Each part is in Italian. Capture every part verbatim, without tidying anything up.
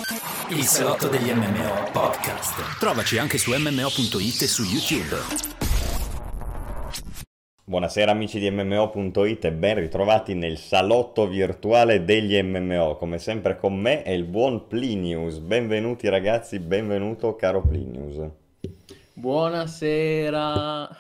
Il salotto degli M M O podcast. Trovaci anche su M M O punto it e su YouTube. Buonasera amici di M M O punto it e ben ritrovati nel salotto virtuale degli M M O. Come sempre con me è il buon Plinius. Benvenuti ragazzi, benvenuto caro Plinius. Buonasera.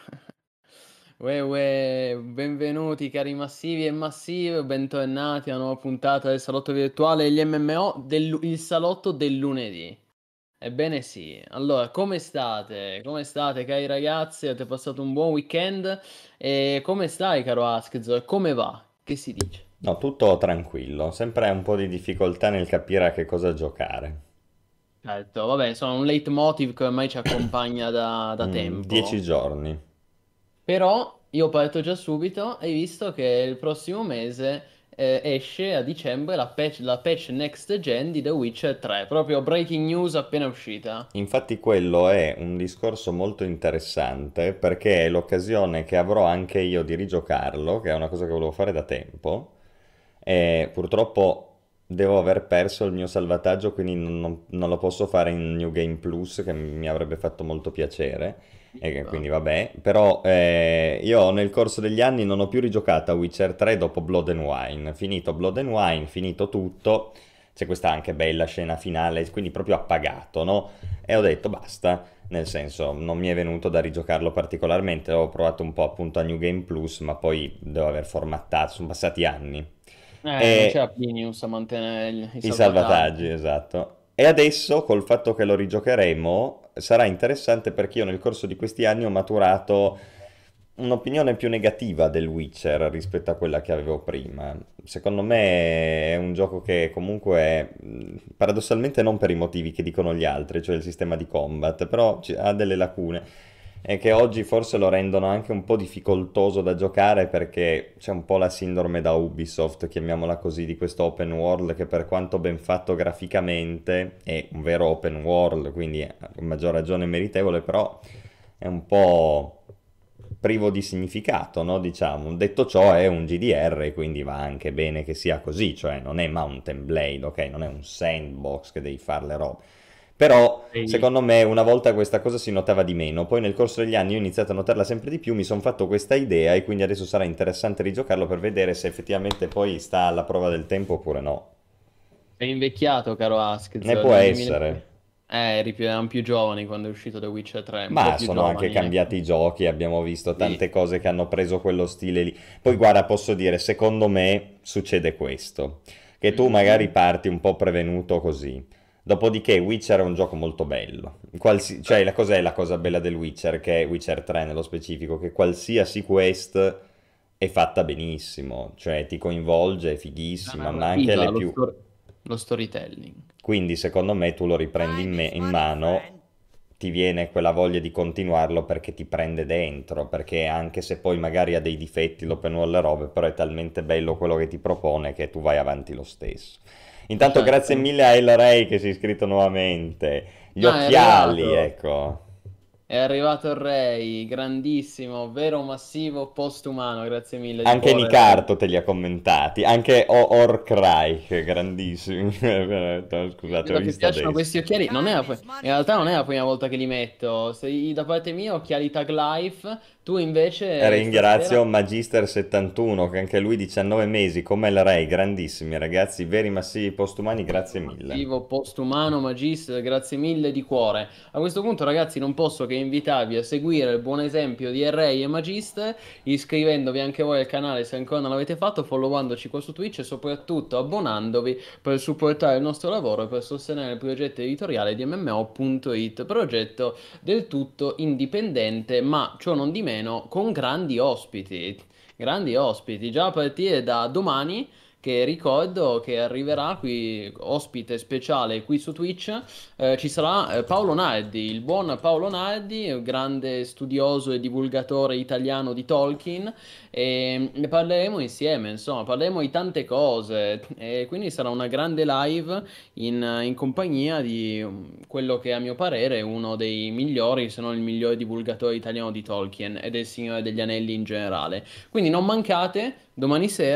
Uè, uè, benvenuti cari massivi e massive, bentornati a una nuova puntata del salotto virtuale degli M M O, del, il salotto del lunedì. Ebbene sì, allora come state? Come state cari ragazzi? Avete passato un buon weekend? E come stai caro Askzor? Come va? Che si dice? No, tutto tranquillo, sempre un po' di difficoltà nel capire a che cosa giocare. Certo, vabbè, sono un leitmotiv che ormai ci accompagna da, da Mm, tempo. dieci giorni. Però io parto già subito, hai visto che il prossimo mese eh, esce a dicembre la patch, la patch Next Gen di The Witcher tre, proprio breaking news appena uscita. Infatti quello è un discorso molto interessante perché è l'occasione che avrò anche io di rigiocarlo, che è una cosa che volevo fare da tempo, e purtroppo devo aver perso il mio salvataggio, quindi non, non- non lo posso fare in New Game Plus, che mi avrebbe fatto molto piacere, e che- quindi vabbè, però eh, io nel corso degli anni non ho più rigiocato a Witcher tre dopo Blood and Wine, finito Blood and Wine, finito tutto, c'è questa anche bella scena finale, quindi proprio appagato, no? E ho detto basta, nel senso non mi è venuto da rigiocarlo particolarmente, ho provato un po' appunto a New Game Plus, ma poi devo aver formattato, sono passati anni. Eh, non c'era E Plinius a mantenere il- i i salvataggi, salvataggi. esatto. E adesso, col fatto che lo rigiocheremo, sarà interessante perché io nel corso di questi anni ho maturato un'opinione più negativa del Witcher rispetto a quella che avevo prima. Secondo me è un gioco che comunque, mh, paradossalmente non per i motivi che dicono gli altri, cioè il sistema di combat, però ci- ha delle lacune e che oggi forse lo rendono anche un po' difficoltoso da giocare perché c'è un po' la sindrome da Ubisoft, chiamiamola così, di questo open world che per quanto ben fatto graficamente è un vero open world, quindi è a maggior ragione meritevole, però è un po' privo di significato, no? Diciamo. Detto ciò è un G D R, quindi va anche bene che sia così, cioè non è Mountain Blade, ok? Non è un sandbox che devi fare le robe. Però, Ehi. secondo me, una volta questa cosa si notava di meno, poi nel corso degli anni ho iniziato a notarla sempre di più, mi sono fatto questa idea e quindi adesso sarà interessante rigiocarlo per vedere se effettivamente poi sta alla prova del tempo oppure no. Sei invecchiato caro Ne Askzor può nel duemila. essere. Eh, eri più, erano più giovani quando è uscito The Witcher tre, un po' Ma più sono anche giovani, cambiati ecco. i giochi, abbiamo visto Sì. tante cose che hanno preso quello stile lì. Poi guarda, posso dire, secondo me succede questo, che tu magari Mhm. parti un po' prevenuto così. Dopodiché Witcher è un gioco molto bello. Qualsi- cioè, la cosa è la cosa bella del Witcher, che è Witcher tre nello specifico, che qualsiasi quest è fatta benissimo, cioè ti coinvolge, è La fighissima, ma anche narrativa, le lo, più... stor- lo storytelling. Quindi secondo me tu lo riprendi in, me- in mano, ti viene quella voglia di continuarlo perché ti prende dentro, perché anche se poi magari ha dei difetti l'open world e robe, però è talmente bello quello che ti propone che tu vai avanti lo stesso. Intanto grazie Certo. mille a El Rey che si è iscritto nuovamente. Gli Ah, è occhiali, arrivato. ecco. È arrivato il Ray, grandissimo, vero massivo postumano, grazie mille di Anche cuore Ray. Nicarto te li ha commentati, anche O- Orcry, grandissimi. Mi Scusate, ho vedo che visto piacciono adesso. questi occhiali. Non è la pr- in realtà non è la prima volta che li metto. Se da parte mia occhiali Tag Life, tu invece Ringrazio stasera. Magister settantuno che anche lui diciannove mesi come il Ray, grandissimi ragazzi, veri massivi postumani, grazie mille. Massivo, postumano, Magis, grazie mille di cuore. A questo punto, ragazzi, non posso che invitarvi a seguire il buon esempio di Array e Magister, iscrivendovi anche voi al canale se ancora non l'avete fatto, followandoci qua su Twitch e soprattutto abbonandovi per supportare il nostro lavoro e per sostenere il progetto editoriale di M M O punto it, progetto del tutto indipendente, ma ciò non di meno con grandi ospiti. Grandi ospiti, già a partire da domani che ricordo che arriverà qui, ospite speciale qui su Twitch, eh, ci sarà eh, Paolo Nardi, il buon Paolo Nardi, un grande studioso e divulgatore italiano di Tolkien, e ne parleremo insieme, insomma, parleremo di tante cose, e quindi sarà una grande live in, in compagnia di um, quello che a mio parere è uno dei migliori, se non il migliore divulgatore italiano di Tolkien e del Signore degli Anelli in generale. Quindi non mancate, domani sera.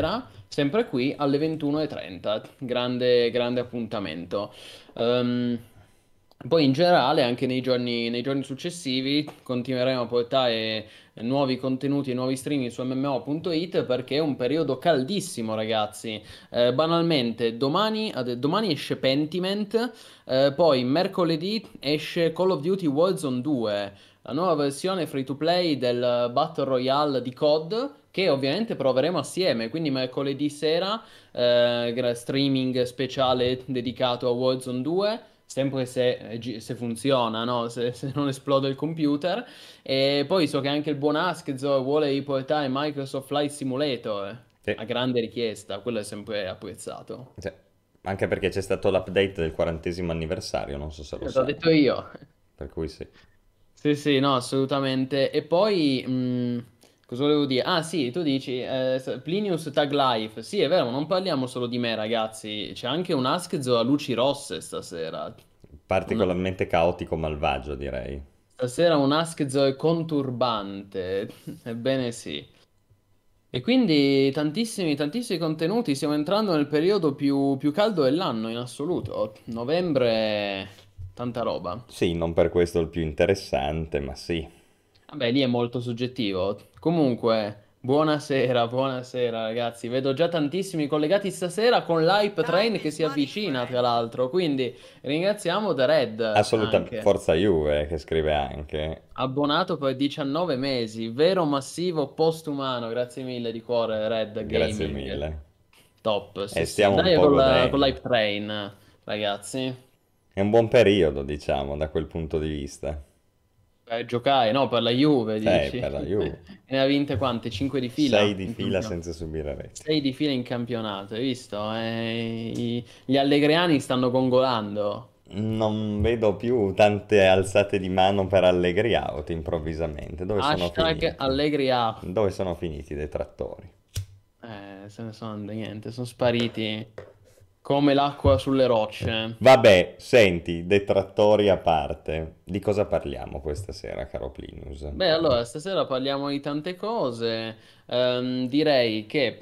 sempre qui alle ventuno e trenta. Grande, grande appuntamento. Ehm, Poi in generale, anche nei giorni, nei giorni successivi, continueremo a portare nuovi contenuti e nuovi streaming su M M O punto it perché è un periodo caldissimo, ragazzi. Eh, banalmente, domani, ad- domani esce Pentiment, eh, poi mercoledì esce Call of Duty Warzone due, la nuova versione free to play del Battle Royale di C O D, che ovviamente proveremo assieme. Quindi mercoledì sera, eh, gra- streaming speciale dedicato a Warzone due. Sempre se, eh, gi- se funziona, no? Se, se non esplode il computer. E poi so che anche il buon Askzo vuole riportare Microsoft Flight Simulator Sì, a grande richiesta, quello è sempre apprezzato. sì. Anche perché c'è stato l'update del quarantesimo anniversario, non so se lo L'ho sai, detto io. per cui sì. Sì, sì, no, assolutamente. E poi, mh, cosa volevo dire? Ah, sì, tu dici, eh, s- Plinius Tag Life. Sì, è vero, ma non parliamo solo di me, ragazzi. C'è anche un Askzo a luci rosse stasera. Un- Particolarmente caotico malvagio, direi. Stasera un Askzo conturbante. Ebbene sì. E quindi tantissimi, tantissimi contenuti. Stiamo entrando nel periodo più, più caldo dell'anno in assoluto. Novembre, tanta roba. Sì, non per questo il più interessante, ma sì. Vabbè, lì è molto soggettivo. Comunque, buonasera, buonasera ragazzi. Vedo già tantissimi collegati stasera con l'Hype Train che si avvicina, tra l'altro. Quindi ringraziamo The Red Assolutamente. anche. Forza Juve, che scrive anche. Abbonato per diciannove mesi, vero massivo postumano. Grazie mille di cuore, Red Grazie Gaming. mille. Top, sì, E sì. stiamo un Dai po' col, con godendo. l'Hype Train, ragazzi. È un buon periodo, diciamo, da quel punto di vista. Per giocare, no, per la Juve, Sì, dici. per la Juve. E ne ha vinte quante? cinque di Sei fila di in fila campionato. senza subire reti. sei di fila in campionato, hai visto? Eh, i- gli allegriani stanno gongolando. Non vedo più tante alzate di mano per Allegri out improvvisamente. Dove sono Hashtag finiti? Allegria. Dove sono finiti i detrattori? Eh, se ne sono niente, sono spariti come l'acqua sulle rocce. Vabbè, senti, detrattori a parte, di cosa parliamo questa sera, caro Plinus? Beh, allora, stasera parliamo di tante cose. Ehm, direi che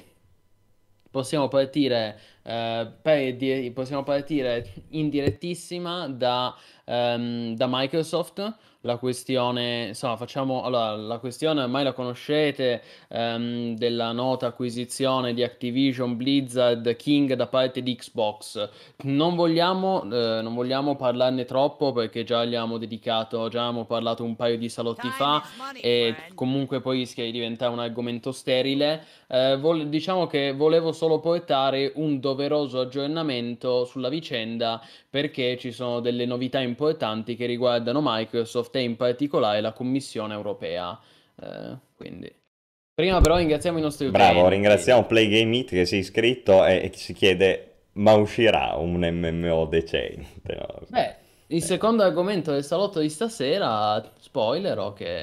possiamo partire, eh, per di- possiamo partire in direttissima da, ehm, da Microsoft. La questione, insomma, facciamo, allora, la questione ormai la conoscete, ehm, della nota acquisizione di Activision Blizzard King da parte di Xbox. Non vogliamo, eh, non vogliamo parlarne troppo perché già gli abbiamo dedicato, già abbiamo parlato un paio di salotti fa e comunque poi rischia di diventare un argomento sterile. Eh, vol- diciamo che volevo solo portare un doveroso aggiornamento sulla vicenda perché ci sono delle novità importanti che riguardano Microsoft e in particolare la Commissione europea. Eh, quindi, prima però ringraziamo i nostri Bravo, utenti. ringraziamo PlayGameIt che si è iscritto e, e si chiede, ma uscirà un M M O decente? No? Beh, il Eh, secondo argomento del salotto di stasera, spoilerò che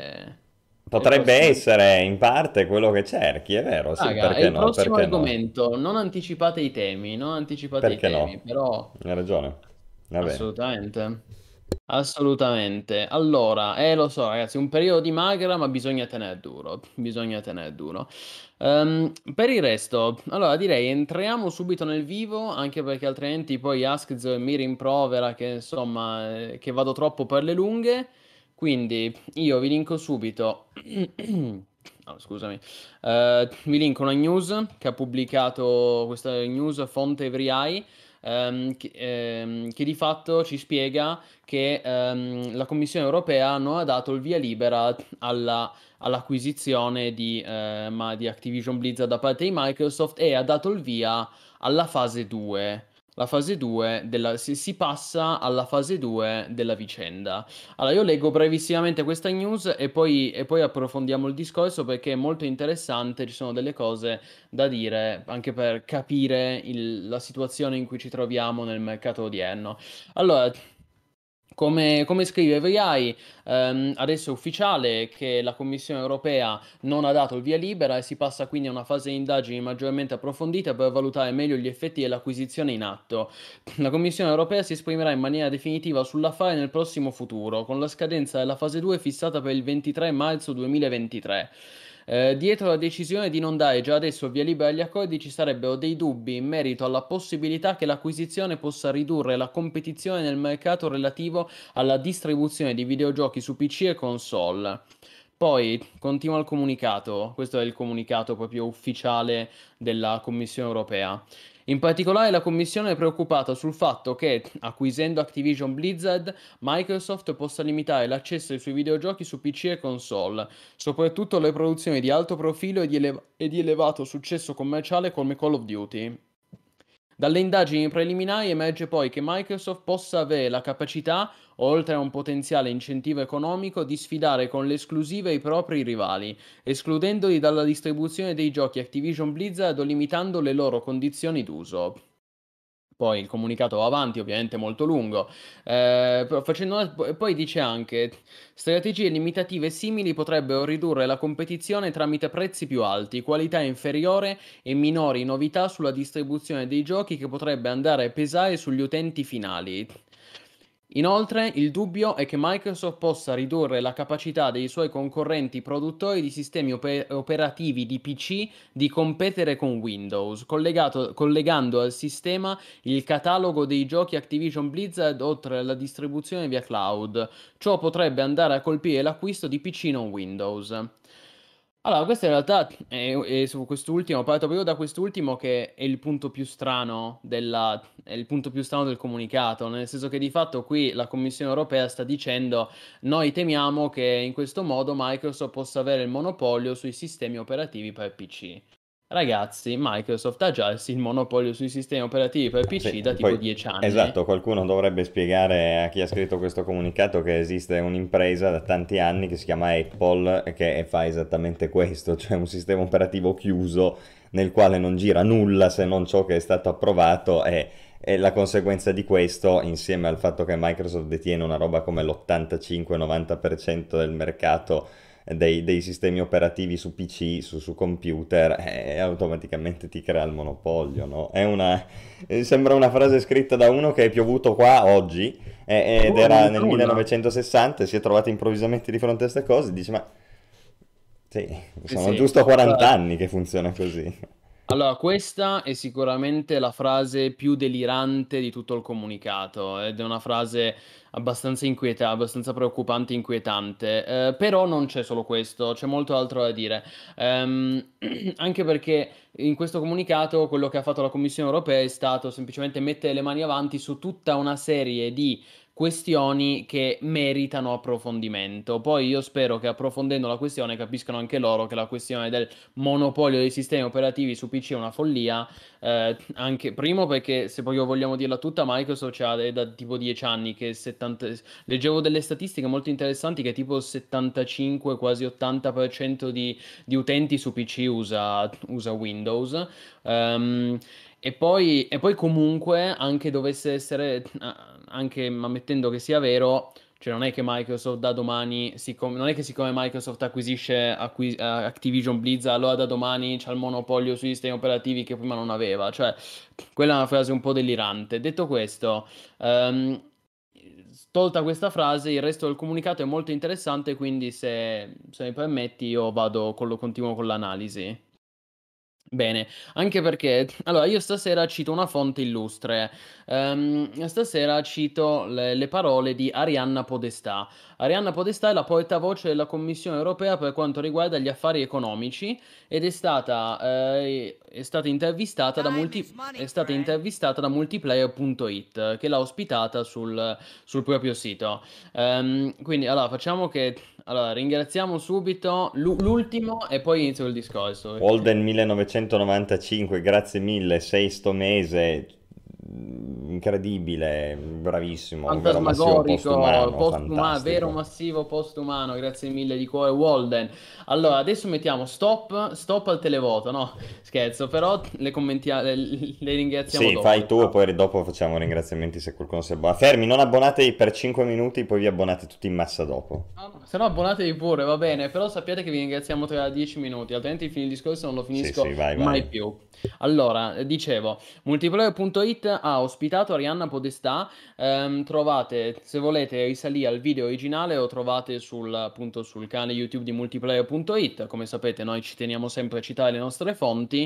è il Potrebbe prossimo. essere in parte quello che cerchi, è vero, sì, Raga, è perché il no, prossimo perché no, argomento. Non anticipate i temi, non anticipate i perché temi, no, però hai ragione, va bene. assolutamente. Assolutamente. Allora, eh, lo so, ragazzi, un periodo di magra, ma bisogna tenere duro. Bisogna tenere duro. Ehm, per il resto, allora direi entriamo subito nel vivo, anche perché altrimenti poi Askz mi rimprovera che insomma, eh, che vado troppo per le lunghe. Quindi io vi linko subito. Oh, scusami. Eh, vi linko una news che ha pubblicato questa news fonte Everyeye, ehm, che, ehm, che di fatto ci spiega che ehm, la Commissione europea non ha dato il via libera alla- all'acquisizione di, eh, ma- di Activision Blizzard da parte di Microsoft e ha dato il via alla fase due. La fase due della, si, si passa alla fase due della vicenda. Allora, io leggo brevissimamente questa news e poi, e poi approfondiamo il discorso perché è molto interessante, ci sono delle cose da dire anche per capire il- la situazione in cui ci troviamo nel mercato odierno. Allora, come, come scrive Everyeye, ehm, adesso è ufficiale che la Commissione europea non ha dato il via libera e si passa quindi a una fase di indagini maggiormente approfondita per valutare meglio gli effetti dell'acquisizione in atto. La Commissione europea si esprimerà in maniera definitiva sull'affare nel prossimo futuro, con la scadenza della fase due fissata per il ventitré marzo duemilaventitré. Eh, dietro la decisione di non dare già adesso via libera agli accordi ci sarebbero dei dubbi in merito alla possibilità che l'acquisizione possa ridurre la competizione nel mercato relativo alla distribuzione di videogiochi su P C e console. Poi continua il comunicato, questo è il comunicato proprio ufficiale della Commissione europea. In particolare la Commissione è preoccupata sul fatto che, acquisendo Activision Blizzard, Microsoft possa limitare l'accesso ai suoi videogiochi su P C e console, soprattutto le produzioni di alto profilo e di, elev- e di elevato successo commerciale come Call of Duty. Dalle indagini preliminari emerge poi che Microsoft possa avere la capacità, oltre a un potenziale incentivo economico, di sfidare con le esclusive i propri rivali, escludendoli dalla distribuzione dei giochi Activision Blizzard o limitando le loro condizioni d'uso. Poi il comunicato va avanti, ovviamente molto lungo. Eh, però facendo, poi dice anche: strategie limitative simili potrebbero ridurre la competizione tramite prezzi più alti, qualità inferiore e minori novità sulla distribuzione dei giochi che potrebbe andare a pesare sugli utenti finali. Inoltre, il dubbio è che Microsoft possa ridurre la capacità dei suoi concorrenti produttori di sistemi oper- operativi di P C di competere con Windows, collegato- collegando al sistema il catalogo dei giochi Activision Blizzard oltre alla distribuzione via cloud. Ciò potrebbe andare a colpire l'acquisto di P C non Windows. Allora, questo in realtà è, è su quest'ultimo, ho parlato proprio da quest'ultimo che è il punto più strano della, è il punto più strano del comunicato, nel senso che di fatto qui la Commissione europea sta dicendo: noi temiamo che in questo modo Microsoft possa avere il monopolio sui sistemi operativi per P C. Ragazzi, Microsoft ha già il monopolio sui sistemi operativi per P C Sì, da tipo poi, dieci anni. esatto, qualcuno dovrebbe spiegare a chi ha scritto questo comunicato che esiste un'impresa da tanti anni che si chiama Apple e che fa esattamente questo, cioè un sistema operativo chiuso nel quale non gira nulla se non ciò che è stato approvato e, e la conseguenza di questo, insieme al fatto che Microsoft detiene una roba come l'ottantacinque novanta per cento del mercato dei, dei sistemi operativi su P C, su, su computer, e automaticamente ti crea il monopolio, no? È una, eh, sembra una frase scritta da uno che è piovuto qua oggi eh, ed Oh, non era dico nel nulla. millenovecentosessanta, si è trovato improvvisamente di fronte a queste cose e dice: ma sì, Sì, sono sì. giusto quaranta Allora, anni che funziona così. Allora, questa è sicuramente la frase più delirante di tutto il comunicato ed è una frase abbastanza inquietante, abbastanza preoccupante e inquietante. Eh, però non c'è solo questo, c'è molto altro da dire. Ehm, anche perché in questo comunicato quello che ha fatto la Commissione europea è stato semplicemente mettere le mani avanti su tutta una serie di questioni che meritano approfondimento. Poi io spero che approfondendo la questione capiscano anche loro che la questione del monopolio dei sistemi operativi su P C è una follia, eh, anche primo perché se poi vogliamo dirla tutta, Microsoft c'ha è da tipo dieci anni che settanta leggevo delle statistiche molto interessanti che tipo il settantacinque quasi ottanta per cento di, di utenti su P C usa, usa Windows. Ehm, e poi, e poi comunque anche dovesse essere, ah, anche ammettendo che sia vero, cioè non è che Microsoft da domani, siccome, non è che siccome Microsoft acquisisce acqui- eh, Activision Blizzard, allora da domani c'ha il monopolio sui sistemi operativi che prima non aveva. Cioè, quella è una frase un po' delirante. Detto questo, ehm, tolta questa frase, il resto del comunicato è molto interessante, quindi se, se mi permetti io vado con lo, continuo con l'analisi. Bene, anche perché, allora, io stasera cito una fonte illustre. Ehm, stasera cito le, le parole di Arianna Podestà. Arianna Podestà è la portavoce della Commissione europea per quanto riguarda gli affari economici ed è stata, eh, è stata intervistata da multi- è stata intervistata da multiplayer punto it che l'ha ospitata sul, sul proprio sito. Ehm, quindi, allora, facciamo che allora, ringraziamo subito l'u- l'ultimo e poi inizio il discorso. Holden millenovecentonovantacinque, grazie mille, sei sto mese, incredibile, bravissimo, un vero massivo Fantasmagorico, postumano, postuma- vero fantastico. massivo postumano, grazie mille di cuore, Walden. Allora, adesso mettiamo stop, stop al televoto, no? Scherzo, però le, commentia- le, le ringraziamo Sì, dopo, fai tu e diciamo. poi dopo facciamo ringraziamenti se qualcuno si abbona. Fermi, non abbonatevi per cinque minuti, poi vi abbonate tutti in massa dopo. No, no, se no abbonatevi pure, va bene, però sappiate che vi ringraziamo tra dieci minuti, altrimenti fino il discorso non lo Sì, finisco sì, vai, mai vai. più. Allora, eh, dicevo, multiplayer punto it ha ospitato Arianna Podestà. Ehm, trovate, se volete risalire al video originale, lo trovate sul, appunto, sul canale YouTube di multiplayer punto it. Come sapete, noi ci teniamo sempre a citare le nostre fonti.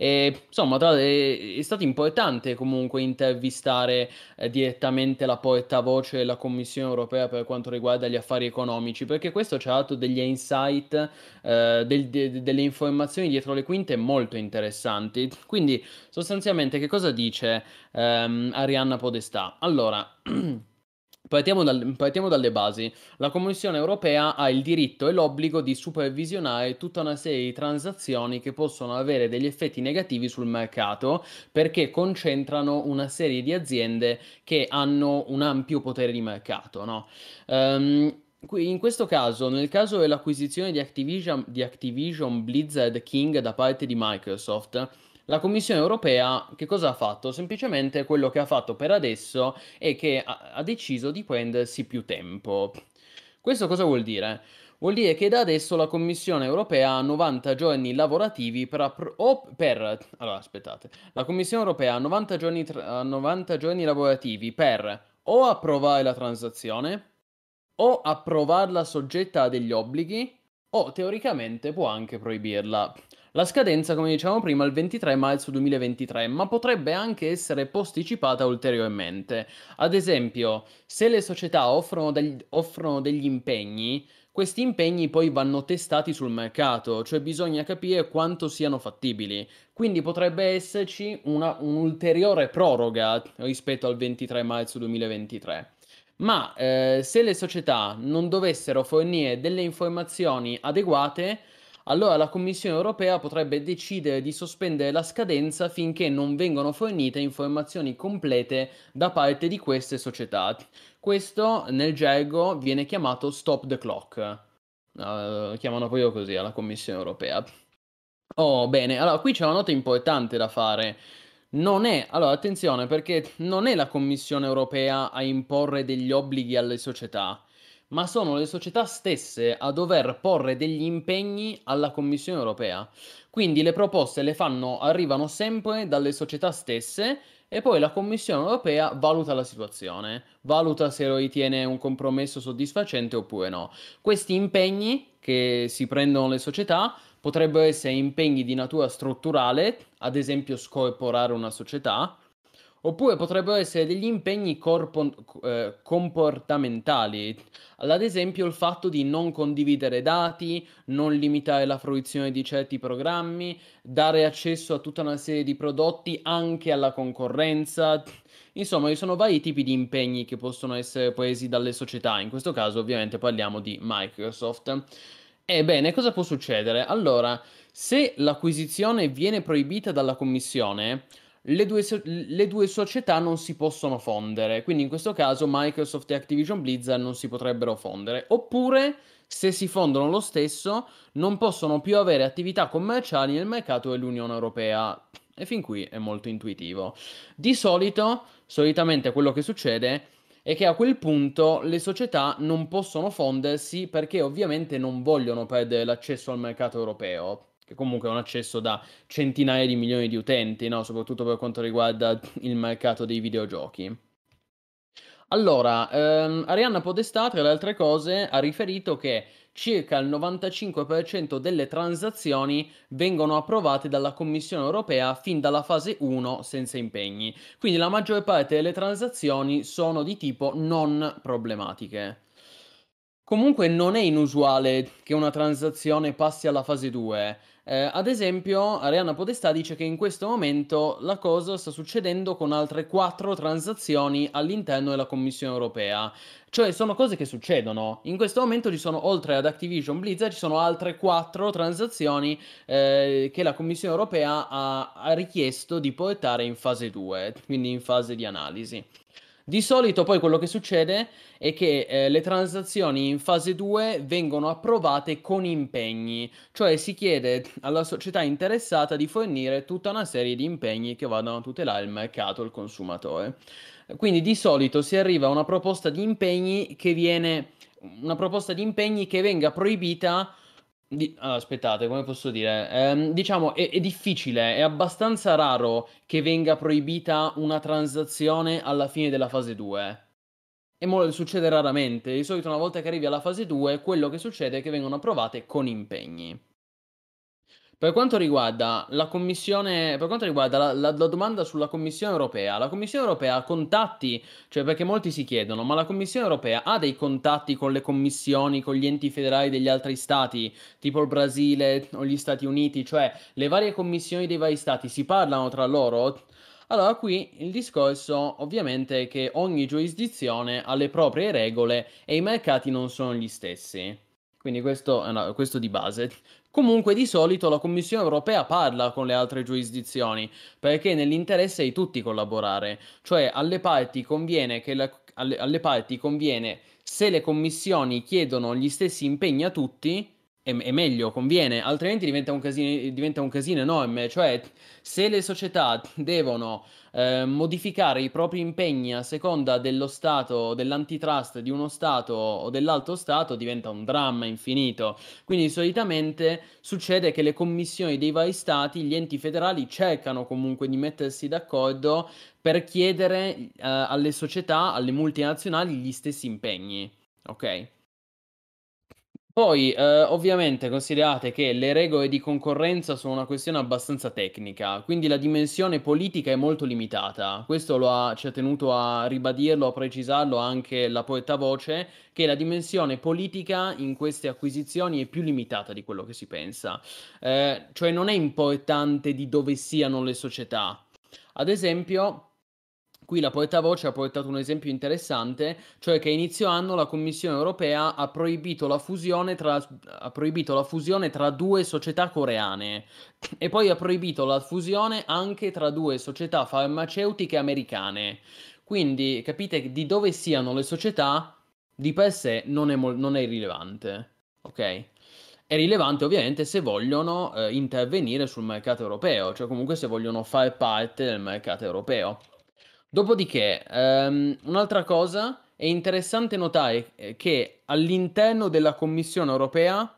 E insomma, tra- è, è stato importante comunque intervistare eh, direttamente la portavoce della Commissione europea per quanto riguarda gli affari economici, perché questo ci ha dato degli insight, eh, del- de- delle informazioni dietro le quinte molto interessanti. Quindi, sostanzialmente, che cosa dice ehm, Arianna Podestà? Allora. Partiamo, dal- partiamo dalle basi. La Commissione europea ha il diritto e l'obbligo di supervisionare tutta una serie di transazioni che possono avere degli effetti negativi sul mercato, perché concentrano una serie di aziende che hanno un ampio potere di mercato, no? Ehm, qui- in questo caso, nel caso dell'acquisizione di Activision, di Activision Blizzard King da parte di Microsoft, la Commissione europea che cosa ha fatto? Semplicemente quello che ha fatto per adesso è che ha, ha deciso di prendersi più tempo. Questo cosa vuol dire? Vuol dire che da adesso la Commissione europea ha novanta giorni lavorativi per, appro- o per... Allora, aspettate. La Commissione europea ha novanta giorni, tra- ha novanta giorni lavorativi per o approvare la transazione, o approvarla soggetta a degli obblighi, o teoricamente può anche proibirla. La scadenza, come dicevamo prima, è il ventitré marzo duemilaventitré, ma potrebbe anche essere posticipata ulteriormente. Ad esempio, se le società offrono degli, offrono degli impegni, questi impegni poi vanno testati sul mercato, cioè bisogna capire quanto siano fattibili. Quindi potrebbe esserci una, un'ulteriore proroga rispetto al ventitré marzo duemilaventitré. Ma eh, se le società non dovessero fornire delle informazioni adeguate, allora la Commissione europea potrebbe decidere di sospendere la scadenza finché non vengono fornite informazioni complete da parte di queste società. Questo nel gergo viene chiamato stop the clock. Eh, chiamano proprio così alla Commissione europea. Oh, bene, allora qui c'è una nota importante da fare. Non è, allora attenzione, perché non è la Commissione europea a imporre degli obblighi alle società, ma sono le società stesse a dover porre degli impegni alla Commissione europea. Quindi le proposte le fanno, arrivano sempre dalle società stesse e poi la Commissione europea valuta la situazione, valuta se lo ritiene un compromesso soddisfacente oppure no. Questi impegni che si prendono le società potrebbero essere impegni di natura strutturale, ad esempio scorporare una società, oppure potrebbero essere degli impegni corpo- eh, comportamentali, ad esempio il fatto di non condividere dati, non limitare la fruizione di certi programmi, dare accesso a tutta una serie di prodotti anche alla concorrenza. Insomma, ci sono vari tipi di impegni che possono essere presi dalle società. In questo caso, ovviamente, parliamo di Microsoft. Ebbene, cosa può succedere? Allora, se l'acquisizione viene proibita dalla Commissione, le due, so- le due società non si possono fondere, quindi in questo caso Microsoft e Activision Blizzard non si potrebbero fondere, oppure se si fondono lo stesso non possono più avere attività commerciali nel mercato dell'Unione Europea. E fin qui è molto intuitivo. Di solito, solitamente quello che succede è che a quel punto le società non possono fondersi perché ovviamente non vogliono perdere l'accesso al mercato europeo, che comunque è un accesso da centinaia di milioni di utenti, no? Soprattutto per quanto riguarda il mercato dei videogiochi. Allora, ehm, Arianna Podestà, tra le altre cose, ha riferito che circa il novantacinque per cento delle transazioni vengono approvate dalla Commissione europea fin dalla fase uno senza impegni. Quindi la maggior parte delle transazioni sono di tipo non problematiche. Comunque non è inusuale che una transazione passi alla fase due. Eh, ad esempio, Arianna Podestà dice che in questo momento la cosa sta succedendo con altre quattro transazioni all'interno della Commissione europea. Cioè, sono cose che succedono. In questo momento ci sono, oltre ad Activision Blizzard, ci sono altre quattro transazioni eh, che la Commissione europea ha, ha richiesto di portare in fase due, quindi in fase di analisi. Di solito poi quello che succede è che eh, le transazioni in fase due vengono approvate con impegni, cioè si chiede alla società interessata di fornire tutta una serie di impegni che vadano a tutelare il mercato e il consumatore. Quindi di solito si arriva a una proposta di impegni che viene una proposta di impegni che venga proibita Di- allora, aspettate, come posso dire? Ehm, diciamo, è, è difficile, è abbastanza raro che venga proibita una transazione alla fine della fase due. E mo- succede raramente. Di solito, una volta che arrivi alla fase due, quello che succede è che vengono approvate con impegni. Per quanto riguarda la commissione, per quanto riguarda la, la- la domanda sulla Commissione europea, la Commissione europea ha contatti, cioè perché molti si chiedono, ma la Commissione europea ha dei contatti con le commissioni, con gli enti federali degli altri stati, tipo il Brasile o gli Stati Uniti, cioè le varie commissioni dei vari stati si parlano tra loro? Allora, qui il discorso ovviamente è che ogni giurisdizione ha le proprie regole e i mercati non sono gli stessi. Quindi questo è una- questo di base. Comunque di solito la Commissione europea parla con le altre giurisdizioni perché è nell'interesse di tutti collaborare, cioè alle parti conviene che la- alle, alle parti conviene se le commissioni chiedono gli stessi impegni a tutti, è, è meglio, conviene, altrimenti diventa un casino, diventa un casino enorme, cioè se le società devono eh, modificare i propri impegni a seconda dello stato, dell'antitrust di uno stato o dell'altro stato, diventa un dramma infinito. Quindi solitamente succede che le commissioni dei vari stati, gli enti federali cercano comunque di mettersi d'accordo per chiedere eh, alle società, alle multinazionali gli stessi impegni. Ok? Poi, eh, ovviamente, considerate che le regole di concorrenza sono una questione abbastanza tecnica, quindi la dimensione politica è molto limitata. Questo lo ha, ci ha tenuto a ribadirlo, a precisarlo anche la portavoce, che la dimensione politica in queste acquisizioni è più limitata di quello che si pensa. Eh, cioè non è importante di dove siano le società. Ad esempio, qui la portavoce ha portato un esempio interessante, cioè che a inizio anno la Commissione europea ha proibito la fusione tra, ha proibito la fusione tra due società coreane e poi ha proibito la fusione anche tra due società farmaceutiche americane. Quindi capite di dove siano le società di per sé non è, mol- non è irrilevante, ok? È rilevante ovviamente se vogliono eh, intervenire sul mercato europeo, cioè comunque se vogliono fare parte del mercato europeo. Dopodiché, ehm, un'altra cosa, è interessante notare eh, che all'interno della Commissione europea,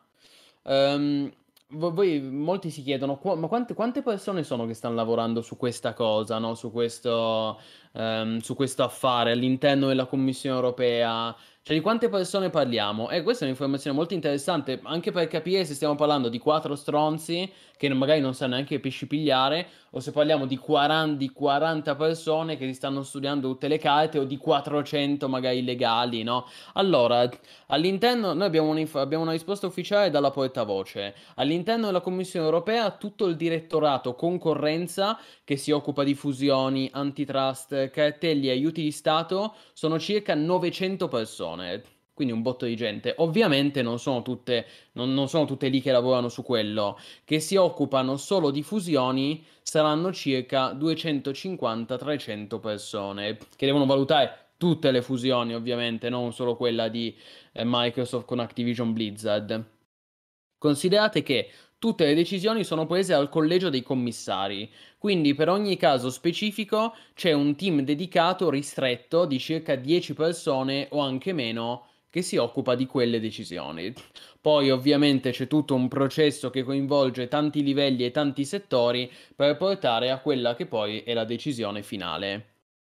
ehm, vo- voi, molti si chiedono, "Qua- ma quante, quante persone sono che stanno lavorando su questa cosa, no? Su questo, ehm, su questo affare all'interno della Commissione europea? Cioè, di quante persone parliamo? E questa è un'informazione molto interessante, anche per capire se stiamo parlando di quattro stronzi che non- magari non sanno neanche pesci pigliare, o se parliamo di quaranta, di quaranta persone che si stanno studiando tutte le carte, o di quattrocento magari illegali, no? Allora, all'interno, noi abbiamo, un'inf- abbiamo una risposta ufficiale dalla portavoce. All'interno della Commissione europea, tutto il direttorato concorrenza che si occupa di fusioni, antitrust, cartelli e aiuti di Stato sono circa novecento persone. Quindi un botto di gente. Ovviamente non sono tutte, non, non sono tutte lì che lavorano su quello. Che si occupano solo di fusioni saranno circa duecentocinquanta trecento persone che devono valutare tutte le fusioni, ovviamente, non solo quella di eh, Microsoft con Activision Blizzard. Considerate che tutte le decisioni sono prese dal collegio dei commissari, quindi per ogni caso specifico c'è un team dedicato ristretto di circa dieci persone o anche meno che si occupa di quelle decisioni. Poi ovviamente c'è tutto un processo che coinvolge tanti livelli e tanti settori per portare a quella che poi è la decisione finale.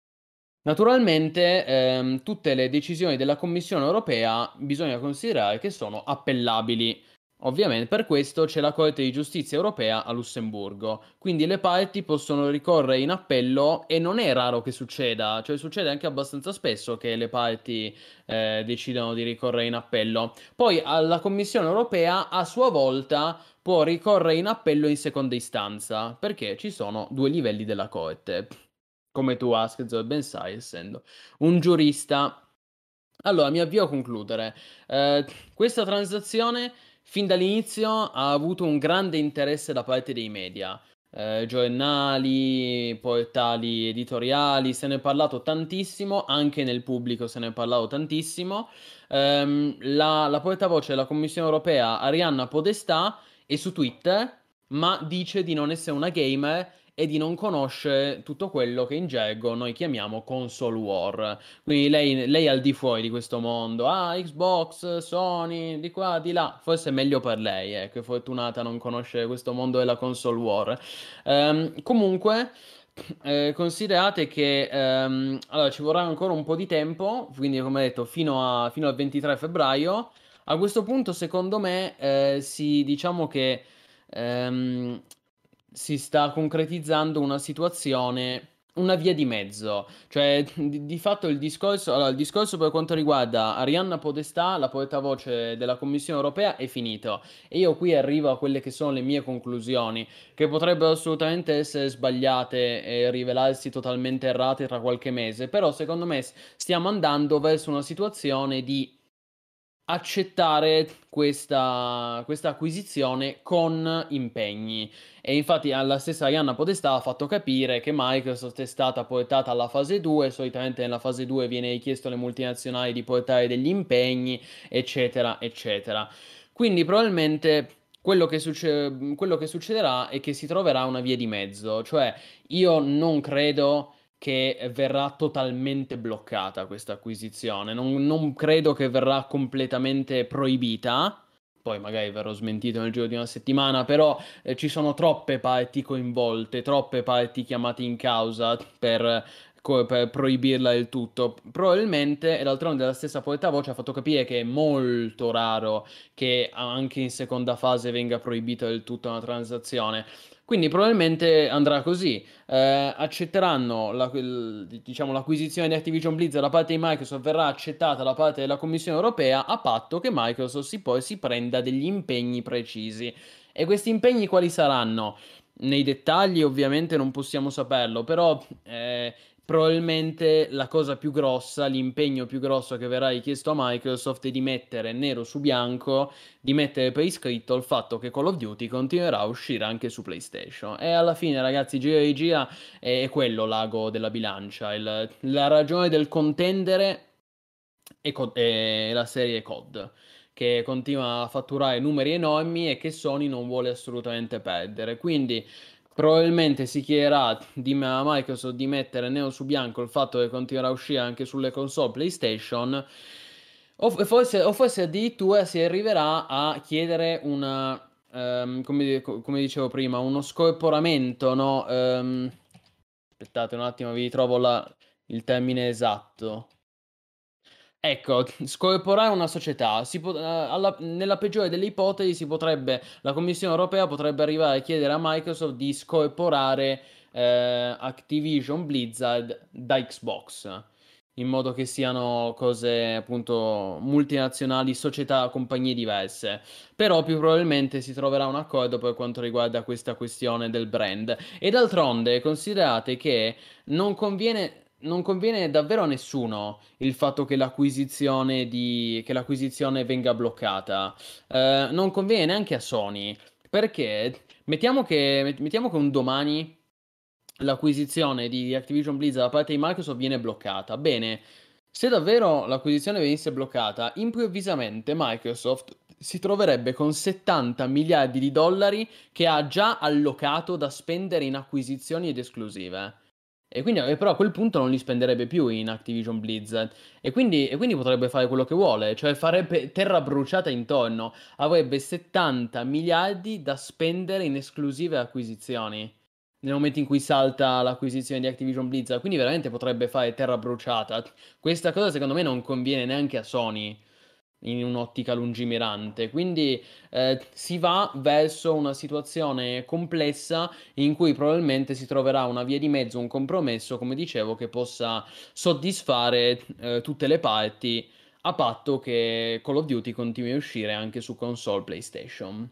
Naturalmente, ehm, tutte le decisioni della Commissione europea bisogna considerare che sono appellabili. Ovviamente, per questo c'è la Corte di giustizia europea a Lussemburgo. Quindi le parti possono ricorrere in appello e non è raro che succeda, cioè succede anche abbastanza spesso che le parti eh, decidano di ricorrere in appello. Poi la Commissione europea a sua volta può ricorrere in appello in seconda istanza, perché ci sono due livelli della Corte. Come tu, Asked, ben sai, essendo un giurista. Allora, mi avvio a concludere. Eh, questa transazione, fin dall'inizio, ha avuto un grande interesse da parte dei media. Eh, giornali, portali editoriali, se ne è parlato tantissimo, anche nel pubblico se ne è parlato tantissimo. Ehm, la, la portavoce della Commissione europea, Arianna Podestà, è su Twitter, ma dice di non essere una gamer e di non conoscere tutto quello che in gergo noi chiamiamo console war. Quindi lei, lei è al di fuori di questo mondo. Ah, Xbox, Sony, di qua, di là. Forse è meglio per lei, eh, che è fortunata a non conoscere questo mondo della console war. Ehm, comunque, eh, considerate che ehm, allora, ci vorrà ancora un po' di tempo, quindi come detto, fino a- fino al ventitré febbraio. A questo punto, secondo me, eh, si, diciamo che ehm, si sta concretizzando una situazione, una via di mezzo. Cioè, di, di fatto il discorso, allora, il discorso per quanto riguarda Arianna Podestà, la portavoce della Commissione europea, è finito. E io qui arrivo a quelle che sono le mie conclusioni, che potrebbero assolutamente essere sbagliate e rivelarsi totalmente errate tra qualche mese, però secondo me s- stiamo andando verso una situazione di accettare questa, questa acquisizione con impegni. E infatti alla stessa Arianna Podestà ha fatto capire che Microsoft è stata portata alla fase due, solitamente nella fase due viene richiesto alle multinazionali di portare degli impegni, eccetera, eccetera. Quindi probabilmente quello che, succe- quello che succederà è che si troverà una via di mezzo, cioè io non credo che verrà totalmente bloccata questa acquisizione. Non, non credo che verrà completamente proibita. Poi magari verrò smentito nel giro di una settimana, però eh, ci sono troppe parti coinvolte, troppe parti chiamate in causa per, co- per proibirla del tutto. Probabilmente, e d'altronde la stessa portavoce ha fatto capire che è molto raro che anche in seconda fase venga proibita del tutto una transazione. Quindi probabilmente andrà così. Eh, accetteranno la- il- diciamo, l'acquisizione di Activision Blizzard da parte di Microsoft, verrà accettata da parte della Commissione europea a patto che Microsoft si poi si prenda degli impegni precisi. E questi impegni quali saranno? Nei dettagli ovviamente non possiamo saperlo, però eh, probabilmente la cosa più grossa, l'impegno più grosso che verrà richiesto a Microsoft è di mettere nero su bianco, di mettere per iscritto il fatto che Call of Duty continuerà a uscire anche su PlayStation. E alla fine, ragazzi, gira e rigira è quello l'ago della bilancia. Il- la ragione del contendere è, co- è la serie C O D, che continua a fatturare numeri enormi e che Sony non vuole assolutamente perdere. Quindi probabilmente si chiederà di, a Microsoft di mettere nero su bianco il fatto che continuerà a uscire anche sulle console PlayStation. O f- forse, o forse addirittura si arriverà a chiedere una, ehm, come, di- co- come dicevo prima, uno scorporamento, no? Ehm, aspettate un attimo, vi trovo la- il termine esatto. Ecco, scorporare una società, si po- eh, alla- nella peggiore delle ipotesi si potrebbe, la Commissione europea potrebbe arrivare a chiedere a Microsoft di scorporare eh, Activision Blizzard da Xbox, in modo che siano cose appunto multinazionali, società, compagnie diverse. Però più probabilmente si troverà un accordo per quanto riguarda questa questione del brand. E d'altronde considerate che non conviene... Non conviene davvero a nessuno il fatto che l'acquisizione di... che l'acquisizione venga bloccata. Eh, non conviene neanche a Sony, perché mettiamo che, mettiamo che un domani l'acquisizione di Activision Blizzard da parte di Microsoft viene bloccata. Bene, se davvero l'acquisizione venisse bloccata, improvvisamente Microsoft si troverebbe con settanta miliardi di dollari che ha già allocato da spendere in acquisizioni ed esclusive. E quindi, e però a quel punto non li spenderebbe più in Activision Blizzard. E quindi, e quindi potrebbe fare quello che vuole, cioè farebbe terra bruciata intorno. Avrebbe settanta miliardi da spendere in esclusive acquisizioni. Nel momento in cui salta l'acquisizione di Activision Blizzard. Quindi veramente potrebbe fare terra bruciata. Questa cosa secondo me non conviene neanche a Sony in un'ottica lungimirante. Quindi eh, si va verso una situazione complessa in cui probabilmente si troverà una via di mezzo, un compromesso, come dicevo, che possa soddisfare eh, tutte le parti, a patto che Call of Duty continui a uscire anche su console PlayStation.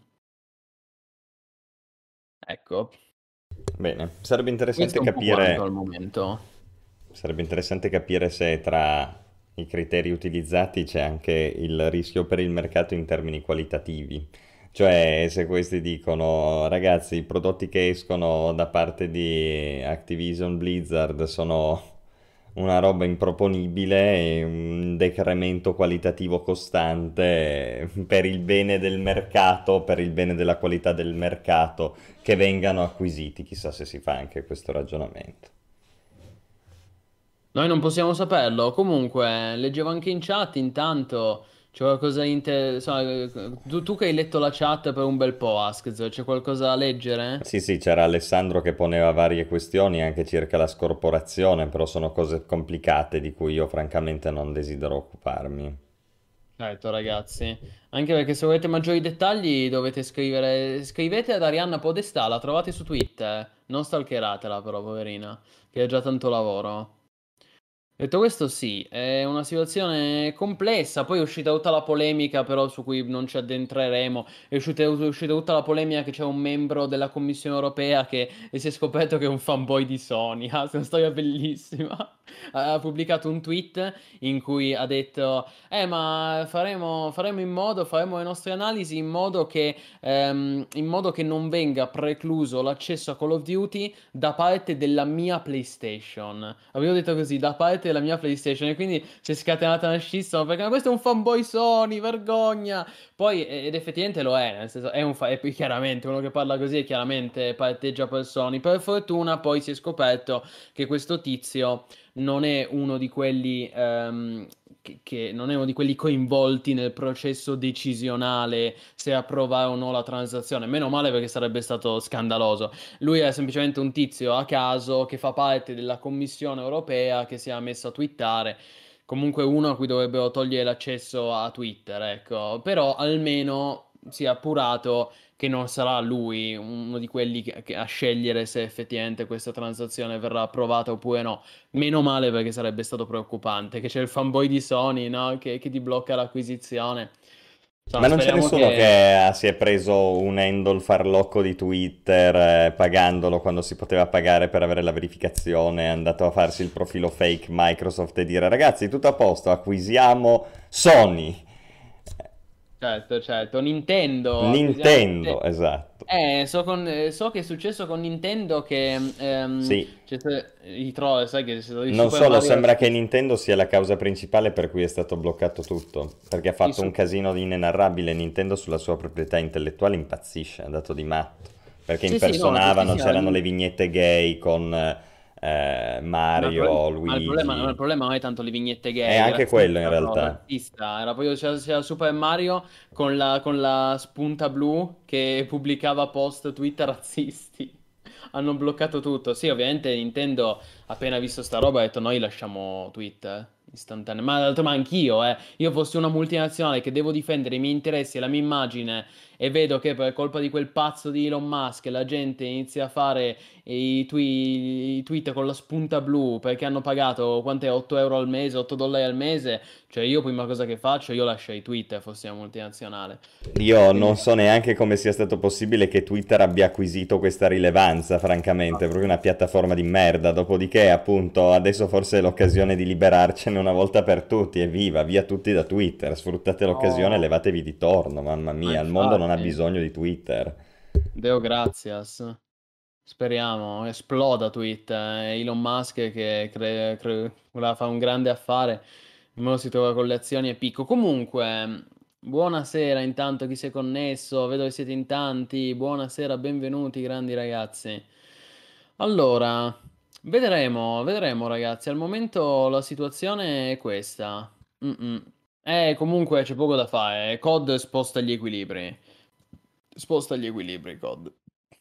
Ecco, Bene, sarebbe questo interessante è un po' quanto al capire, momento. sarebbe interessante capire se tra i criteri utilizzati c'è anche il rischio per il mercato in termini qualitativi. Cioè, se questi dicono, ragazzi, i prodotti che escono da parte di Activision Blizzard sono una roba improponibile e un decremento qualitativo costante per il bene del mercato, per il bene della qualità del mercato, che vengano acquisiti. Chissà se si fa anche questo ragionamento. Noi non possiamo saperlo. Comunque, leggevo anche in chat, intanto c'è qualcosa in te... insomma, tu, tu che hai letto la chat per un bel po', Askz, c'è qualcosa da leggere? Sì, sì, c'era Alessandro che poneva varie questioni anche circa la scorporazione, però sono cose complicate di cui io francamente non desidero occuparmi. Certo, ragazzi. Anche perché se volete maggiori dettagli dovete scrivere... Scrivete ad Arianna Podestà, la trovate su Twitter. Non stalkeratela però, poverina, che ha già tanto lavoro. Detto questo, sì, è una situazione complessa. Poi è uscita tutta la polemica, però su cui non ci addentreremo. È uscita, è uscita tutta la polemica che c'è un membro della Commissione europea che e si è scoperto che è un fanboy di Sony. Ah, è una storia bellissima. Ha pubblicato un tweet in cui ha detto: Eh, ma faremo, faremo in modo, faremo le nostre analisi in modo che, ehm, in modo che non venga precluso l'accesso a Call of Duty da parte della mia PlayStation. Avevo detto così, da parte della mia PlayStation. E quindi si è scatenata una scissa perché "Ma questo è un fanboy Sony, vergogna". Poi, eh, ed effettivamente lo è, nel senso, è un fa- è chiaramente uno che parla così, è chiaramente parteggia per Sony. Per fortuna poi si è scoperto che questo tizio non è uno di quelli ehm, che, che non è uno di quelli coinvolti nel processo decisionale se approvare o no la transazione. Meno male, perché sarebbe stato scandaloso. Lui è semplicemente un tizio a caso che fa parte della Commissione europea che si è messo a twittare. Comunque uno a cui dovrebbero togliere l'accesso a Twitter, ecco. Però almeno si è appurato che non sarà lui uno di quelli che, che a scegliere se effettivamente questa transazione verrà approvata oppure no. Meno male, perché sarebbe stato preoccupante che c'è il fanboy di Sony, no? Che, che ti blocca l'acquisizione. Ma Insomma, non c'è speriamo nessuno che... che eh, si è preso un handle farlocco di Twitter eh, pagandolo quando si poteva pagare per avere la verificazione, è andato a farsi il profilo fake Microsoft e dire ragazzi, tutto a posto, acquisiamo Sony, Certo, certo. Nintendo, acquisiamo Nintendo, Nintendo. esatto. Eh, so, con- eh, so che è successo con Nintendo che ehm, Sì, c'è sta- i troll, sai che c'è stato il non Super solo, Mario sembra che Race. Nintendo sia la causa principale per cui è stato bloccato tutto, perché ha Il fatto un su- casino di inenarrabile. Nintendo sulla sua proprietà intellettuale impazzisce, è andato di matto, perché Sì, sì, no, impersonavano, giustissimo. c'erano le vignette gay con eh, Ma il problema, Mario, ma il problema- ma il Luigi, problema non è tanto le vignette e gay, anche quello in razzista, però, realtà. razzista. Era proprio, c'era, c'era Super Mario con la, con la spunta blu che pubblicava post Twitter razzisti. Hanno bloccato tutto. Sì, ovviamente Nintendo, appena visto sta roba, ha detto noi lasciamo Twitter istantaneo. Ma d'altro, ma anch'io, eh. Io fossi una multinazionale che devo difendere i miei interessi e la mia immagine e vedo che per colpa di quel pazzo di Elon Musk la gente inizia a fare i, twi- i tweet con la spunta blu perché hanno pagato quant'è, otto euro al mese, otto dollari al mese. Cioè, io prima cosa che faccio, io lascio i Twitter, fossi una multinazionale. Io Quindi, non so neanche come sia stato possibile che Twitter abbia acquisito questa rilevanza, francamente, è proprio una piattaforma di merda. Dopodiché, appunto, adesso forse è l'occasione di liberarcene una volta per tutti. Evviva, via tutti da Twitter, sfruttate l'occasione e no, levatevi di torno, mamma ma mia, il mondo non ha infatti, bisogno di Twitter. Deo gratias. Speriamo esploda Twitter. eh, Elon Musk che cre- cre- voleva fare un grande affare, ora si trova con le azioni e picco. Comunque, buonasera intanto chi si è connesso, vedo che siete in tanti. Buonasera, benvenuti grandi ragazzi. Allora, vedremo, vedremo ragazzi. Al momento la situazione è questa. Mm-mm. Eh, comunque c'è poco da fare. C O D sposta gli equilibri. Sposta gli equilibri, C O D.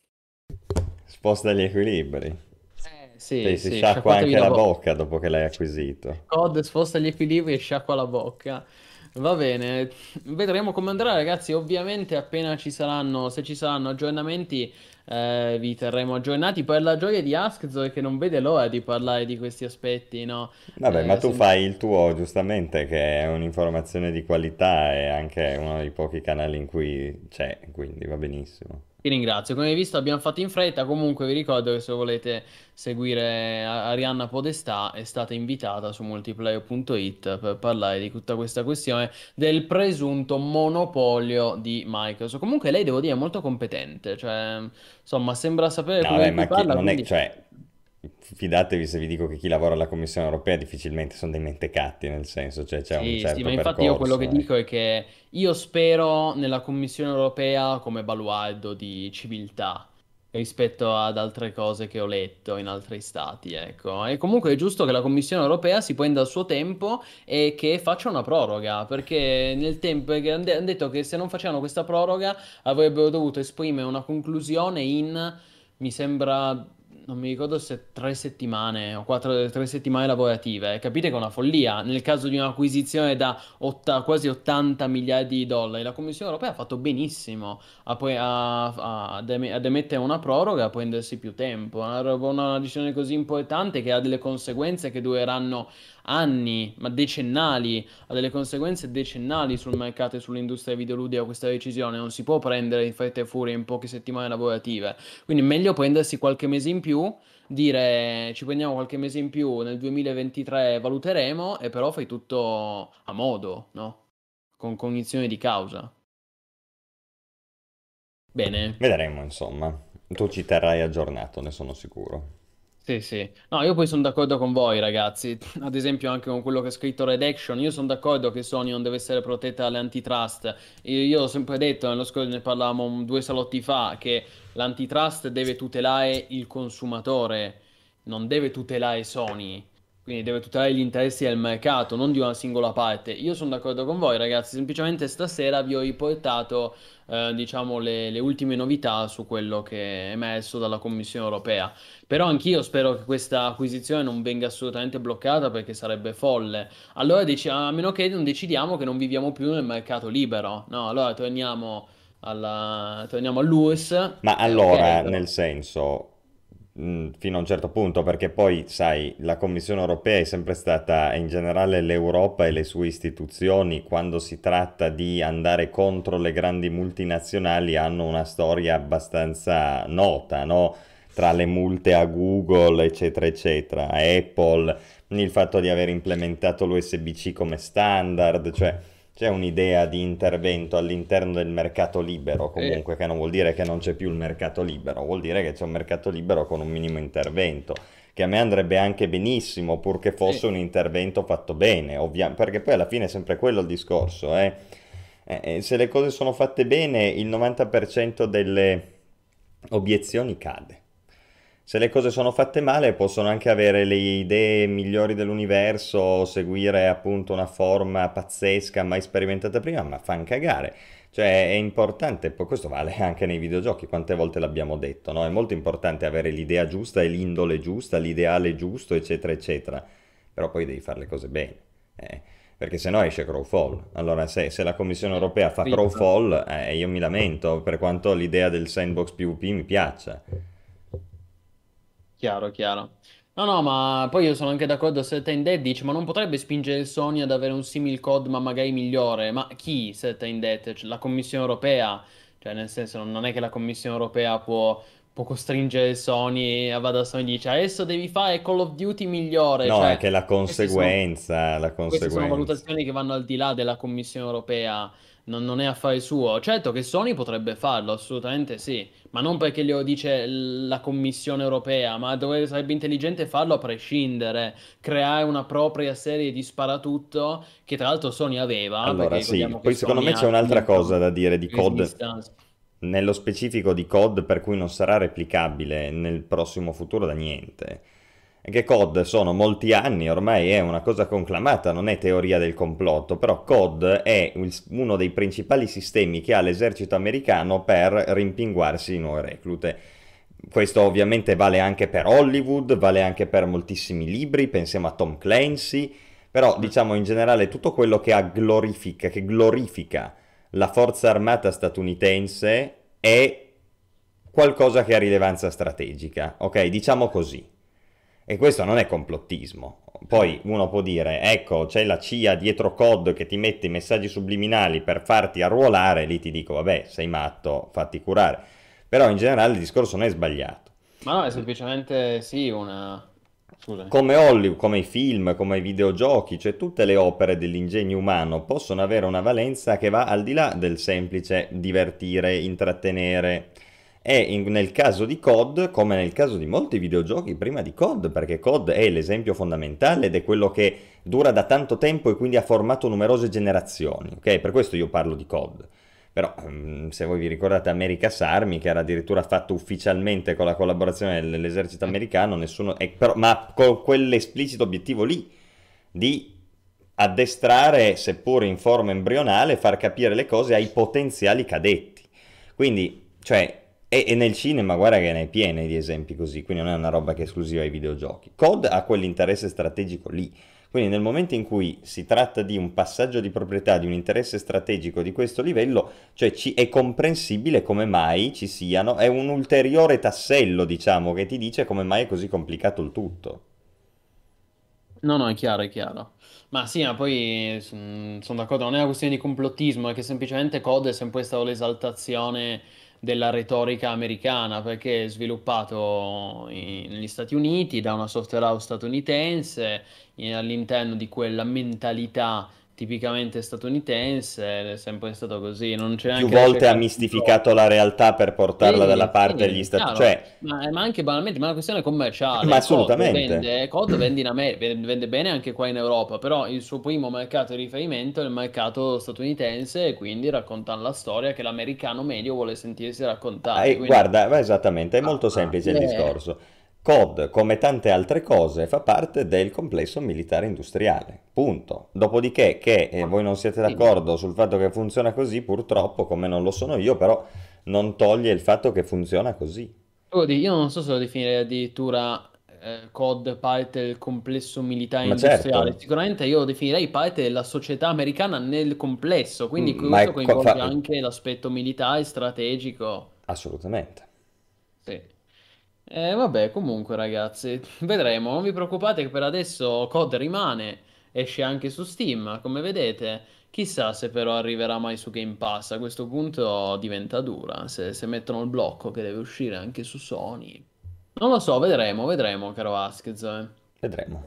Sposta gli equilibri. Eh, Cioè, sì, si sì, sciacqua sciacquatevi anche la la bocca. bocca dopo che l'hai acquisito. C O D sposta gli equilibri e sciacqua la bocca. Va bene, vedremo come andrà, ragazzi. Ovviamente, appena ci saranno, se ci saranno aggiornamenti, eh, vi terremo aggiornati. Per la gioia di Askzo, che non vede l'ora di parlare di questi aspetti, no? Vabbè, ma Eh, tu se- fai il tuo, giustamente, che è un'informazione di qualità e anche uno dei pochi canali in cui c'è, quindi va benissimo. Ti ringrazio. Come hai visto, abbiamo fatto in fretta. Comunque, vi ricordo che se volete seguire A- Arianna Podestà, è stata invitata su multiplayer punto it per parlare di tutta questa questione del presunto monopolio di Microsoft. Comunque, lei devo dire è molto competente, cioè, insomma, sembra sapere No, quello vabbè, di cui ma chi- parla. non è, Quindi, cioè, fidatevi se vi dico che chi lavora alla Commissione europea difficilmente sono dei mentecatti, nel senso, cioè c'è un Sì, sì, ma certo infatti io quello che percorso, dico ecco. è che io spero nella Commissione europea come baluardo di civiltà rispetto ad altre cose che ho letto in altri stati, ecco. E comunque è giusto che la Commissione europea si prenda il suo tempo e che faccia una proroga, perché nel tempo hanno detto che se non facevano questa proroga avrebbero dovuto esprimere una conclusione in, mi sembra, non mi ricordo se tre settimane o quattro, tre settimane lavorative. Capite che è una follia nel caso di un'acquisizione da otta- quasi ottanta miliardi di dollari. La Commissione europea ha fatto benissimo a, poi- a- a- ad em- ad emettere una proroga, a prendersi più tempo. Una, roba- una decisione così importante che ha delle conseguenze che dureranno anni, ma decennali, ha delle conseguenze decennali sul mercato e sull'industria videoludica. Questa decisione non si può prendere in fretta e furia in poche settimane lavorative. Quindi è meglio prendersi qualche mese in più, dire ci prendiamo qualche mese in più, nel duemilaventitré valuteremo, e però fai tutto a modo, no? Con cognizione di causa. Bene. Vedremo, insomma. Tu ci terrai aggiornato, ne sono sicuro. Sì, sì. No, io poi sono d'accordo con voi, ragazzi. Ad esempio, anche con quello che ha scritto Red Action. Io sono d'accordo che Sony non deve essere protetta dalle antitrust. Io, io ho sempre detto, nello scorso ne parlavamo un- due salotti fa, che l'antitrust deve tutelare il consumatore, non deve tutelare Sony. Quindi deve tutelare gli interessi del mercato, non di una singola parte. Io sono d'accordo con voi, ragazzi. Semplicemente stasera vi ho riportato, eh, diciamo, le, le ultime novità su quello che è emerso dalla Commissione europea. Però anch'io spero che questa acquisizione non venga assolutamente bloccata perché sarebbe folle. Allora, deci- a meno che non decidiamo che non viviamo più nel mercato libero. No, allora torniamo alla... torniamo all'U S. Ma Eh, ok, allora, però. nel senso, mh, fino a un certo punto, perché poi, sai, la Commissione europea è sempre stata, in generale l'Europa e le sue istituzioni, quando si tratta di andare contro le grandi multinazionali, hanno una storia abbastanza nota, no? Tra le multe a Google, eccetera, eccetera, a Apple, il fatto di aver implementato l'U S B C come standard, cioè c'è un'idea di intervento all'interno del mercato libero, Eh, comunque, che non vuol dire che non c'è più il mercato libero, vuol dire che c'è un mercato libero con un minimo intervento, che a me andrebbe anche benissimo, purché fosse sì. un intervento fatto bene, ovvia- perché poi alla fine è sempre quello il discorso, eh. Eh, eh, se le cose sono fatte bene, il novanta per cento delle obiezioni cade. Se le cose sono fatte male, possono anche avere le idee migliori dell'universo, seguire appunto una forma pazzesca mai sperimentata prima, ma fan cagare. Cioè è importante, poi questo vale anche nei videogiochi, quante volte l'abbiamo detto, no? È molto importante avere l'idea giusta e l'indole giusta, l'ideale giusto, eccetera, eccetera. Però poi devi fare le cose bene, eh, perché sennò esce Crowfall. Allora se, se la Commissione Eh, europea fa capito. Crowfall, eh, io mi lamento, per quanto l'idea del sandbox PvP mi piaccia. Chiaro, chiaro. No, no, ma poi io sono anche d'accordo se Certain Dead dice, ma non potrebbe spingere Sony ad avere un simil code ma magari migliore? Ma chi Certain Dead? Cioè, la Commissione europea? Cioè, nel senso, non non è che la Commissione europea può, può costringere Sony a vada a Sony e dice, adesso devi fare Call of Duty migliore. No, è Cioè, che la queste sono conseguenza, la queste sono conseguenza. valutazioni che vanno al di là della Commissione europea, non, non è affare suo. Certo che Sony potrebbe farlo, assolutamente sì, ma non perché glielo dice la Commissione europea, ma dove sarebbe intelligente farlo a prescindere, creare una propria serie di sparatutto che tra l'altro Sony aveva, perché Allora, sì, ricordiamo che poi secondo me Sony c'è ha un'altra cosa vinto da dire di code, Resistance. nello specifico di code, per cui non sarà replicabile nel prossimo futuro da niente. È che code sono molti anni, ormai è una cosa conclamata, non è teoria del complotto, però code è il- uno dei principali sistemi che ha l'esercito americano per rimpinguarsi i nuovi reclute. Questo ovviamente vale anche per Hollywood, vale anche per moltissimi libri, pensiamo a Tom Clancy, però Mm. diciamo in generale tutto quello che, ha glorifica, che glorifica la forza armata statunitense è qualcosa che ha rilevanza strategica, ok? Diciamo così. E questo non è complottismo. Poi uno può dire, ecco, c'è la C I A dietro code che ti mette i messaggi subliminali per farti arruolare, lì ti dico, vabbè, sei matto, fatti curare. Però in generale il discorso non è sbagliato. Ma no, è semplicemente sì, una... Scusa. Come Hollywood, come i film, come i videogiochi, cioè tutte le opere dell'ingegno umano possono avere una valenza che va al di là del semplice divertire, intrattenere. E in- nel caso di C O D, come nel caso di molti videogiochi prima di C O D, perché C O D è l'esempio fondamentale ed è quello che dura da tanto tempo e quindi ha formato numerose generazioni, ok? Per questo io parlo di C O D. Però mm, se voi vi ricordate America's Army, che era addirittura fatto ufficialmente con la collaborazione dell'esercito americano, nessuno, e però- ma con quell'esplicito obiettivo lì, di addestrare, seppur in forma embrionale, far capire le cose ai potenziali cadetti. Quindi, cioè, e, e nel cinema, guarda che ne è piena di esempi così, quindi non è una roba che è esclusiva ai videogiochi. C O D ha quell'interesse strategico lì. Quindi nel momento in cui si tratta di un passaggio di proprietà, di un interesse strategico di questo livello, cioè ci, è comprensibile come mai ci siano, è un ulteriore tassello, diciamo, che ti dice come mai è così complicato il tutto. No, no, è chiaro, è chiaro. Ma sì, ma poi sono d'accordo, non è una questione di complottismo, è che semplicemente Code è sempre stato l'esaltazione della retorica americana, perché è sviluppato in- negli Stati Uniti da una software house statunitense, e all'interno di quella mentalità tipicamente statunitense, è sempre stato così, non c'è Più neanche da volte ha cercare. mistificato la realtà per portarla dalla Sì, parte degli sì, Stati... chiaro, Cioè, ma, ma anche banalmente, ma è una questione ma commerciale. C O D assolutamente. vende, C O D vende in America, vende bene anche qua in Europa, però il suo primo mercato di riferimento è il mercato statunitense e quindi raccontano la storia che l'americano medio vuole sentirsi raccontare. Eh, Quindi, guarda, esattamente, è molto ah, semplice il eh, discorso. C O D, come tante altre cose, fa parte del complesso militare industriale. Punto. Dopodiché, che eh, voi non siete sì. d'accordo sul fatto che funziona così, purtroppo, come non lo sono io, però non toglie il fatto che funziona così. Devo dire, io non so se lo definirei addirittura eh, C O D parte del complesso militare Ma industriale, certo, sicuramente io lo definirei parte della società americana nel complesso, quindi mm, ma questo è co- coinvolge fa- anche l'aspetto militare strategico. assolutamente. Sì. Eh, vabbè, comunque ragazzi, vedremo, non vi preoccupate che per adesso C O D rimane, esce anche su Steam, come vedete. Chissà se però arriverà mai su Game Pass, a questo punto diventa dura, se, se mettono il blocco che deve uscire anche su Sony. Non lo so, vedremo, vedremo, caro Vasquez. eh. Vedremo.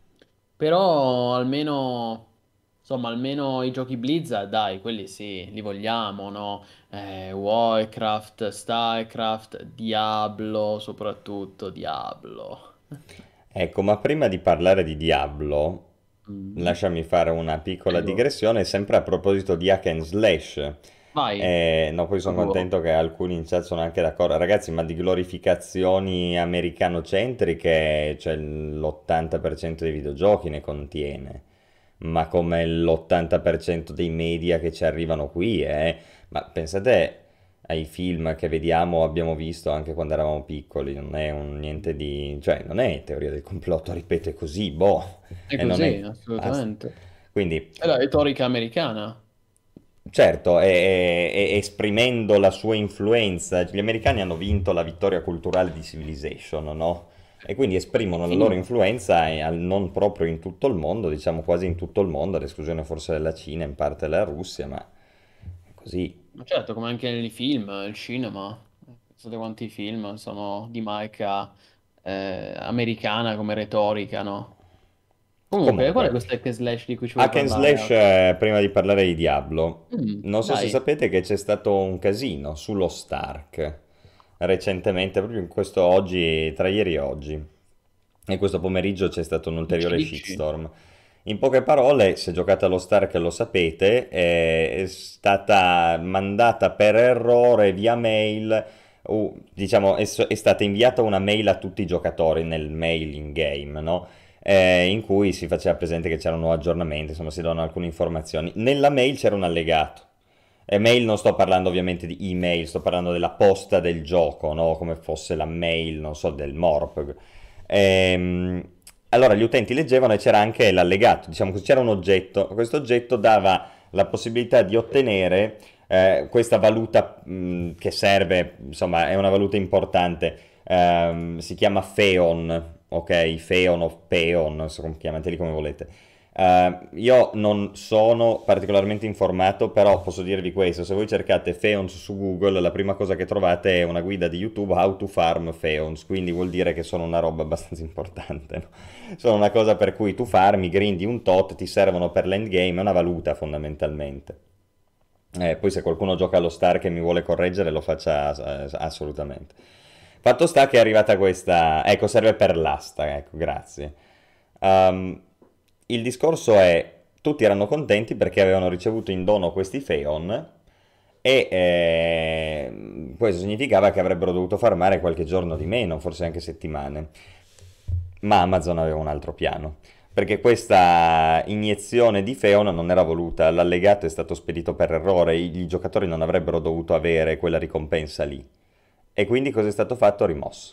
Però almeno, insomma, almeno i giochi Blizzard, dai, quelli sì, li vogliamo, no? Eh, Warcraft, Starcraft, Diablo, soprattutto Diablo. Ecco, ma prima di parlare di Diablo, Mm, lasciami fare una piccola prego. digressione, sempre a proposito di hack and slash. Vai, Eh, no, poi sono sicuro. contento che alcuni in chat sono anche d'accordo. Ragazzi, ma di glorificazioni americano-centriche, cioè l'ottanta per cento dei videogiochi ne contiene, ma come l'ottanta per cento dei media che ci arrivano qui, eh. Ma pensate ai film che vediamo, abbiamo visto anche quando eravamo piccoli, non è un niente di... cioè non è teoria del complotto, ripeto, è così, boh, È e non così, è... basta. assolutamente. Quindi, È la retorica americana. certo, e- e- esprimendo la sua influenza, gli americani hanno vinto la vittoria culturale di Civilization, no? E quindi esprimono la loro Finito. influenza e al- non proprio in tutto il mondo, diciamo quasi in tutto il mondo, ad esclusione forse della Cina, in parte della Russia, ma è così. Ma certo, come anche nei film, il cinema. Pensate quanti film sono di marca eh, americana come retorica, no? Comunque, qual è Comunque, questo hack and slash di cui ci vuoi hack and parlare slash, oggi? eh, prima di parlare di Diablo, Mm, non so se dai, sapete che c'è stato un casino sullo Stark recentemente, proprio in questo oggi, tra ieri e oggi. E questo pomeriggio c'è stato un dici, ulteriore dici. shitstorm. In poche parole, se giocate allo Stark lo sapete, eh, è stata mandata per errore via mail, o, diciamo, è, è stata inviata una mail a tutti i giocatori nel mail in game, no? Eh, in cui si faceva presente che c'erano nuovi aggiornamenti, insomma si davano alcune informazioni. Nella mail c'era un allegato. E mail non sto parlando ovviamente di email, sto parlando della posta del gioco, no? Come fosse la mail, non so, del Morpg. Ehm, allora gli utenti leggevano e c'era anche l'allegato, diciamo che c'era un oggetto, questo oggetto dava la possibilità di ottenere eh, questa valuta mh, che serve, insomma è una valuta importante, ehm, si chiama Feon, ok? Feon o Peon, non so come chiamateli come volete. Eh, io non sono particolarmente informato, però posso dirvi questo: se voi cercate Feons su Google, la prima cosa che trovate è una guida di YouTube How to Farm Feons, quindi vuol dire che sono una roba abbastanza importante, no? Sono una cosa per cui tu farmi, grindi un tot, ti servono per l'endgame, è una valuta fondamentalmente. Eh, poi se qualcuno gioca allo Star che mi vuole correggere lo faccia eh, assolutamente. Fatto sta che è arrivata questa... Ecco, serve per l'asta, ecco, grazie. Um, il discorso è, tutti erano contenti perché avevano ricevuto in dono questi Feon e eh, questo significava che avrebbero dovuto farmare qualche giorno di meno, forse anche settimane. Ma Amazon aveva un altro piano, perché questa iniezione di Feon non era voluta, l'allegato è stato spedito per errore, i, i giocatori non avrebbero dovuto avere quella ricompensa lì. E quindi cosa è stato fatto? Rimosso.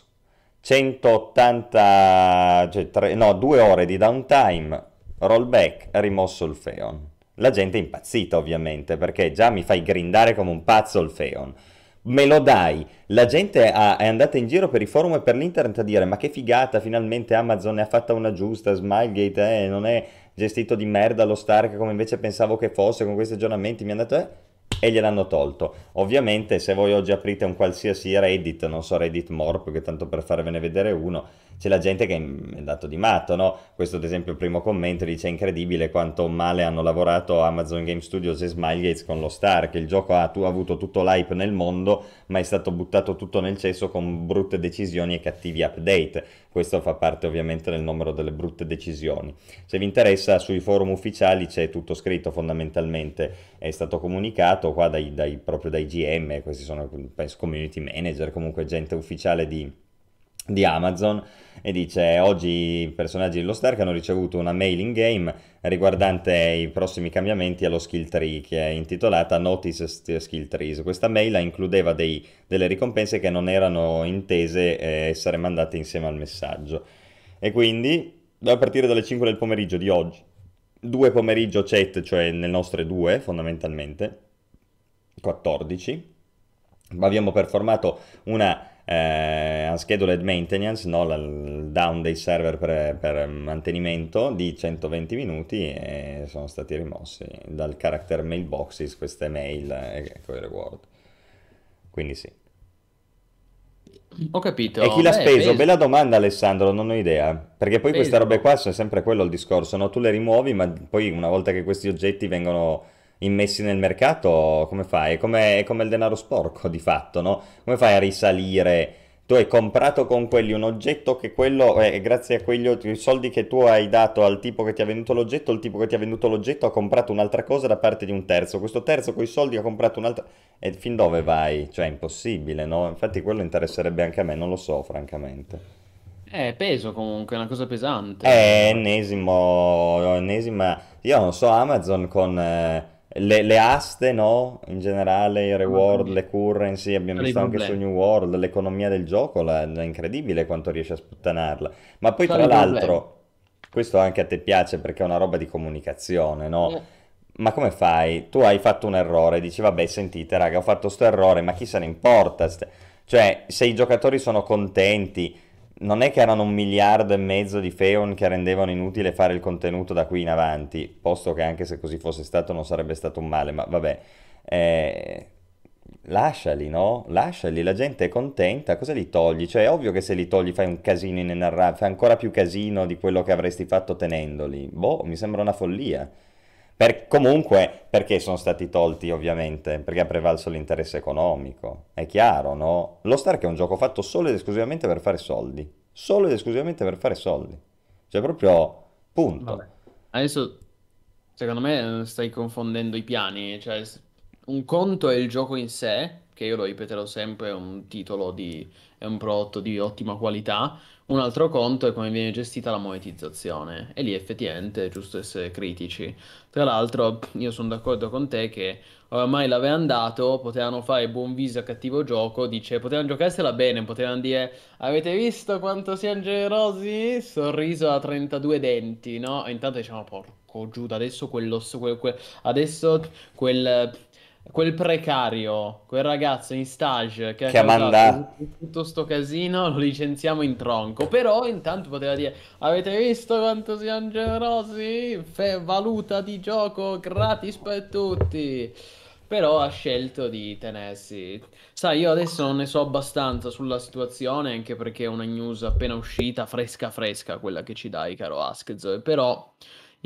centottanta, cioè tre, no, due ore di downtime, rollback, rimosso il Feon. La gente è impazzita ovviamente, perché già mi fai grindare come un pazzo il Feon. Me lo dai. La gente ha- è andata in giro per i forum e per l'internet a dire ma che figata, finalmente Amazon ne ha fatta una giusta, Smilegate eh, non è gestito di merda lo Stark come invece pensavo che fosse con questi aggiornamenti, mi hanno detto eh, e gliel'hanno tolto. Ovviamente se voi oggi aprite un qualsiasi Reddit, non so Reddit Morp, che tanto per farvene vedere uno, c'è la gente che è dato di matto, no? Questo ad esempio il primo commento dice è incredibile quanto male hanno lavorato Amazon Game Studios e Smilegates con lo Star, che il gioco ha, tu, ha avuto tutto l'hype nel mondo, ma è stato buttato tutto nel cesso con brutte decisioni e cattivi update. Questo fa parte ovviamente del numero delle brutte decisioni. Se vi interessa, sui forum ufficiali c'è tutto scritto fondamentalmente, è stato comunicato qua dai, dai, proprio dai G M, questi sono penso community manager, comunque gente ufficiale di, di Amazon, e dice oggi i personaggi dello Stark hanno ricevuto una mail in game riguardante i prossimi cambiamenti allo skill tree che è intitolata Notice Skill Trees. Questa mail includeva dei, delle ricompense che non erano intese eh, essere mandate insieme al messaggio e quindi a partire dalle cinque del pomeriggio di oggi, due pomeriggio chat, cioè nelle nostre due fondamentalmente, quattordici, abbiamo performato una eh, unscheduled maintenance, no? Il down dei server per, per mantenimento di centoventi minuti e sono stati rimossi dal character mailboxes queste mail e con i reward. Quindi sì. Ho capito. E chi l'ha Beh, speso? peso, Bella domanda Alessandro, non ho idea. Perché poi queste robe peso. qua sono sempre quello il discorso, no? Tu le rimuovi, ma poi una volta che questi oggetti vengono immessi nel mercato, come fai? È come, è come il denaro sporco di fatto, no? Come fai a risalire? Tu hai comprato con quelli un oggetto che quello, eh, grazie a quegli i soldi che tu hai dato al tipo che ti ha venduto l'oggetto, il tipo che ti ha venduto l'oggetto ha comprato un'altra cosa da parte di un terzo. Questo terzo con i soldi ha comprato un'altra... E fin dove vai? Cioè è impossibile, no? Infatti quello interesserebbe anche a me, non lo so, francamente. Eh, peso comunque, è una cosa È pesante. ennesimo, ennesima, io non so, Amazon con eh, le, le aste, no? In generale, i Ah, reward, quindi le currency, abbiamo ha dei visto anche su problemi. New World, l'economia del gioco, la- è incredibile quanto riesce a sputtanarla. Ma poi C'ha tra dei problemi. l'altro, questo anche a te piace perché è una roba di comunicazione, no? Eh, Ma come fai? Tu hai fatto un errore, dici vabbè sentite raga ho fatto sto errore, ma chi se ne importa? Ste- Cioè se i giocatori sono contenti, non è che erano un miliardo e mezzo di Feon che rendevano inutile fare il contenuto da qui in avanti, posto che anche se così fosse stato non sarebbe stato un male, ma vabbè, eh, lasciali, no? Lasciali, la gente è contenta, cosa li togli? Cioè è ovvio che se li togli fai un casino inenarrabile, fai ancora più casino di quello che avresti fatto tenendoli. Boh, mi sembra una follia. Per- comunque, perché sono stati tolti, ovviamente? Perché ha prevalso l'interesse economico. È chiaro, no? Lo Stark è un gioco fatto solo ed esclusivamente per fare soldi. Solo ed esclusivamente per fare soldi. Cioè, proprio punto. vabbè. Adesso, secondo me, eh, stai confondendo i piani. Cioè, s- un conto è il gioco in sé, che io lo ripeterò sempre, è un titolo di... è un prodotto di ottima qualità. Un altro conto è come viene gestita la monetizzazione. E lì effettivamente è giusto essere critici. Tra l'altro, io sono d'accordo con te che oramai l'avevano dato, potevano fare buon viso a cattivo gioco, dice, potevano giocarsela bene, potevano dire, avete visto quanto siamo generosi? Sorriso a trentadue denti, no? E intanto diciamo, porco Giuda, adesso quello, quel, quel- adesso quel, quel precario, quel ragazzo in stage che ha Che ha causato mandato... tutto tutto sto casino, lo licenziamo in tronco. Però intanto poteva dire, avete visto quanto siamo generosi? Fe- valuta di gioco gratis per tutti. Però ha scelto di tenersi. Sai, io adesso non ne so abbastanza sulla situazione, anche perché è una news appena uscita, fresca fresca, quella che ci dai, caro Askzo. Però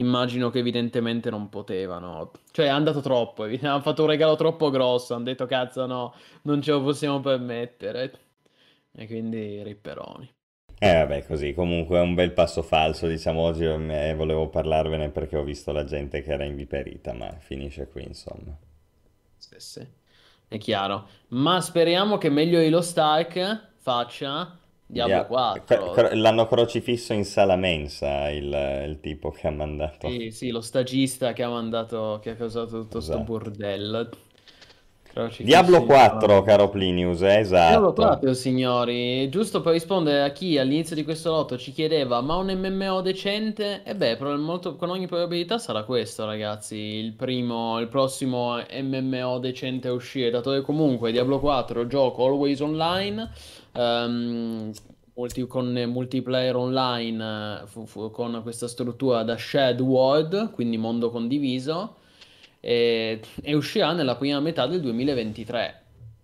immagino che evidentemente non potevano. Cioè, è andato troppo, hanno fatto un regalo troppo grosso, hanno detto cazzo no, non ce lo possiamo permettere. E quindi ripperoni. Eh vabbè, così, comunque è un bel passo falso, diciamo, oggi eh, volevo parlarvene perché ho visto la gente che era inviperita, ma finisce qui, insomma. Sì, sì, è chiaro. Ma speriamo che meglio di Lost Ark faccia Diablo Dia- cro- quattro. cro- L'hanno crocifisso in sala mensa il, il tipo che ha mandato. Sì, sì, lo stagista che ha mandato, che ha causato tutto sto Esatto. bordello. Crocifisso Diablo in quattro, Parlamento. caro Plinius, eh, Diablo esatto. quattro, signori, giusto per rispondere a chi all'inizio di questo lotto ci chiedeva, ma un M M O decente? E beh, prob- molto- con ogni probabilità sarà questo, ragazzi, il primo, il prossimo M M O decente a uscire, dato che comunque Diablo quattro gioco always online, ehm, multi- con multiplayer online, eh, fu- fu- con questa struttura da shared world, quindi mondo condiviso, e, e uscirà nella prima metà del duemilaventitré.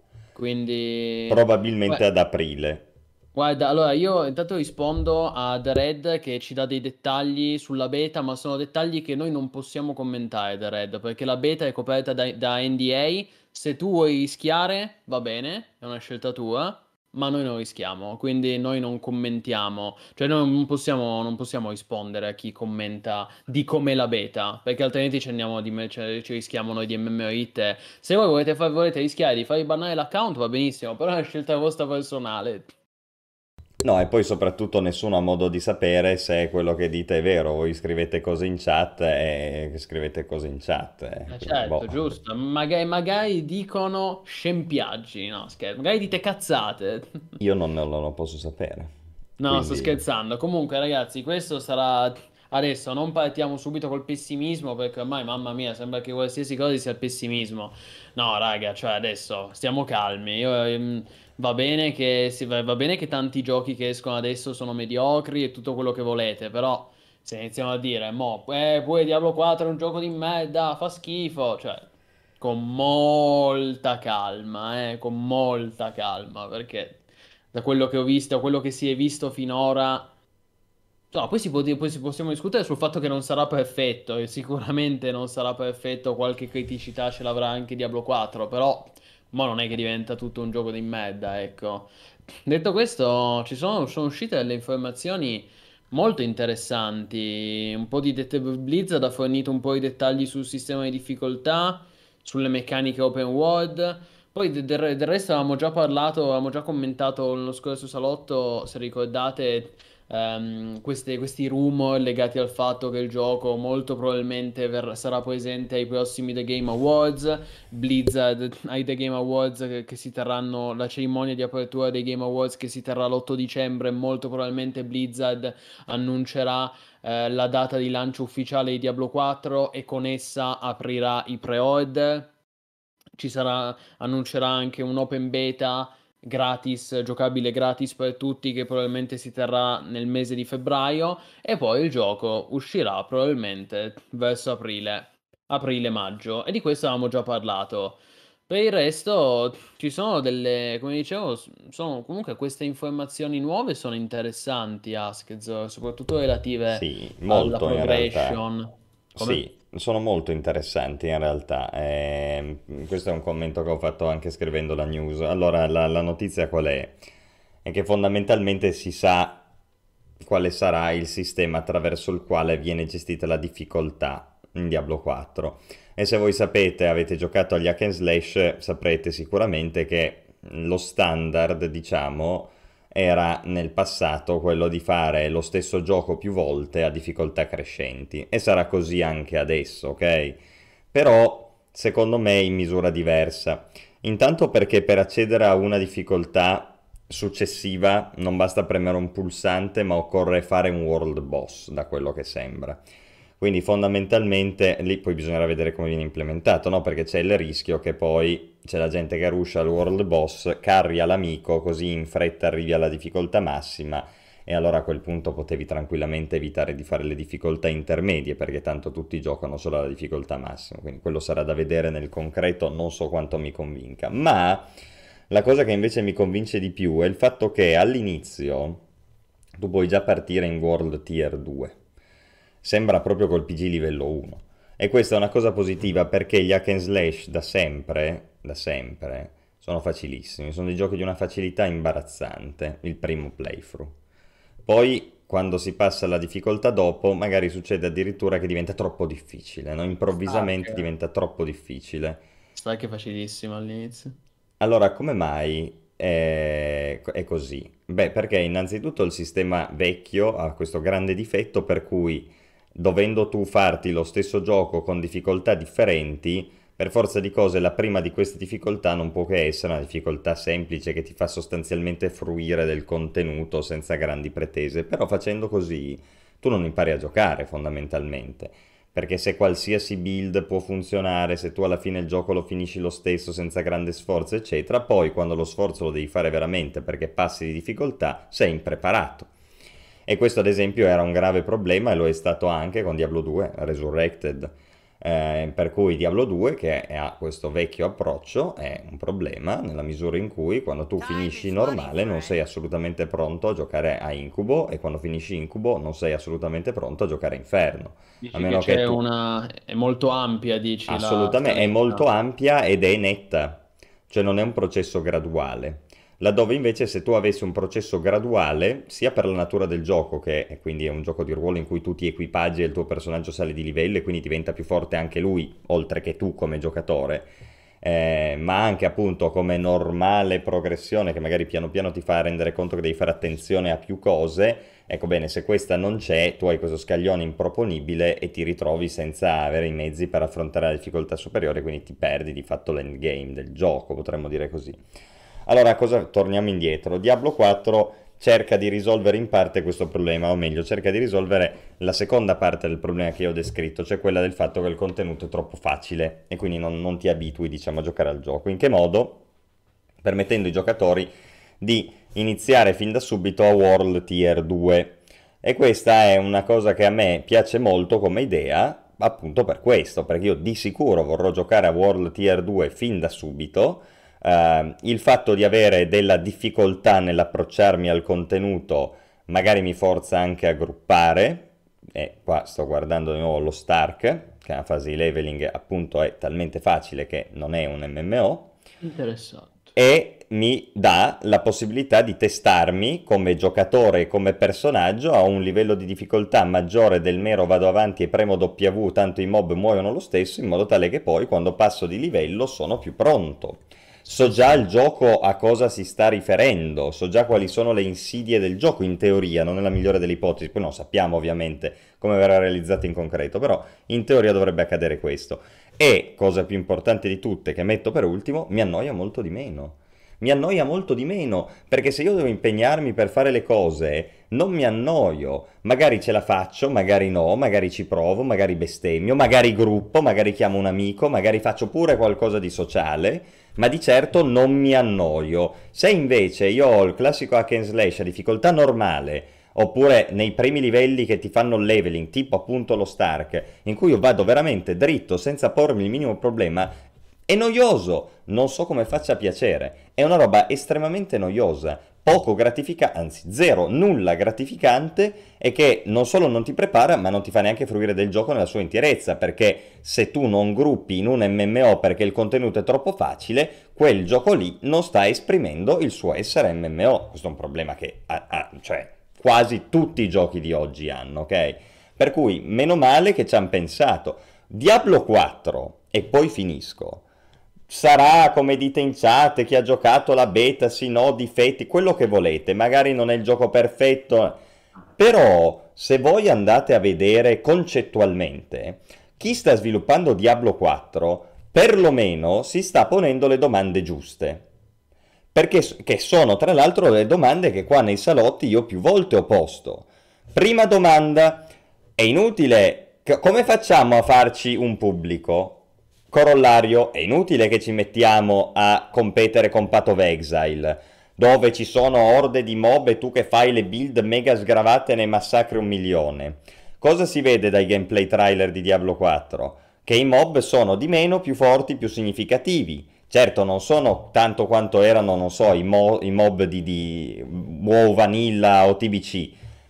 Quindi, Probabilmente beh, ad aprile. guarda, allora io intanto rispondo a The Red che ci dà dei dettagli sulla beta, ma sono dettagli che noi non possiamo commentare, The Red, perché la beta è coperta da, da N D A. Se tu vuoi rischiare, va bene, è una scelta tua, ma noi non rischiamo, quindi noi non commentiamo, cioè noi non possiamo, non possiamo rispondere a chi commenta di com'è la beta, perché altrimenti ci andiamo di me, cioè, ci rischiamo noi di M M O hit. Se voi volete, far- volete rischiare di farvi bannare l'account, va benissimo, però è una scelta vostra personale. No, e poi soprattutto nessuno ha modo di sapere se quello che dite è vero. Voi scrivete cose in chat e scrivete cose in chat. eh, Eh Quindi, boh, certo, giusto. Magari, magari dicono scempiaggi, no, scherzo. Magari dite cazzate. io non, non lo posso sapere. No, sto Quindi, scherzando. Comunque, ragazzi, questo sarà. Adesso non partiamo subito col pessimismo, perché ormai, mamma mia, sembra che qualsiasi cosa sia il pessimismo. No, raga, cioè adesso stiamo calmi. Io, ehm, va bene che, si- va va bene che tanti giochi che escono adesso sono mediocri e tutto quello che volete, però se iniziamo a dire, mo, eh, poi Diablo quattro è un gioco di merda, fa schifo, cioè, con molta calma, eh, con molta calma, perché da quello che ho visto, da quello che si è visto finora. No, poi si può dire- poi si possiamo discutere sul fatto che non sarà perfetto, e sicuramente non sarà perfetto, qualche criticità ce l'avrà anche Diablo quattro, però ma non è che diventa tutto un gioco di merda, ecco. Detto questo, ci sono, sono uscite delle informazioni molto interessanti, un po' di det- Blizzard ha fornito un po' di dettagli sul sistema di difficoltà, sulle meccaniche open world. Poi de- del, del resto avevamo già parlato, avevamo già commentato nello scorso salotto, se ricordate, ehm, queste- questi rumor legati al fatto che il gioco molto probabilmente ver- sarà presente ai prossimi The Game Awards. Blizzard ai The Game Awards che, che si terranno, la cerimonia di apertura dei Game Awards che si terrà l'otto dicembre, molto probabilmente Blizzard annuncerà eh, la data di lancio ufficiale di Diablo quattro e con essa aprirà i pre-order. Ci sarà, annuncerà anche un open beta gratis, giocabile gratis per tutti, che probabilmente si terrà nel mese di febbraio, e poi il gioco uscirà probabilmente verso aprile, aprile-maggio, e di questo avevamo già parlato. Per il resto ci sono delle, come dicevo, s- sono comunque queste informazioni nuove sono interessanti, Askez, soprattutto relative sì, alla molto in realtà. progression. Come? Sì, sono molto interessanti in realtà. Ehm, questo è un commento che ho fatto anche scrivendo la news. Allora, la, la notizia qual è? È che fondamentalmente si sa quale sarà il sistema attraverso il quale viene gestita la difficoltà in Diablo quattro. E se voi sapete, avete giocato agli hack and slash, saprete sicuramente che lo standard, diciamo, era nel passato quello di fare lo stesso gioco più volte a difficoltà crescenti. E sarà così anche adesso, ok? Però, secondo me, in misura diversa. Intanto perché per accedere a una difficoltà successiva non basta premere un pulsante, ma occorre fare un world boss, da quello che sembra. Quindi fondamentalmente lì poi bisognerà vedere come viene implementato, no? Perché c'è il rischio che poi c'è la gente che rusha il world boss, carria l'amico, così in fretta arrivi alla difficoltà massima e allora a quel punto potevi tranquillamente evitare di fare le difficoltà intermedie, perché tanto tutti giocano solo alla difficoltà massima, quindi quello sarà da vedere nel concreto, non so quanto mi convinca. Ma la cosa che invece mi convince di più è il fatto che all'inizio tu puoi già partire in World Tier due. sembra proprio col P G livello uno. E questa è una cosa positiva perché gli hack and slash da sempre, da sempre, sono facilissimi, sono dei giochi di una facilità imbarazzante, il primo playthrough. Poi, quando si passa alla difficoltà dopo, magari succede addirittura che diventa troppo difficile, no? Improvvisamente Stark, diventa troppo difficile. Stark è facilissimo all'inizio. Allora, come mai è, è così? Beh, perché innanzitutto il sistema vecchio ha questo grande difetto per cui, dovendo tu farti lo stesso gioco con difficoltà differenti, per forza di cose la prima di queste difficoltà non può che essere una difficoltà semplice che ti fa sostanzialmente fruire del contenuto senza grandi pretese, però facendo così tu non impari a giocare fondamentalmente, perché se qualsiasi build può funzionare, se tu alla fine il gioco lo finisci lo stesso senza grande sforzo eccetera, poi quando lo sforzo lo devi fare veramente perché passi di difficoltà sei impreparato. E questo ad esempio era un grave problema e lo è stato anche con Diablo due Resurrected. Eh, per cui Diablo due, che ha questo vecchio approccio, è un problema nella misura in cui quando tu finisci normale non sei assolutamente pronto a giocare a Incubo e quando finisci Incubo non sei assolutamente pronto a giocare a Inferno. A Dici che meno che c'è tu... una... è molto ampia, dici, la Assolutamente, è molto scaletta. ampia ed è netta, cioè non è un processo graduale. Laddove invece se tu avessi un processo graduale, sia per la natura del gioco, che è- quindi è un gioco di ruolo in cui tu ti equipaggi e il tuo personaggio sale di livello e quindi diventa più forte anche lui, oltre che tu come giocatore, eh, ma anche appunto come normale progressione che magari piano piano ti fa rendere conto che devi fare attenzione a più cose. Ecco bene, se questa non c'è, tu hai questo scaglione improponibile e ti ritrovi senza avere i mezzi per affrontare la difficoltà superiore, quindi ti perdi di fatto l'endgame del gioco, potremmo dire così. Allora, cosa, torniamo indietro. Diablo quattro cerca di risolvere in parte questo problema, o meglio, cerca di risolvere la seconda parte del problema che io ho descritto, cioè quella del fatto che il contenuto è troppo facile e quindi non, non ti abitui, diciamo, a giocare al gioco. In che modo? Permettendo ai giocatori di iniziare fin da subito a World Tier due. E questa è una cosa che a me piace molto come idea, appunto per questo, perché io di sicuro vorrò giocare a World Tier due fin da subito. Eh, il fatto di avere della difficoltà nell'approcciarmi al contenuto magari mi forza anche a gruppare, e qua sto guardando di nuovo lo Stark, che è una fase di leveling appunto è talmente facile che non è un M M O, Interessante. e mi dà la possibilità di testarmi come giocatore e come personaggio a un livello di difficoltà maggiore del mero vado avanti e premo W, tanto i mob muoiono lo stesso, in modo tale che poi quando passo di livello sono più pronto. So già il gioco a cosa si sta riferendo, so già quali sono le insidie del gioco in teoria, non nella migliore delle ipotesi, poi non sappiamo ovviamente come verrà realizzato in concreto, però in teoria dovrebbe accadere questo. E, cosa più importante di tutte, che metto per ultimo, mi annoia molto di meno. Mi annoia molto di meno, perché se io devo impegnarmi per fare le cose, non mi annoio. Magari ce la faccio, magari no, magari ci provo, magari bestemmio, magari gruppo, magari chiamo un amico, magari faccio pure qualcosa di sociale, ma di certo non mi annoio. Se invece io ho il classico hack and slash a difficoltà normale, oppure nei primi livelli che ti fanno il leveling, tipo appunto lo Stark, in cui io vado veramente dritto senza pormi il minimo problema, è noioso, non so come faccia piacere, è una roba estremamente noiosa, poco gratificante, anzi zero, nulla gratificante, e che non solo non ti prepara, ma non ti fa neanche fruire del gioco nella sua interezza, perché se tu non gruppi in un M M O perché il contenuto è troppo facile, quel gioco lì non sta esprimendo il suo essere M M O. Questo è un problema che ha, ha, cioè, quasi tutti i giochi di oggi hanno, ok? Per cui, meno male che ci hanno pensato. Diablo quattro, e poi finisco, sarà, come dite in chat, chi ha giocato la beta, sì, no, difetti, quello che volete, magari non è il gioco perfetto, però se voi andate a vedere concettualmente, chi sta sviluppando Diablo quattro perlomeno si sta ponendo le domande giuste. Perché che sono tra l'altro le domande che qua nei salotti io più volte ho posto. Prima domanda, è inutile, come facciamo a farci un pubblico? Corollario, è inutile che ci mettiamo a competere con Path of Exile, dove ci sono orde di mob e tu che fai le build mega sgravate ne massacri un milione. Cosa si vede dai gameplay trailer di Diablo quattro? Che i mob sono di meno, più forti, più significativi. Certo, non sono tanto quanto erano, non so, i, mo- i mob di, di WoW Vanilla o T B C,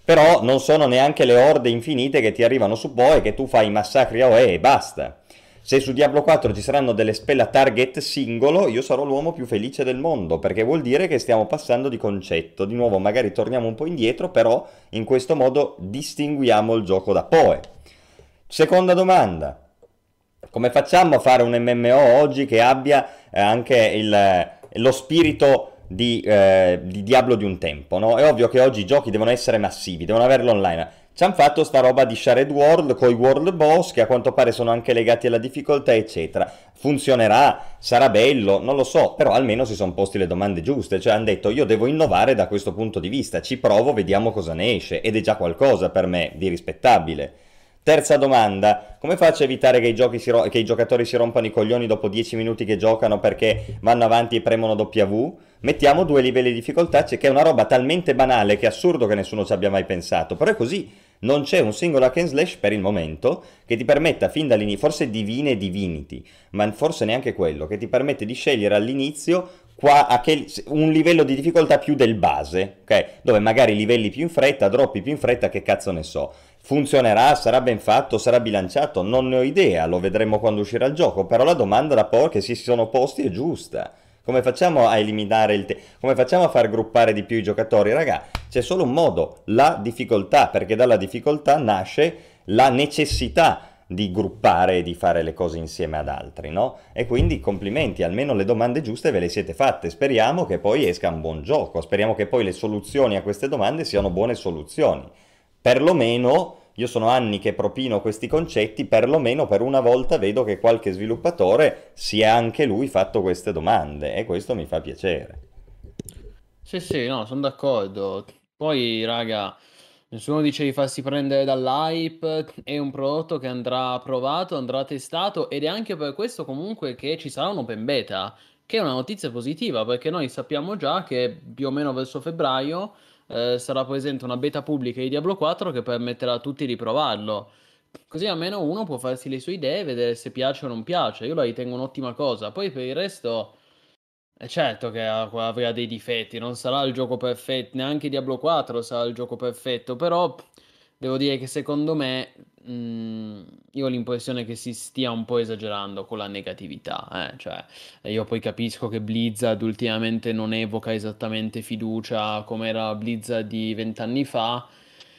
Però non sono neanche le orde infinite che ti arrivano su Poe e che tu fai i massacri a O E e basta. Se su Diablo quattro ci saranno delle spell a target singolo, io sarò l'uomo più felice del mondo, perché vuol dire che stiamo passando di concetto. Di nuovo, magari torniamo un po' indietro, però in questo modo distinguiamo il gioco da Poe. Seconda domanda. Come facciamo a fare un M M O oggi che abbia eh, anche il, lo spirito di, eh, di Diablo di un tempo, no? È ovvio che oggi i giochi devono essere massivi, devono averlo online. Ci hanno fatto sta roba di Shared World con i World Boss, che a quanto pare sono anche legati alla difficoltà, eccetera. Funzionerà? Sarà bello? Non lo so, però almeno si sono posti le domande giuste, cioè hanno detto io devo innovare da questo punto di vista, ci provo, vediamo cosa ne esce, ed è già qualcosa per me di rispettabile. Terza domanda, come faccio a evitare che i, giochi si ro- che i giocatori si rompano i coglioni dopo dieci minuti che giocano perché vanno avanti e premono W? Mettiamo due livelli di difficoltà, che è una roba talmente banale che è assurdo che nessuno ci abbia mai pensato, però è così. Non c'è un singolo hack and slash per il momento che ti permetta fin dall'inizio, forse Divine e Divinity, ma forse neanche quello, che ti permette di scegliere all'inizio qua a che, un livello di difficoltà più del base, ok? Dove magari livelli più in fretta, droppi più in fretta, che cazzo ne so. Funzionerà, sarà ben fatto, sarà bilanciato, non ne ho idea, lo vedremo quando uscirà il gioco, però la domanda da porre che si sono posti è giusta. Come facciamo a eliminare il te- come facciamo a far gruppare di più i giocatori? Raga, c'è solo un modo, la difficoltà, perché dalla difficoltà nasce la necessità di gruppare e di fare le cose insieme ad altri, no? E quindi complimenti, almeno le domande giuste ve le siete fatte. Speriamo che poi esca un buon gioco, speriamo che poi le soluzioni a queste domande siano buone soluzioni. Perlomeno, io sono anni che propino questi concetti, perlomeno per una volta vedo che qualche sviluppatore si è anche lui fatto queste domande e questo mi fa piacere. Sì, sì, no, sono d'accordo. Poi, raga, nessuno dice di farsi prendere dall'hype, è un prodotto che andrà provato, andrà testato ed è anche per questo comunque che ci sarà un open beta, che è una notizia positiva perché noi sappiamo già che più o meno verso febbraio eh, sarà presente una beta pubblica di Diablo quattro che permetterà a tutti di provarlo. Così almeno uno può farsi le sue idee e vedere se piace o non piace. Io la ritengo un'ottima cosa. Poi per il resto... È certo che ha- avrà dei difetti, non sarà il gioco perfetto, neanche Diablo quattro sarà il gioco perfetto, però devo dire che secondo me mh, io ho l'impressione che si stia un po' esagerando con la negatività, eh, cioè io poi capisco che Blizzard ultimamente non evoca esattamente fiducia come era Blizzard di vent'anni fa,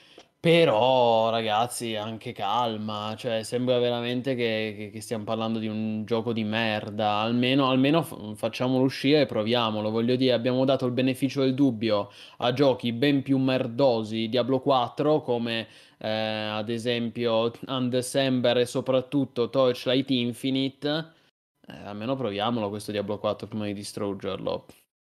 però, ragazzi, anche calma, cioè sembra veramente che, che- che stiamo parlando di un gioco di merda. Almeno, almeno f- facciamolo uscire e proviamolo. Voglio dire, abbiamo dato il beneficio del dubbio a giochi ben più merdosi, Diablo quattro, come eh, ad esempio Undecember e soprattutto Torchlight Infinite. Eh, almeno proviamolo questo Diablo quattro prima di distruggerlo.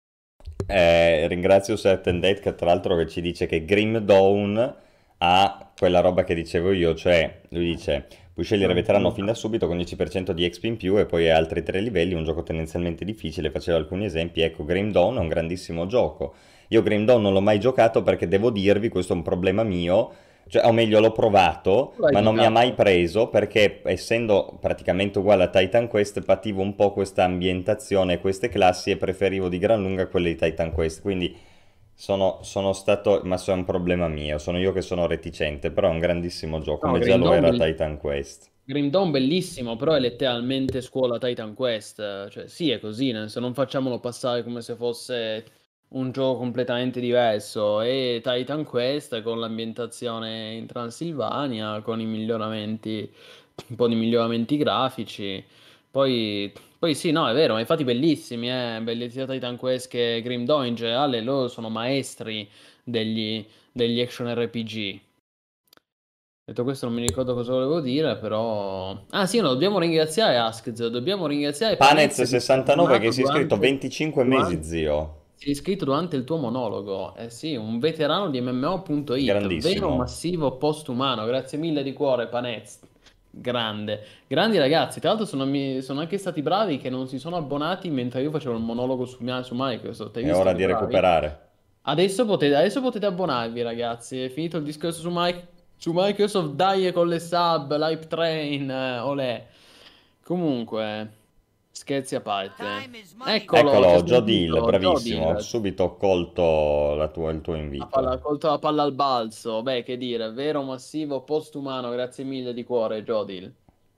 Eh, ringrazio Certain Date che tra l'altro che ci dice che Grim Dawn ha quella roba che dicevo io, cioè lui dice puoi scegliere veterano fin da subito con dieci per cento di X P in più e poi altri tre livelli, un gioco tendenzialmente difficile, faceva alcuni esempi, ecco Grim Dawn è un grandissimo gioco. Io Grim Dawn non l'ho mai giocato perché devo dirvi, questo è un problema mio, cioè, o meglio l'ho provato, L'hai ma non mi ha mai giocato? preso perché essendo praticamente uguale a Titan Quest pativo un po' questa ambientazione e queste classi e preferivo di gran lunga quelle di Titan Quest, quindi sono, sono stato, ma so, è un problema mio, sono io che sono reticente, però è un grandissimo gioco, No, come già Green lo Dawn, era bell- Titan Quest. Grim Dawn bellissimo, però è letteralmente scuola Titan Quest. Cioè, sì, è così, nel senso non facciamolo passare come se fosse un gioco completamente diverso. È Titan Quest con l'ambientazione in Transilvania, con i miglioramenti, un po' di miglioramenti grafici. Poi, poi sì, no, è vero, ma infatti bellissimi, eh, belli sia Titan Quest che Grim Dawn in generale, loro sono maestri degli, degli action R P G. Detto questo non mi ricordo cosa volevo dire, però... Ah sì, no, dobbiamo ringraziare Askz, dobbiamo ringraziare Panez Panez che si è sessantanove che aggiornato si è iscritto durante... venticinque mesi, durante... zio. Si è iscritto durante il tuo monologo. Eh sì, un veterano di M M O punto it, vero Grandissimo. massivo postumano. Grazie mille di cuore, Panez. Grande. Grandi ragazzi, tra l'altro sono, mi- sono anche stati bravi che non si sono abbonati mentre io facevo il monologo su, mia- su Microsoft. Hai È visto ora che di bravi? recuperare. Adesso potete, adesso potete abbonarvi, ragazzi. È finito il discorso su, Mi- su Microsoft. Dai con le sub, l'hype train, eh, olè. Comunque, Scherzi a parte. Eccolo, ti ha Eccolo, Jodil, sentito, bravissimo, Jodil. subito ho colto la tua- il tuo Ha palla- ha invito. colto la palla al balzo. Beh, che dire, vero, massivo, postumano, grazie mille di cuore, Jodil.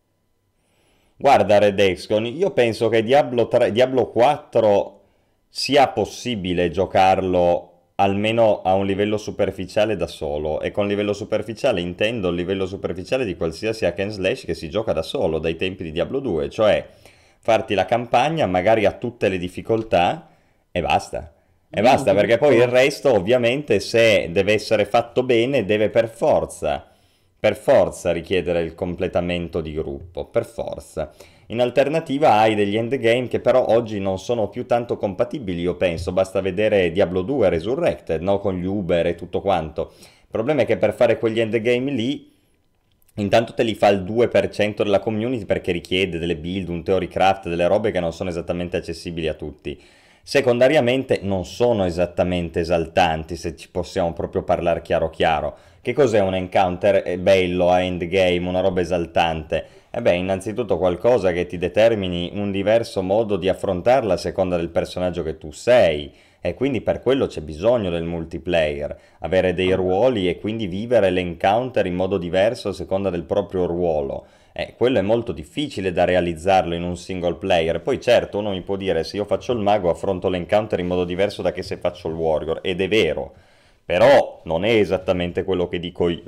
Guarda, Redexcon, io penso che Diablo tre, Diablo quattro sia possibile giocarlo almeno a un livello superficiale da solo, e con livello superficiale intendo il livello superficiale di qualsiasi hack and slash che si gioca da solo dai tempi di Diablo due, cioè farti la campagna magari a tutte le difficoltà e basta. E Io non basta, perché poi il capisco. resto, ovviamente, se deve essere fatto bene, deve per forza, per forza richiedere il completamento di gruppo, per forza. In alternativa hai degli endgame che però oggi non sono più tanto compatibili, io penso, basta vedere Diablo due Resurrected, no? Con gli Uber e tutto quanto. Il problema è che per fare quegli endgame lì, intanto te li fa il due per cento della community perché richiede delle build, un theory craft, delle robe che non sono esattamente accessibili a tutti. Secondariamente non sono esattamente esaltanti, se ci possiamo proprio parlare chiaro chiaro. Che cos'è un encounter eh, bello a endgame, una roba esaltante? E beh, innanzitutto qualcosa che ti determini un diverso modo di affrontarla a seconda del personaggio che tu sei. E quindi per quello c'è bisogno del multiplayer, avere dei Vabbè. ruoli e quindi vivere l'encounter in modo diverso a seconda del proprio ruolo. Eh, quello è molto difficile da realizzarlo in un single player. Poi certo, uno mi può dire se io faccio il mago affronto l'encounter in modo diverso da che se faccio il warrior, ed è vero, però non è esattamente quello che dico io.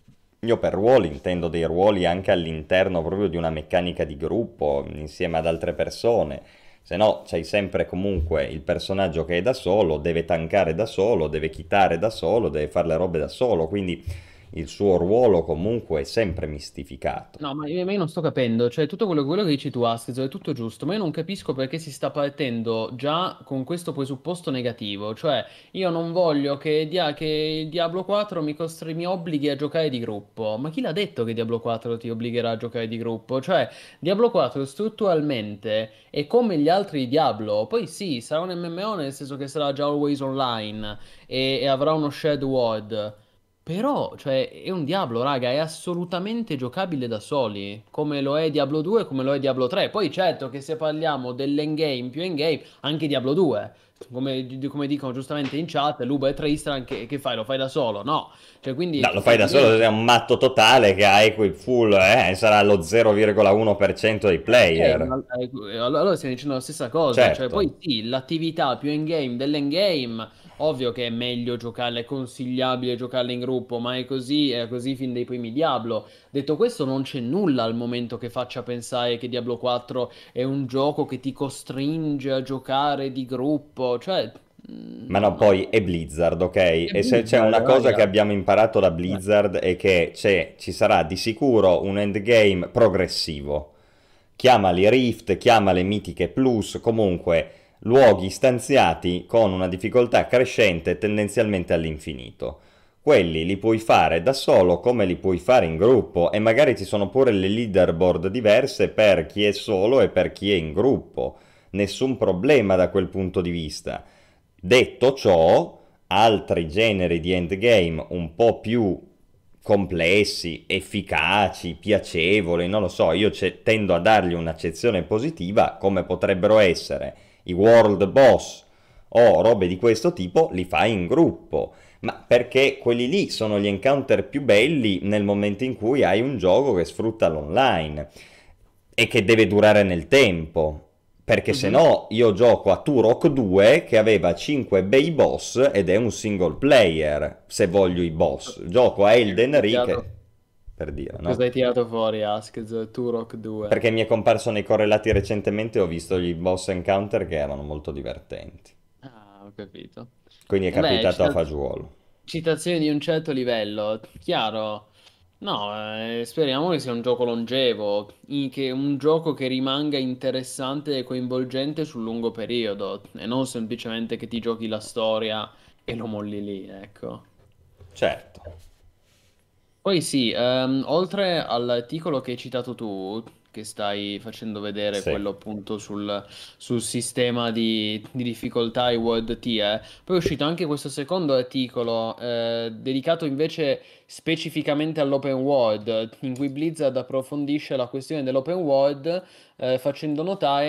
Io per ruoli intendo dei ruoli anche all'interno proprio di una meccanica di gruppo, insieme ad altre persone. Se no, c'hai sempre comunque il personaggio che è da solo, deve tankare da solo, deve chitare da solo, deve fare le robe da solo, quindi il suo ruolo comunque è sempre mistificato. No, ma io, ma io non sto capendo, cioè tutto quello, quello che dici tu, Askez, è tutto giusto, ma io non capisco perché si sta partendo già con questo presupposto negativo, cioè io non voglio che, Dia- che Diablo quattro mi, costri- mi obblighi a giocare di gruppo, ma chi l'ha detto che Diablo quattro ti obbligherà a giocare di gruppo? Cioè, Diablo quattro strutturalmente è come gli altri Diablo, poi sì, sarà un M M O nel senso che sarà già always online e, e avrà uno shared world. Però, cioè, è un Diablo, raga, è assolutamente giocabile da soli, come lo è Diablo due, come lo è Diablo tre. Poi certo che se parliamo dell'endgame più endgame, anche Diablo due, come, di- come dicono giustamente in chat, Luba e Tristan, che, che fai? Lo fai da solo? No, cioè, quindi No, lo fai da solo, sei totalmente... un matto totale che ha equip full, eh, sarà lo zero virgola uno per cento dei Ok, player. ma eh, allora allora stiamo dicendo la stessa cosa, cioè Certo. poi sì, l'attività più endgame dell'endgame, ovvio che è meglio giocarla, è consigliabile giocarla in gruppo, ma è così, è così fin dai primi Diablo. Detto questo, non c'è nulla al momento che faccia pensare che Diablo quattro è un gioco che ti costringe a giocare di gruppo, cioè, Ma mm, no, poi no, è Blizzard, ok? è E se c'è Blizzard, una cosa che raga. abbiamo imparato da Eh, Blizzard è che c'è, ci sarà di sicuro un endgame progressivo. Chiamali Rift, chiamale Mitiche Plus, comunque luoghi stanziati con una difficoltà crescente tendenzialmente all'infinito. Quelli li puoi fare da solo come li puoi fare in gruppo, e magari ci sono pure le leaderboard diverse per chi è solo e per chi è in gruppo. Nessun problema da quel punto di vista. Detto ciò, altri generi di endgame un po' più complessi, efficaci, piacevoli, non lo so, io ce- tendo a dargli un'accezione positiva, come potrebbero essere i world boss o robe di questo tipo, li fai in gruppo. Ma perché quelli lì sono gli encounter più belli nel momento in cui hai un gioco che sfrutta l'online e che deve durare nel tempo. Perché se mhm. no io gioco a Turok due che aveva cinque bei boss ed è un single player, se voglio i boss. Gioco a E cosa Elden hai Ring, tirato, che- per dire, cosa no? hai tirato fuori, Askez? Turok due. Perché mi è comparso nei correlati recentemente e ho visto gli boss encounter che erano molto divertenti. Ah, ho capito. Quindi è E beh, capitato a cita- fagiolo. citazioni di un certo livello, chiaro. No, eh, speriamo che sia un gioco longevo, in- che un gioco che rimanga interessante e coinvolgente sul lungo periodo, e non semplicemente che ti giochi la storia e lo molli lì, ecco. Certo, Poi sì, ehm, oltre all'articolo che hai citato tu, che stai facendo vedere, sì. quello appunto sul, sul sistema di, di difficoltà e world tier, poi è uscito anche questo secondo articolo eh, dedicato invece specificamente all'open world, in cui Blizzard approfondisce la questione dell'open world eh, facendo notare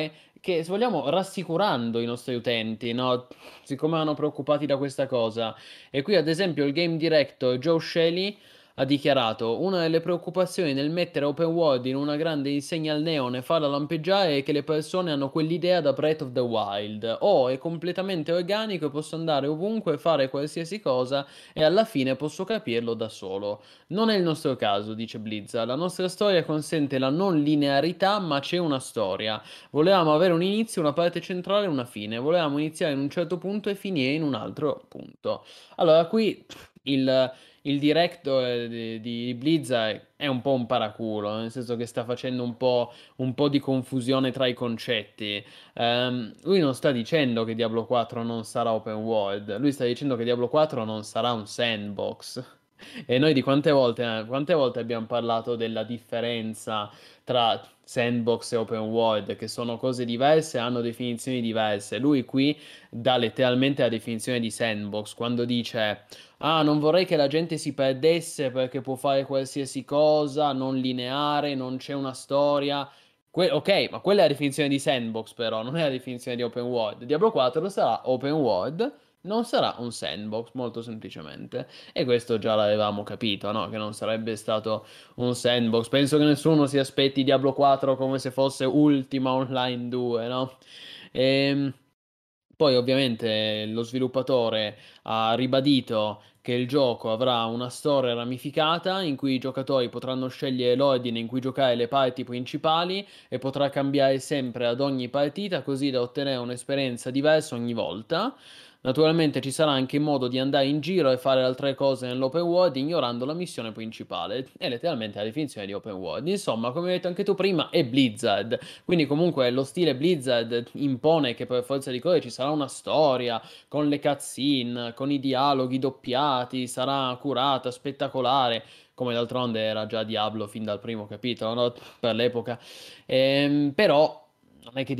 che, se vogliamo, rassicurando i nostri utenti, no? Siccome erano preoccupati da questa cosa. E qui, ad esempio, il game director Joe Shelley ha dichiarato: una delle preoccupazioni nel mettere open world in una grande insegna al neon e farla lampeggiare è che le persone hanno quell'idea da Breath of the Wild. Oh, è completamente organico, posso andare ovunque, fare qualsiasi cosa e alla fine posso capirlo da solo. Non è il nostro caso, dice Blizzard. La nostra storia consente la non linearità, ma c'è una storia. Volevamo avere un inizio, una parte centrale e una fine. Volevamo iniziare in un certo punto e finire in un altro punto. Allora, qui il, il director di, di Blizzard è un po' un paraculo, nel senso che sta facendo un po', un po' di confusione tra i concetti. Ehm, lui non sta dicendo che Diablo quattro non sarà open world, lui sta dicendo che Diablo quattro non sarà un sandbox. E noi di quante volte, eh, quante volte abbiamo parlato della differenza tra sandbox e open world, che sono cose diverse, hanno definizioni diverse. Lui qui dà letteralmente la definizione di sandbox quando dice: ah, non vorrei che la gente si perdesse perché può fare qualsiasi cosa, non lineare, non c'è una storia. Que- ok, ma quella è la definizione di sandbox, però, non è la definizione di open world. Diablo quattro sarà open world, non sarà un sandbox, molto semplicemente. E questo già l'avevamo capito, no? Che non sarebbe stato un sandbox. Penso che nessuno si aspetti Diablo quattro come se fosse Ultima Online due, no? Ehm. Poi ovviamente lo sviluppatore ha ribadito che il gioco avrà una storia ramificata in cui i giocatori potranno scegliere l'ordine in cui giocare le parti principali e potrà cambiare sempre ad ogni partita così da ottenere un'esperienza diversa ogni volta. Naturalmente ci sarà anche modo di andare in giro e fare altre cose nell'open world ignorando la missione principale. È letteralmente la definizione di open world. Insomma, come hai detto anche tu prima, è Blizzard. Quindi comunque lo stile Blizzard impone che per forza di cose ci sarà una storia, con le cutscene, con i dialoghi doppiati, sarà curata, spettacolare, come d'altronde era già Diablo fin dal primo capitolo, no? Per l'epoca. Ehm, però non è che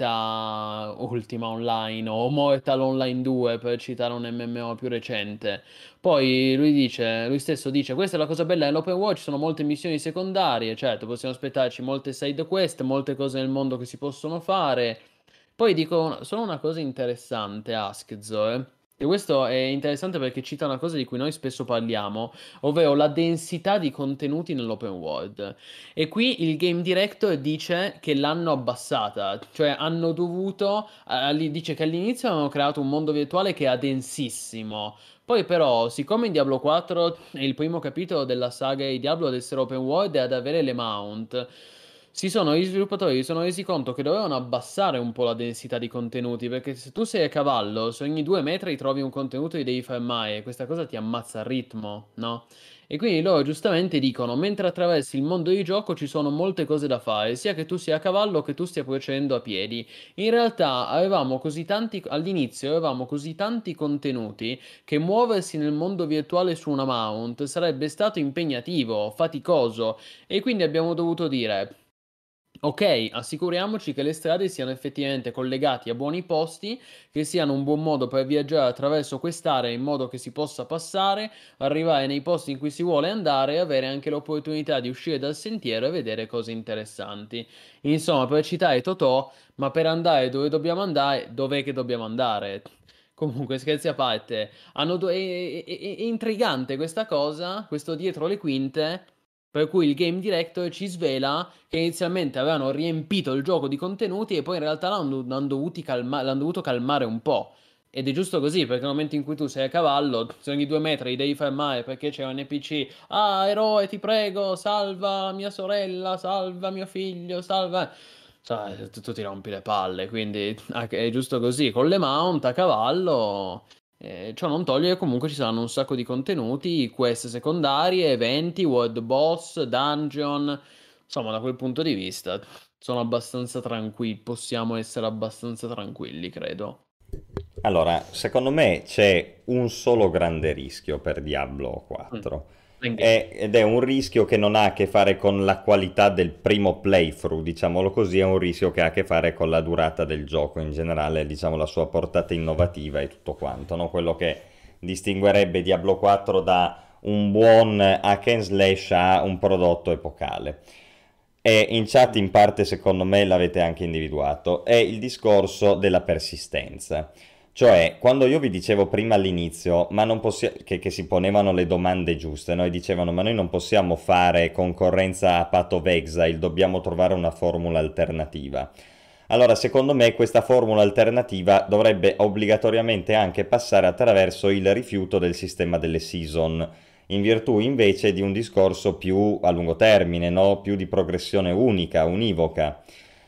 diventa Ultima Online o Mortal Online due, per citare un M M O più recente. Poi lui dice, lui stesso dice: questa è la cosa bella dell'open world, ci sono molte missioni secondarie, certo, possiamo aspettarci molte side quest, molte cose nel mondo che si possono fare. Poi dico solo una cosa interessante, Askzo, eh. E questo è interessante perché cita una cosa di cui noi spesso parliamo, ovvero la densità di contenuti nell'open world. E qui il game director dice che l'hanno abbassata, cioè hanno dovuto, eh, dice che all'inizio avevano creato un mondo virtuale che era densissimo. Poi però, siccome in Diablo quattro è il primo capitolo della saga di Diablo ad essere open world e ad avere le mount, si sono, gli sviluppatori si sono resi conto che dovevano abbassare un po' la densità di contenuti, perché se tu sei a cavallo, se ogni due metri trovi un contenuto e devi fermare, questa cosa ti ammazza il ritmo, no? E quindi loro giustamente dicono: mentre attraversi il mondo di gioco ci sono molte cose da fare, sia che tu sia a cavallo che tu stia procedendo a piedi. In realtà avevamo così tanti, all'inizio avevamo così tanti contenuti che muoversi nel mondo virtuale su una mount sarebbe stato impegnativo, faticoso, e quindi abbiamo dovuto dire: ok, assicuriamoci che le strade siano effettivamente collegate a buoni posti, che siano un buon modo per viaggiare attraverso quest'area in modo che si possa passare, arrivare nei posti in cui si vuole andare e avere anche l'opportunità di uscire dal sentiero e vedere cose interessanti. Insomma, per citare Totò, ma per andare dove dobbiamo andare, dov'è che dobbiamo andare? Comunque, scherzi a parte, hanno do- è, è- è- è intrigante questa cosa, questo dietro le quinte, per cui il game director ci svela che inizialmente avevano riempito il gioco di contenuti e poi in realtà l'hanno, l'hanno dovuti calma- l'hanno dovuto calmare un po'. Ed è giusto così, perché nel momento in cui tu sei a cavallo, se ogni due metri devi fermare perché c'è un N P C: ah, eroe, ti prego, salva mia sorella, salva mio figlio, salva. Cioè, tu, tu ti rompi le palle, quindi ah, è giusto così. Con le mount a cavallo. Eh, ciò non toglie che comunque ci saranno un sacco di contenuti, quest secondarie, eventi, world boss, dungeon. Insomma, da quel punto di vista sono abbastanza tranquilli, possiamo essere abbastanza tranquilli, credo. Allora, secondo me c'è un solo grande rischio per Diablo Mm. quattro. Engage. È- ed è un rischio che non ha a che fare con la qualità del primo playthrough, diciamolo così, è un rischio che ha a che fare con la durata del gioco in generale, diciamo la sua portata innovativa e tutto quanto, no? Quello che distinguerebbe Diablo quattro da un buon hack and slash a un prodotto epocale. e in chat in parte secondo me l'avete anche individuato, è il discorso della persistenza. Cioè, quando io vi dicevo prima all'inizio, ma non possi- che, che si ponevano le domande giuste, no? E dicevano, ma noi non possiamo fare concorrenza a Path of Exile, dobbiamo trovare una formula alternativa. Allora, secondo me, questa formula alternativa dovrebbe obbligatoriamente anche passare attraverso il rifiuto del sistema delle season, in virtù invece di un discorso più a lungo termine, no? Più di progressione unica, univoca.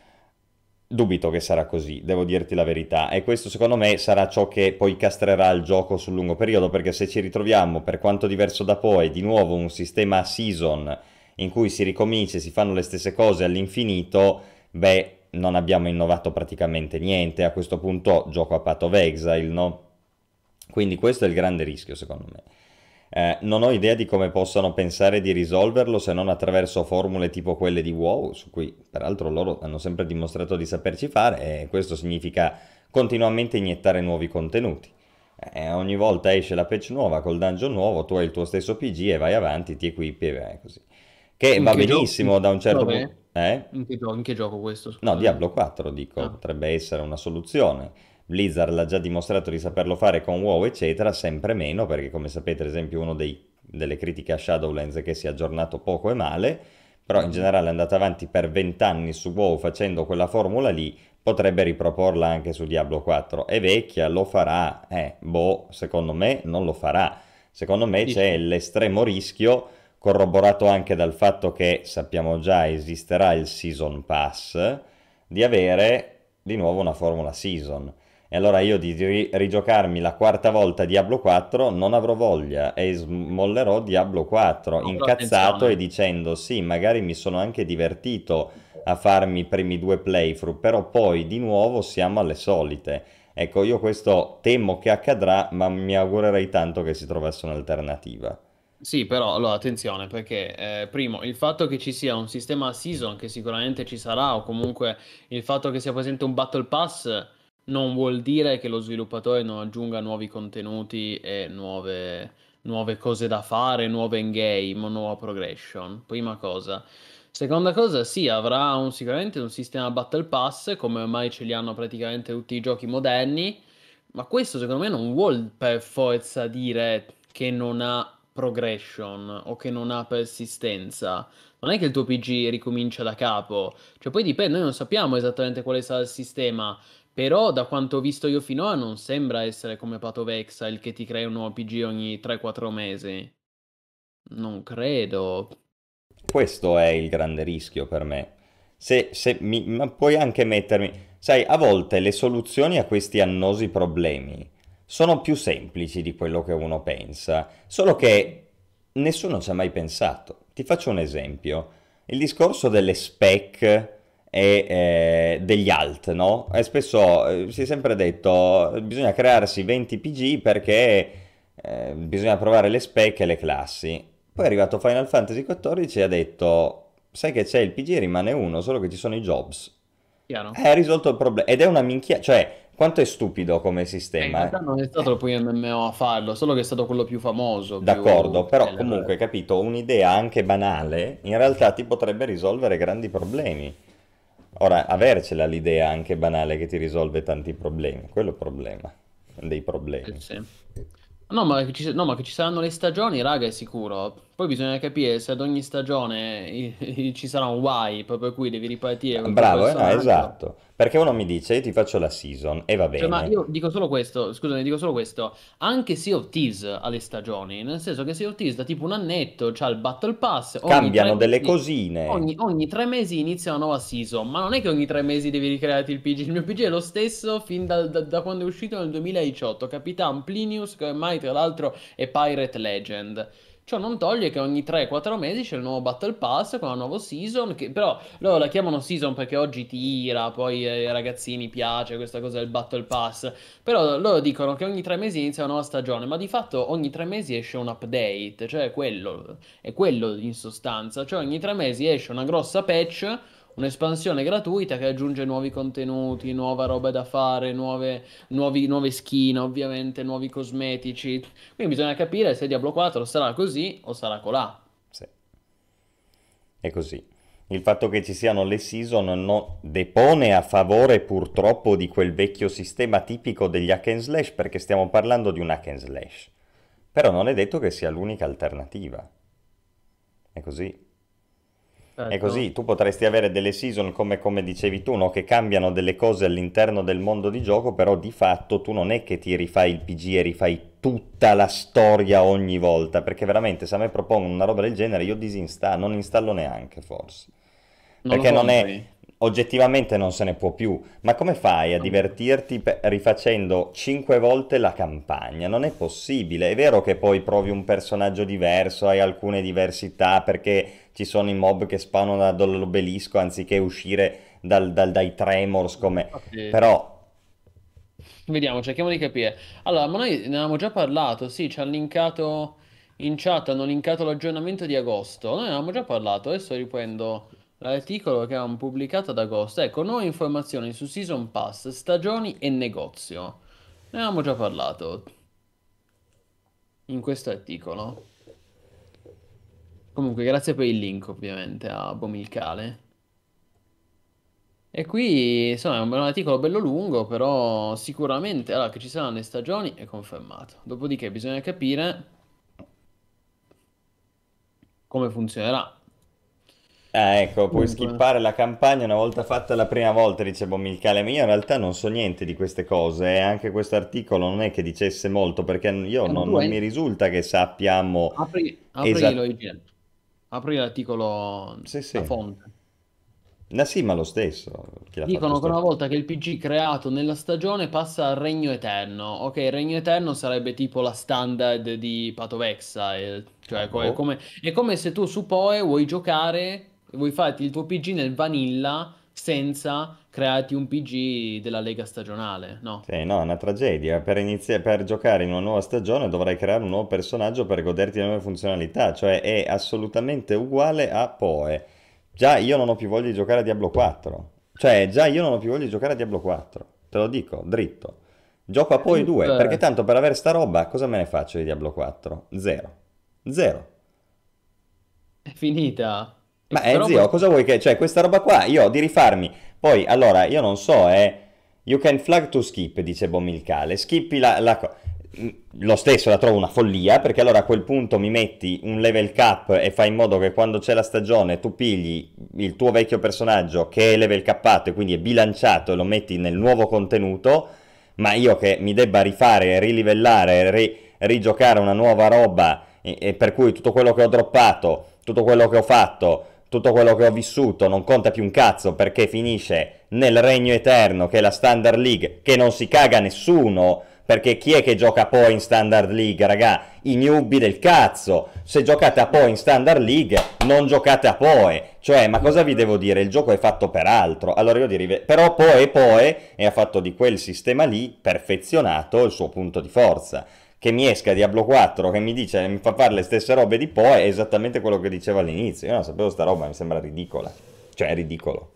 Dubito che sarà così, devo dirti la verità, e questo secondo me sarà ciò che poi castrerà il gioco sul lungo periodo, perché se ci ritroviamo, per quanto diverso da poi, di nuovo un sistema a season in cui si ricomincia e si fanno le stesse cose all'infinito, beh, non abbiamo innovato praticamente niente, a questo punto gioco a Path of Exile, no? Quindi questo è il grande rischio secondo me. Eh, non ho idea di come possano pensare di risolverlo se non attraverso formule tipo quelle di WoW, su cui peraltro loro hanno sempre dimostrato di saperci fare, e questo significa continuamente iniettare nuovi contenuti. Eh, ogni volta esce la patch nuova col dungeon nuovo, tu hai il tuo stesso P G e vai avanti, ti equipi e vai così. Che In va che gioco? benissimo da un certo punto... Dove? Eh? In che, gio- in che gioco questo, No, scusami? Diablo quattro, dico, Ah. potrebbe essere una soluzione. Blizzard l'ha già dimostrato di saperlo fare con WoW, eccetera, sempre meno, perché come sapete, ad esempio, una delle critiche a Shadowlands è che si è aggiornato poco e male, però in Mhm. generale è andata avanti per vent'anni su WoW facendo quella formula lì, potrebbe riproporla anche su Diablo quattro. È vecchia, lo farà? Eh, boh, secondo me non lo farà. Secondo me c'è Dici? l'estremo rischio, corroborato anche dal fatto che sappiamo già esisterà il Season Pass, di avere di nuovo una formula season. E allora io di ri- rigiocarmi la quarta volta Diablo quattro non avrò voglia e smollerò Diablo quattro, No, però incazzato e attenzione. dicendo sì, magari mi sono anche divertito a farmi i primi due playthrough, però poi di nuovo siamo alle solite. Ecco, io questo temo che accadrà, ma mi augurerei tanto che si trovasse un'alternativa. Sì, però allora attenzione perché eh, primo il fatto che ci sia un sistema a season che sicuramente ci sarà o comunque il fatto che sia presente un Battle Pass non vuol dire che lo sviluppatore non aggiunga nuovi contenuti e nuove, nuove cose da fare, nuove endgame, nuova progression. Prima cosa. Seconda cosa, sì, avrà un- sicuramente un sistema Battle Pass come ormai ce li hanno praticamente tutti i giochi moderni. Ma questo secondo me non vuol per forza dire che non ha progression o che non ha persistenza. Non è che il tuo P G ricomincia da capo. Cioè, poi dipende, noi non sappiamo esattamente quale sarà il sistema. Però, da quanto ho visto io finora, non sembra essere come Path of Exile che ti crea un nuovo P G ogni tre quattro mesi. Non credo. Questo è il grande rischio per me. Se, se mi, ma puoi anche mettermi... Sai, a volte le soluzioni a questi annosi problemi sono più semplici di quello che uno pensa, solo che nessuno ci ha mai pensato. Ti faccio un esempio. Il discorso delle spec e eh, degli alt, no? E spesso eh, si è sempre detto bisogna crearsi venti P G perché eh, bisogna provare le spec e le classi. Poi è arrivato Final Fantasy quattordici e ha detto, sai che c'è il P G rimane uno, solo che ci sono i jobs. Chiaro? Eh, ha risolto il problema. Ed è una minchia, cioè, quanto è stupido come E in sistema, realtà eh? non è stato Eh, il primo M M O a farlo, solo che è stato quello più famoso, più d'accordo, però celebre. comunque, capito, un'idea anche banale in realtà ti potrebbe risolvere grandi problemi. Ora, avercela l'idea anche banale che ti risolve tanti problemi, quello è il problema dei Sì, problemi. sì. No, ma che ci, no, ma che ci saranno le stagioni, raga, è sicuro. Poi bisogna capire se ad ogni stagione i- i- ci sarà un why, proprio per cui devi ripartire col tuo Bravo, eh? No, personaggio. esatto. Perché uno mi dice, io ti faccio la season e va Cioè, ma bene. io dico solo questo, scusami, dico solo questo. Anche Sea of Thieves ha le stagioni, nel senso che Sea of Thieves da tipo un annetto c'ha il Battle Pass, ogni tre Cambiano delle mesi, cosine. ogni, ogni tre mesi inizia una nuova season, ma non è che ogni tre mesi devi ricrearti il P G, il mio P G è lo stesso fin dal- da, da quando è uscito nel duemiladiciotto, Capitan Plinius, che ormai tra l'altro è Pirate Legend. Ciò non toglie che ogni tre quattro mesi c'è il nuovo Battle Pass con una nuova season, che però loro la chiamano season perché oggi tira, poi ai ragazzini piace questa cosa del Battle Pass. Però loro dicono che ogni tre mesi inizia una nuova stagione, ma di fatto ogni tre mesi esce un update, cioè è quello, è quello in sostanza. Cioè ogni tre mesi esce una grossa patch, un'espansione gratuita che aggiunge nuovi contenuti, nuova roba da fare, nuove, nuovi- nuove skin, ovviamente, nuovi cosmetici. Quindi bisogna capire se Diablo quattro sarà così o sarà colà. Sì, è così. il fatto che ci siano le season no- depone a favore purtroppo di quel vecchio sistema tipico degli hack and slash, perché stiamo parlando di un hack and slash. Però non è detto che sia l'unica alternativa. È così. È così, Certo. tu potresti avere delle season come, come dicevi tu, no? Che cambiano delle cose all'interno del mondo di gioco, però di fatto tu non è che ti rifai il P G e rifai tutta la storia ogni volta, perché veramente se a me propongono una roba del genere io disinstallo, non installo neanche forse. Non lo Perché non compri? è, oggettivamente non se ne può più. Ma come fai a No. divertirti pe- rifacendo cinque volte la campagna? Non è possibile. È vero che poi provi un personaggio diverso, hai alcune diversità perché ci sono i mob che spawnano dall'obelisco anziché uscire dal- dal- dai Tremors come... Infatti, Però, vediamo, cerchiamo di capire. Allora, ma noi ne avevamo già parlato, sì, ci hanno linkato in chat, hanno linkato l'aggiornamento di agosto. Noi ne avevamo già parlato, adesso riprendo l'articolo che avevamo pubblicato ad agosto. Ecco, nuove informazioni su Season Pass, stagioni e negozio. Ne avevamo già parlato in questo articolo. Comunque, grazie per il link, ovviamente, a Bomilcale. E qui, insomma, è un, è un articolo bello lungo, però sicuramente, allora, che ci saranno le stagioni è confermato. Dopodiché bisogna capire come funzionerà. ah, ecco, puoi Comunque, skippare la campagna una volta fatta la prima volta, dice Bomilcale, ma io in realtà non so niente di queste cose e anche questo articolo non è che dicesse molto perché io eh, ma non, tu non mi en- risulta che sappiamo apri, apri esattamente... l'O I G, apri l'articolo, Sì, la sì. fonte. No, sì, ma lo stesso, chi l'ha fatto Dicono che sto una articolo? volta che il P G creato nella stagione passa al Regno Eterno. Ok, il Regno Eterno sarebbe tipo la standard di Path of Exile. Ah, Cioè, co- è boh. come, è come se tu su Poe vuoi giocare, vuoi farti il tuo P G nel vanilla senza crearti un P G della Lega stagionale, no? Sì, no, è una tragedia. Per iniziare, per giocare in una nuova stagione dovrai creare un nuovo personaggio per goderti le nuove funzionalità, cioè è assolutamente uguale a Poe. Già io non ho più voglia di giocare a Diablo quattro. Cioè, già io non ho più voglia di giocare a Diablo quattro. Te lo dico, dritto. Gioco a Poe due, perché Comunque, tanto per avere sta roba, cosa me ne faccio di Diablo quattro? Zero. Zero. è finita. E Ma eh, però zio, poi... cosa vuoi che... Cioè, questa roba qua, io di rifarmi... Poi, allora, io non so, eh... You can flag to skip, dice Bomilcale. Skippi la... la co- Mm, lo stesso la trovo una follia, perché allora a quel punto mi metti un level cap e fai in modo che quando c'è la stagione tu pigli il tuo vecchio personaggio che è level cappato e quindi è bilanciato e lo metti nel nuovo contenuto, ma io che mi debba rifare, rilivellare, ri- rigiocare una nuova roba e, e per cui tutto quello che ho droppato, tutto quello che ho fatto, tutto quello che ho vissuto non conta più un cazzo perché finisce nel regno eterno che è la Standard League, che non si caga nessuno, perché chi è che gioca poi in Standard League, raga? I newbie del cazzo. Se giocate a Poe in Standard League, non giocate a Poe. Cioè, ma cosa vi devo dire? Il gioco è fatto per altro. Allora io direi, però Poe è Poe e ha fatto di quel sistema lì perfezionato il suo punto di forza. Che mi esca Diablo quattro che mi dice, mi fa fare le stesse robe di Poe è esattamente quello che dicevo all'inizio. Io non sapevo sta roba, mi sembra ridicola. Cioè, è ridicolo.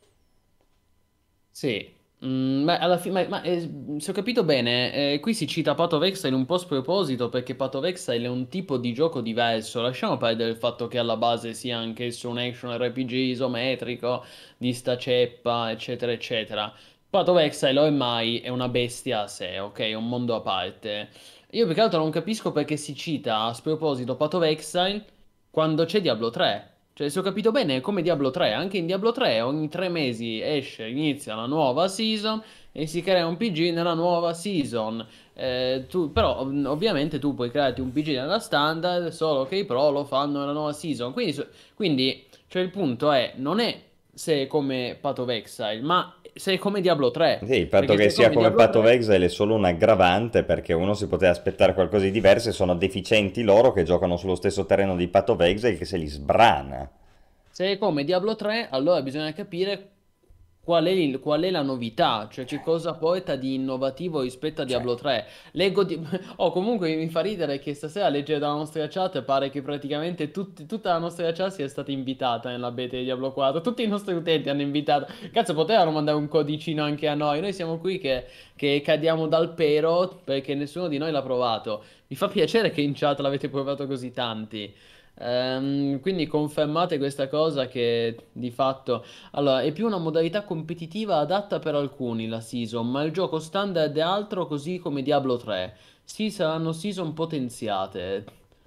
Sì, Mm, ma alla fine, ma, ma, eh, se ho capito bene, eh, qui si cita Path of Exile un po' sproposito perché Path of Exile è un tipo di gioco diverso. Lasciamo perdere il fatto che alla base sia anch'esso un action R P G isometrico di sta ceppa, eccetera, eccetera. Path of Exile ormai è una bestia a sé, ok? È un mondo a parte. Io più che altro non capisco perché si cita a sproposito Path of Exile quando c'è Diablo tre. Cioè, se ho capito bene, è come Diablo tre. Anche in Diablo tre ogni tre mesi esce, inizia la nuova season e si crea un P G nella nuova season. Eh, tu- però, ov- ovviamente, tu puoi crearti un P G nella standard, solo che i pro lo fanno nella nuova season. Quindi, so- quindi cioè, il punto è, non è se è come Path of Exile, ma se è come Diablo tre. Sì, il fatto Perché che se è sia come come Diablo Path of tre... Exile è solo un aggravante perché uno si poteva aspettare qualcosa di diverso e sono deficienti loro che giocano sullo stesso terreno di Path of Exile che se li sbrana. Se è come Diablo tre, allora bisogna capire qual è, il- qual è la novità, cioè che Cioè, cosa porta di innovativo rispetto a cioè, Diablo tre. Leggo di... Oh, comunque mi fa ridere che stasera leggere dalla nostra chat pare che praticamente tutti- tutta la nostra chat sia stata invitata nella beta di Diablo quattro. Tutti i nostri utenti hanno invitato. Cazzo, potevano mandare un codicino anche a noi. Noi siamo qui che, che cadiamo dal pero perché nessuno di noi l'ha provato. Mi fa piacere che in chat l'avete provato così tanti. Ehm, quindi confermate questa cosa che di fatto... Allora, è più una modalità competitiva adatta per alcuni la season, ma il gioco standard è altro così come Diablo tre. Sì, saranno season potenziate.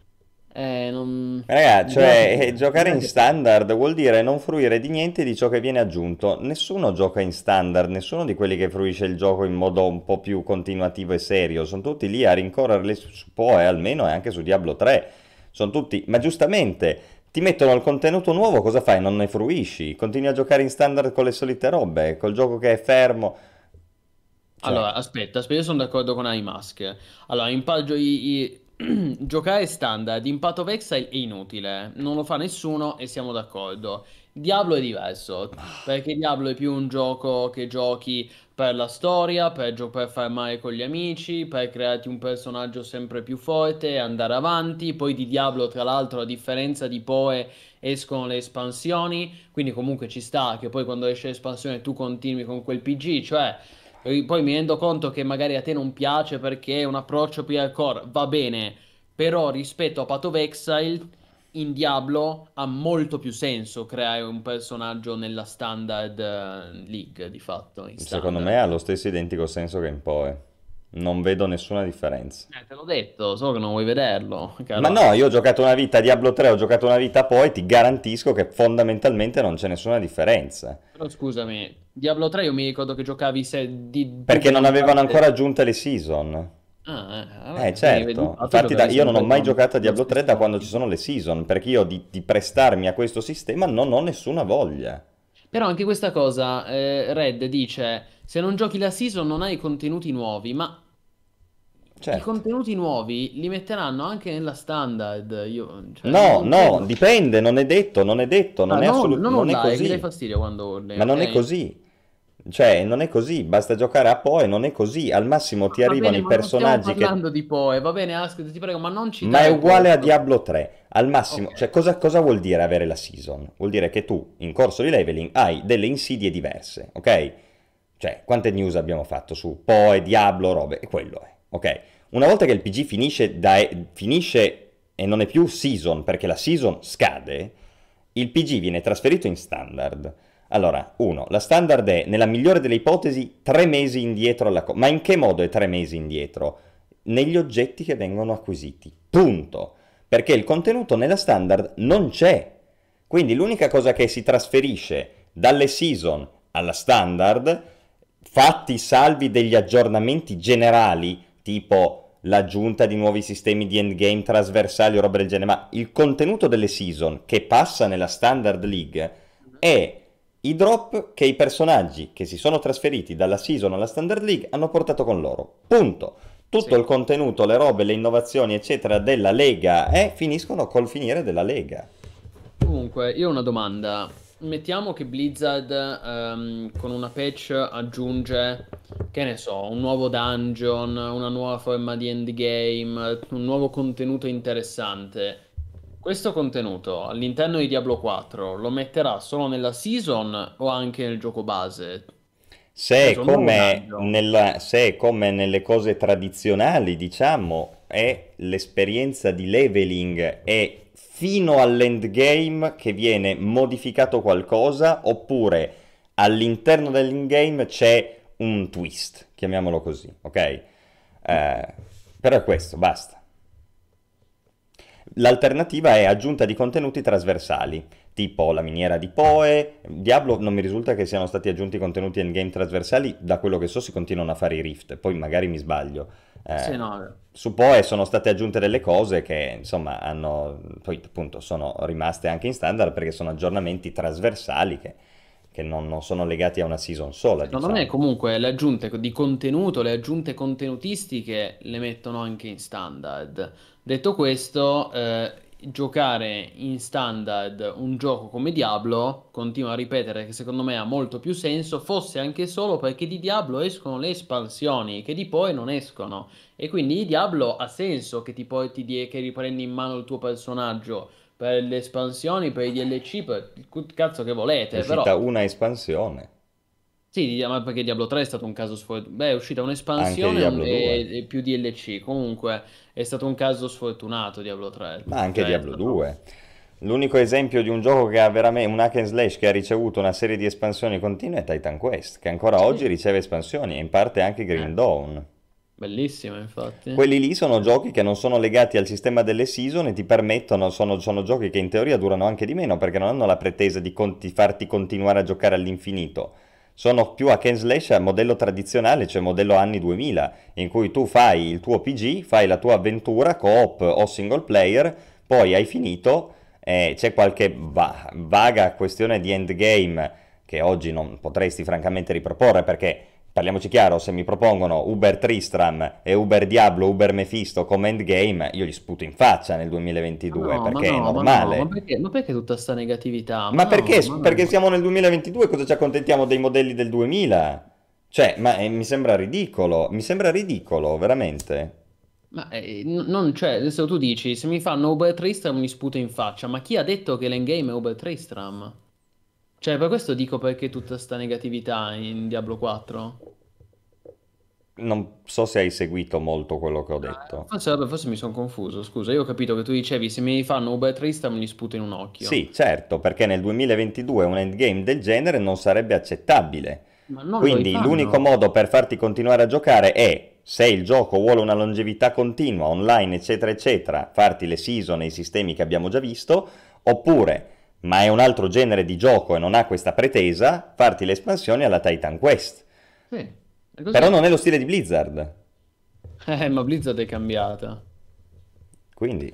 Eh, non... Raga, Mi piace cioè, eh, poco, mi giocare in piace poco. standard vuol dire non fruire di niente di ciò che viene aggiunto. Nessuno gioca in standard, nessuno di quelli che fruisce il gioco in modo un po' più continuativo e serio. Sono tutti lì a rincorrerle su su P O E, almeno e anche su Diablo tre. Sono tutti, ma giustamente ti mettono il contenuto nuovo, cosa fai? Non ne fruisci? Continui a giocare in standard con le solite robe, col gioco che è fermo. Cioè, Allora, aspetta, aspetta, io sono d'accordo con iMask. Allora, in pa- gio- i- i- giocare standard in Path of Exile è inutile, non lo fa nessuno e siamo d'accordo. Diablo è diverso, perché Diablo è più un gioco che giochi per la storia, per, gio- per far male con gli amici, per crearti un personaggio sempre più forte, andare avanti. Poi di Diablo, tra l'altro, a differenza di P O E, escono le espansioni, quindi comunque ci sta che poi quando esce l'espansione tu continui con quel P G, cioè... E poi mi rendo conto che magari a te non piace perché è un approccio più hardcore, va bene, però rispetto a Path of Exile, in Diablo ha molto più senso creare un personaggio nella standard eh, league, di fatto, in secondo me ha standard. lo stesso identico senso che in P O E. Non vedo nessuna differenza. Eh, te l'ho detto, solo che non vuoi vederlo, Ma caro no, io ho Alex. giocato una vita a Diablo tre, ho giocato una vita poi, ti garantisco che fondamentalmente non c'è nessuna differenza. Però scusami, Diablo tre io mi ricordo che giocavi se di Perché dubbia non non avevano ancora parte... aggiunte le season. Ah, eh, Eh vabbè, quindi di certo, fatto infatti da- giocavi io non ho sempre mai con giocato a lo Diablo tre da stesso... quando ci sono le season, perché io di, di prestarmi a questo sistema non ho nessuna voglia. Però anche questa cosa, eh, Red dice, se non giochi la season non hai contenuti nuovi, ma i Certo. contenuti nuovi li metteranno anche nella standard. Io, cioè, non, No, non no, credo. dipende, non è detto, non è detto, Ah, non è non, assolut- non non è online, mi dai così. fastidio quando urli, Ma non è ok? così. Cioè, non è così, basta giocare a P O E, non è così. Al massimo ti Va arrivano bene, i ma non stiamo personaggi che... parlando di P O E, va bene, Ask, ti prego, ma non Ma è citare uguale a questo. Diablo tre. Al Ok, massimo, cioè cosa, cosa vuol dire avere la season? Vuol dire che tu, in corso di leveling, hai delle insidie diverse, ok? Cioè, quante news abbiamo fatto su P O E, Diablo, robe, e quello è, ok? Una volta che il P G finisce, da- finisce e non è più season, perché la season scade, il P G viene trasferito in standard. Allora, uno, la standard è, nella migliore delle ipotesi, tre mesi indietro alla... co- Ma in che modo è tre mesi indietro? Negli oggetti che vengono acquisiti. Punto. Perché il contenuto nella standard non c'è. Quindi l'unica cosa che si trasferisce dalle season alla standard, fatti salvi degli aggiornamenti generali, tipo l'aggiunta di nuovi sistemi di endgame trasversali o roba del genere, ma il contenuto delle season che passa nella standard league è i drop che i personaggi che si sono trasferiti dalla season alla standard league hanno portato con loro. Punto. Tutto sì. il contenuto, le robe, le innovazioni, eccetera, della Lega eh, finiscono col finire della Lega. Comunque, io ho una domanda. Mettiamo che Blizzard ehm, con una patch aggiunge, che ne so, un nuovo dungeon, una nuova forma di endgame, un nuovo contenuto interessante. Questo contenuto all'interno di Diablo quattro lo metterà solo nella season o anche nel gioco base? Se Cioè, è c'è un nuovo come, dungeon. nella- se è come nelle cose tradizionali, diciamo, è l'esperienza di leveling e fino all'endgame che viene modificato qualcosa, oppure all'interno dell'endgame c'è un twist, chiamiamolo così, ok? Eh, però è questo, basta. L'alternativa è aggiunta di contenuti trasversali, tipo la miniera di P O E. Diablo non mi risulta che siano stati aggiunti contenuti endgame trasversali, da quello che so si continuano a fare i rift, poi magari mi sbaglio. Sì, Eh, no. su P O E sono state aggiunte delle cose che insomma hanno, poi appunto sono rimaste anche in standard perché sono aggiornamenti trasversali che, che non, non sono legati a una season sola, Secondo me diciamo. comunque le aggiunte di contenuto, le aggiunte contenutistiche le mettono anche in standard. Detto questo, eh, giocare in standard un gioco come Diablo, continuo a ripetere che secondo me ha molto più senso, fosse anche solo perché di Diablo escono le espansioni, che di poi non escono. E quindi di Diablo ha senso che ti, poi ti die- che riprendi in mano il tuo personaggio per le espansioni, per i D L C, per il cazzo che È volete, uscita però... una espansione. Sì, di- ma perché Diablo tre è stato un caso sfortunato. Beh, è uscita Anche un'espansione e, un- Diablo due. e- e più D L C. Comunque è stato un caso sfortunato Diablo tre. Ma anche Cioè, è Diablo stato... due. L'unico esempio di un gioco che ha veramente un hack and slash che ha ricevuto una serie di espansioni continue è Titan Quest, che ancora oggi Sì, riceve espansioni e in parte anche eh, Green Dawn. bellissimo, infatti. Quelli lì sono giochi che non sono legati al sistema delle season e ti permettono, sono, sono giochi che in teoria durano anche di meno perché non hanno la pretesa di conti- farti continuare a giocare all'infinito. Sono più hack and slash a modello tradizionale, cioè modello anni duemila, in cui tu fai il tuo P G, fai la tua avventura co-op o single player, poi hai finito, eh, c'è qualche va- vaga questione di endgame che oggi non potresti francamente riproporre perché parliamoci chiaro, se mi propongono Uber Tristram e Uber Diablo, Uber Mephisto come endgame, io gli sputo in faccia nel Ma duemilaventidue, no, ma perché è no, ma no, ma normale. perché, ma perché tutta sta negatività? Ma Ma perché, no, ma perché no. siamo nel duemilaventidue, cosa ci accontentiamo dei modelli del duemila? Cioè, ma eh, mi sembra ridicolo, mi sembra ridicolo, veramente. Ma eh, n- non, cioè, adesso tu dici, se mi fanno Uber Tristram mi sputo in faccia, ma chi ha detto che l'endgame è Uber Tristram? Cioè, per questo dico perché tutta sta negatività in Diablo quattro. Non so se hai seguito molto quello che ho Eh, detto. Forse, vabbè, forse mi sono confuso, scusa, io ho capito che tu dicevi se mi fanno Uber Tristram li sputo in un occhio. Sì, certo, perché nel duemilaventidue un endgame del genere non sarebbe accettabile. Ma non lo Quindi l'unico fanno. modo per farti continuare a giocare è, se il gioco vuole una longevità continua, online, eccetera, eccetera, farti le season e i sistemi che abbiamo già visto, oppure, ma è un altro genere di gioco e non ha questa pretesa, farti le espansioni alla Titan Quest. Sì, è Però così. non è lo stile di Blizzard. Eh, ma Blizzard è cambiata. Quindi...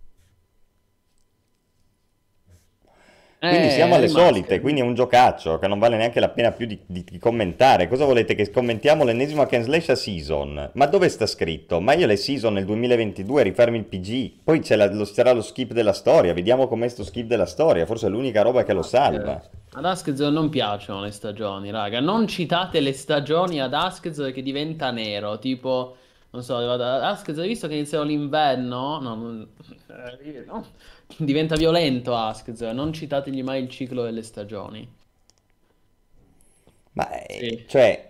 Quindi siamo Eh, alle solite, remastered. quindi è un giocaccio che non vale neanche la pena più di, di- di commentare. Cosa volete che commentiamo l'ennesimo hack and slash a season? Ma dove sta scritto? Ma io le season nel duemilaventidue rifarmi il P G, poi c'è la- lo, c'era lo skip della storia, vediamo com'è sto skip della storia, forse è l'unica roba che lo Asked. salva. Ad Asked non piacciono le stagioni, raga. Non citate le stagioni ad Asked che diventa nero. Tipo, non so, ad Asked, hai visto che iniziò l'inverno? No, non- eh, no. Diventa violento Asked. Non citategli mai il ciclo delle stagioni. Ma, eh, Sì. cioè,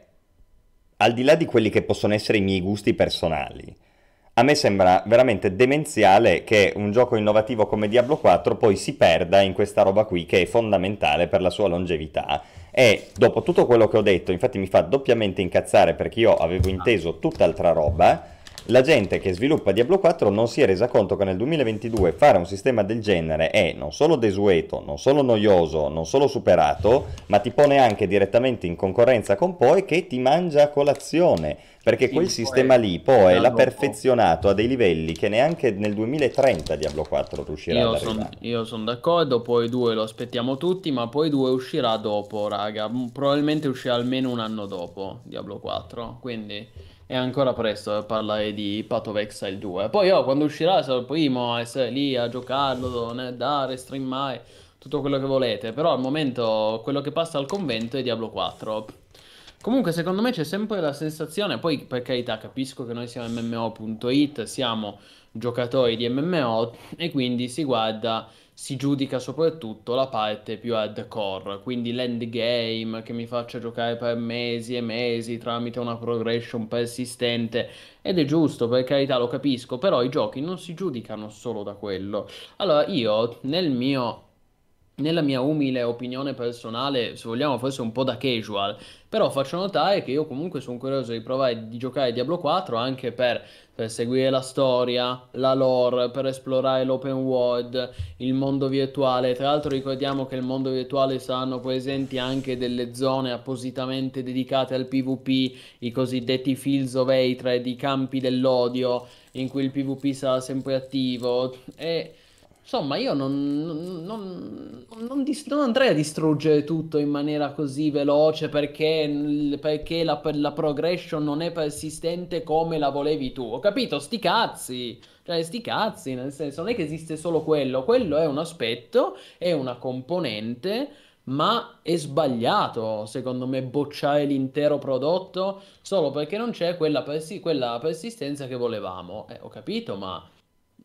al di là di quelli che possono essere i miei gusti personali, a me sembra veramente demenziale che un gioco innovativo come Diablo quattro poi si perda in questa roba qui che è fondamentale per la sua longevità. E dopo tutto quello che ho detto, infatti mi fa doppiamente incazzare perché io avevo inteso tutt'altra roba, la gente che sviluppa Diablo quattro non si è resa conto che nel duemilaventidue fare un sistema del genere è non solo desueto, non solo noioso, non solo superato, ma ti pone anche direttamente in concorrenza con Poe che ti mangia a colazione, perché quel Sì, sistema poi lì Poe era l'ha dopo. perfezionato a dei livelli che neanche nel duemilatrenta Diablo quattro riuscirà ad Io sono arrivare. d'accordo, poi due lo aspettiamo tutti, ma poi due uscirà dopo, raga. M- Probabilmente uscirà almeno un anno dopo Diablo quattro, quindi è ancora presto per parlare di Path of Exile due. Poi io quando uscirà sarò il primo a essere lì a giocarlo, né, dare, streamare, tutto quello che volete, però al momento quello che passa al convento è Diablo quattro. Comunque, secondo me c'è sempre la sensazione, poi per carità, capisco che noi siamo M M O punto it, siamo giocatori di M M O e quindi si guarda, si giudica soprattutto la parte più hardcore, quindi l'endgame che mi faccia giocare per mesi e mesi tramite una progression persistente ed è giusto, per carità, lo capisco, però i giochi non si giudicano solo da quello. Allora, io nel mio nella mia umile opinione personale, se vogliamo forse un po' da casual, però faccio notare che io comunque sono curioso di provare di giocare Diablo quattro anche per, per seguire la storia, la lore, per esplorare l'open world, il mondo virtuale. Tra l'altro ricordiamo che il mondo virtuale saranno presenti anche delle zone appositamente dedicate al PvP, i cosiddetti Fields of Hatred, i campi dell'odio, in cui il PvP sarà sempre attivo e insomma, io non, non- non- non dis- non andrei a distruggere tutto in maniera così veloce perché, perché la, la progression non è persistente come la volevi tu. Ho capito, sti cazzi. Cioè, sti cazzi, nel senso, non è che esiste solo quello. Quello è un aspetto, è una componente, ma è sbagliato, secondo me, bocciare l'intero prodotto solo perché non c'è quella, persi- quella persistenza che volevamo. Eh, ho capito, ma...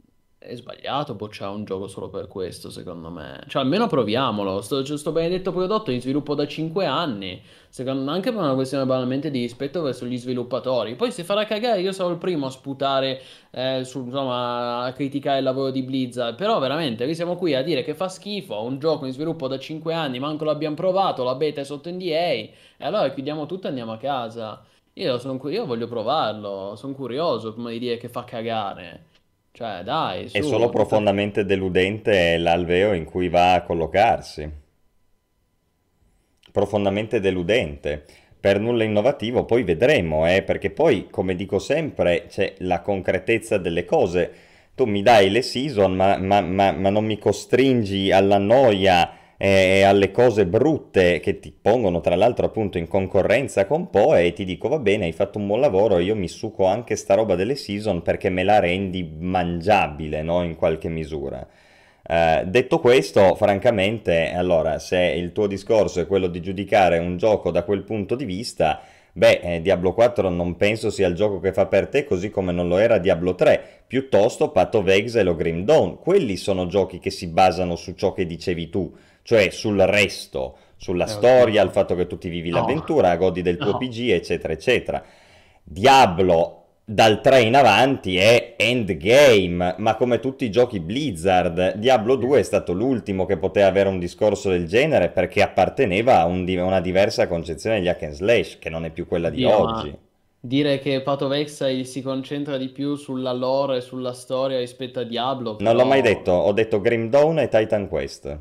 È sbagliato bocciare un gioco solo per questo, secondo me. Cioè, almeno proviamolo. Sto, cioè, sto benedetto prodotto è in sviluppo da cinque anni. Secondo me, anche per una questione banalmente di rispetto verso gli sviluppatori. Poi, se farà cagare, io sarò il primo a sputare, eh, su- insomma, a criticare il lavoro di Blizzard. Però, veramente, noi siamo qui a dire che fa schifo un gioco in sviluppo da cinque anni, manco l'abbiamo provato, la beta è sotto N D A. E allora chiudiamo tutto e andiamo a casa. Io, sono, cu- io voglio provarlo, sono curioso prima di dire che fa cagare. Cioè, dai, È solo su, tutta... profondamente deludente l'alveo in cui va a collocarsi. Profondamente deludente. Per nulla innovativo, poi vedremo, eh, perché poi, come dico sempre, c'è la concretezza delle cose. Tu mi dai le season, ma, ma- ma- ma non mi costringi alla noia eh, e alle cose brutte che ti pongono, tra l'altro, appunto in concorrenza con Poe e ti dico, va bene, hai fatto un buon lavoro, io mi succo anche sta roba delle season perché me la rendi mangiabile, no? In qualche misura. Eh, detto questo, francamente, allora, se il tuo discorso è quello di giudicare un gioco da quel punto di vista, beh, eh, Diablo quattro non penso sia il gioco che fa per te, così come non lo era Diablo tre, piuttosto Path of Exile o Grim Dawn. Quelli sono giochi che si basano su ciò che dicevi tu, cioè sul resto, sulla Eh, storia, il oddio. fatto che tu ti vivi No, l'avventura, godi del tuo no. P G, eccetera, eccetera. Diablo dal tre in avanti è endgame, ma come tutti i giochi Blizzard, Diablo due è stato l'ultimo che poteva avere un discorso del genere perché apparteneva a un di- una diversa concezione degli hack and slash, che non è più quella di Oddio, ma oggi. dire che Path of Exile si concentra di più sulla lore e sulla storia rispetto a Diablo, Non l'ho mai però... detto, ho detto Grim Dawn e Titan Quest.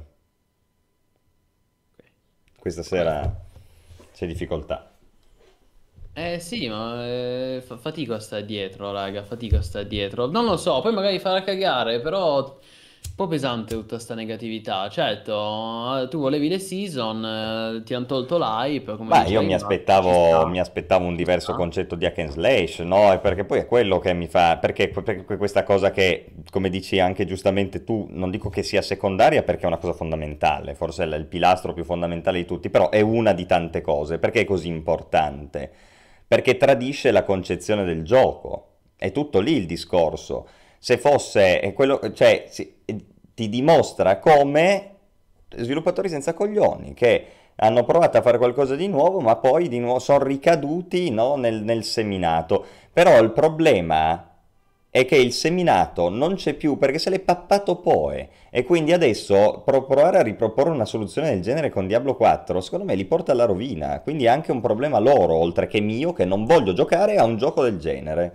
Ok, Questa va bene. sera c'è difficoltà. Eh sì, ma eh, fa- fatico a stare dietro, raga, fatico a stare dietro. Non lo so, poi magari farà cagare, però un po' pesante tutta sta negatività. Certo, eh, tu volevi le season, eh, ti hanno tolto l'hype, come Ma io mi dicevi, ma ci aspettavo, mi sta, aspettavo un ci diverso sta. concetto di hack and slash, no? E perché poi è quello che mi fa, perché, perché questa cosa che, come dici anche giustamente tu, non dico che sia secondaria perché è una cosa fondamentale, forse è il pilastro più fondamentale di tutti, però è una di tante cose. Perché è così importante? Perché tradisce la concezione del gioco. È tutto lì il discorso. Se fosse, è quello, cioè, si- ti dimostra come sviluppatori senza coglioni, che hanno provato a fare qualcosa di nuovo, ma poi di nuovo sono ricaduti, no, nel, nel seminato. Però il problema è che il seminato non c'è più perché se l'è pappato Poe. E quindi adesso pro- provare a riproporre una soluzione del genere con Diablo quattro, secondo me li porta alla rovina. Quindi è anche un problema loro, oltre che mio, che non voglio giocare a un gioco del genere.